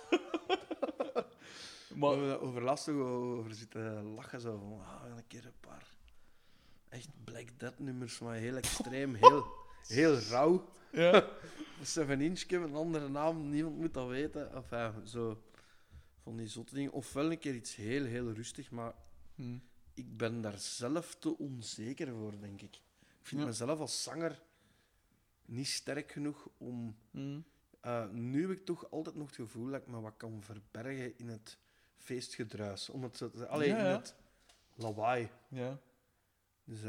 Maar, We over lastig over zitten lachen. Zo van, een keer een paar echt Black Death nummers, maar heel extreem, heel rauw. ja. 7-inch, een andere naam, niemand moet dat weten. Enfin, zo van die zotte dingen. Of wel een keer iets heel rustig, maar Hmm. ik ben daar zelf te onzeker voor, denk ik. Ik vind Ja. mezelf als zanger niet sterk genoeg om... Hmm. nu heb ik toch altijd nog het gevoel dat ik me wat kan verbergen in het feestgedruis. Om het zo te zeggen. Allee, Ja, ja. in het lawaai. Ja. Dus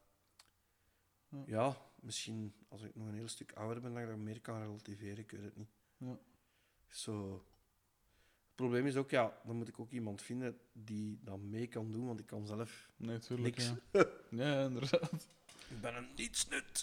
ja, misschien als ik nog een heel stuk ouder ben, dat ik dat meer kan relativeren. Ik weet het niet. Ja. Zo. Het probleem is ook, ja, dan moet ik ook iemand vinden die dat mee kan doen, want ik kan zelf Nee, tuurlijk. niks. Ja. Ja, inderdaad. Ik ben een nietsnut.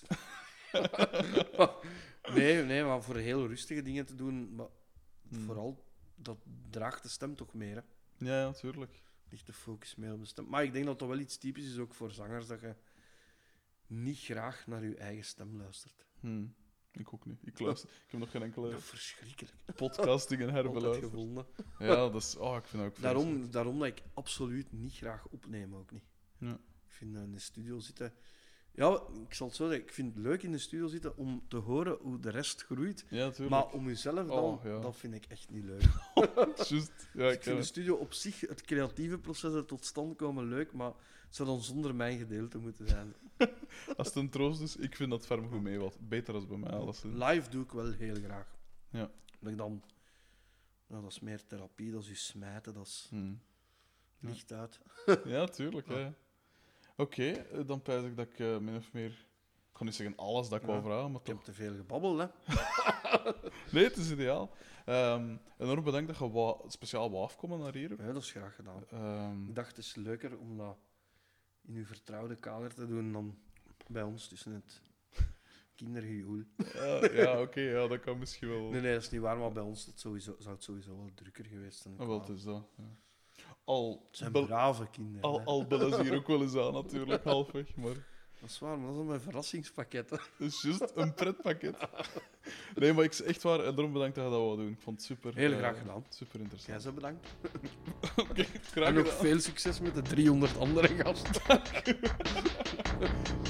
nee, maar voor heel rustige dingen te doen, maar vooral, dat draagt de stem toch meer. Hè. Ja, tuurlijk. Ligt de focus meer op de stem. Maar ik denk dat dat wel iets typisch is ook voor zangers, dat je niet graag naar uw eigen stem luistert. Ik ook niet. Ik heb nog geen enkele Dat is verschrikkelijk. podcasting en Altijd herbeluisterd. gevonden. Ja, dat is... Oh, ik vind dat ook vreselijk. Daarom dat ik absoluut niet graag opneem, ook niet. Ja. Ik vind in de studio zitten... Ja, ik zal het zo zeggen. Ik vind het leuk in de studio zitten om te horen hoe de rest groeit. Ja, tuurlijk. Maar om jezelf dan, Oh, ja. dat vind ik echt niet leuk. Juist. Ja, Ik vind de studio op zich, het creatieve proces er tot stand komen, leuk, maar het zou dan zonder mijn gedeelte moeten zijn. Als het een troost is, ik vind dat ferm goed mee wat. Beter dan bij mij, alleszins. Live doe ik wel heel graag. Ja. Dat ik dan... Nou, dat is meer therapie, dat is je smijten, dat is Ja. licht uit. Ja, tuurlijk. Ja. Oké, dan pijs ik dat ik min of meer... Ik kan niet zeggen alles dat ik wou vragen, maar Ik heb toch... te veel gebabbeld, hè. Nee, het is ideaal. Enorm bedankt dat je speciaal wou afkomen naar hier. Ja, dat is graag gedaan. Ehm, Ik dacht, het is leuker om dat in uw vertrouwde kader te doen dan bij ons tussen het kindergejoel. ja, oké, ja, dat kan misschien wel... Nee, dat is niet waar, maar bij ons zou het sowieso wel drukker geweest zijn. Ah, wel, het is dat. Ja. Al, Het zijn bel- brave kinderen. hè. al bellen ze hier ook wel eens aan, natuurlijk, halfweg. Maar Dat is waar, maar dat is mijn verrassingspakketten. het is juist een pretpakket. Nee, maar ik echt waar, enorm bedankt dat je dat wou doen. Ik vond het super... Heel graag gedaan. Super Jij interessant. zo bedankt. Oké, graag En nog gedaan. veel succes met de 300 andere gasten.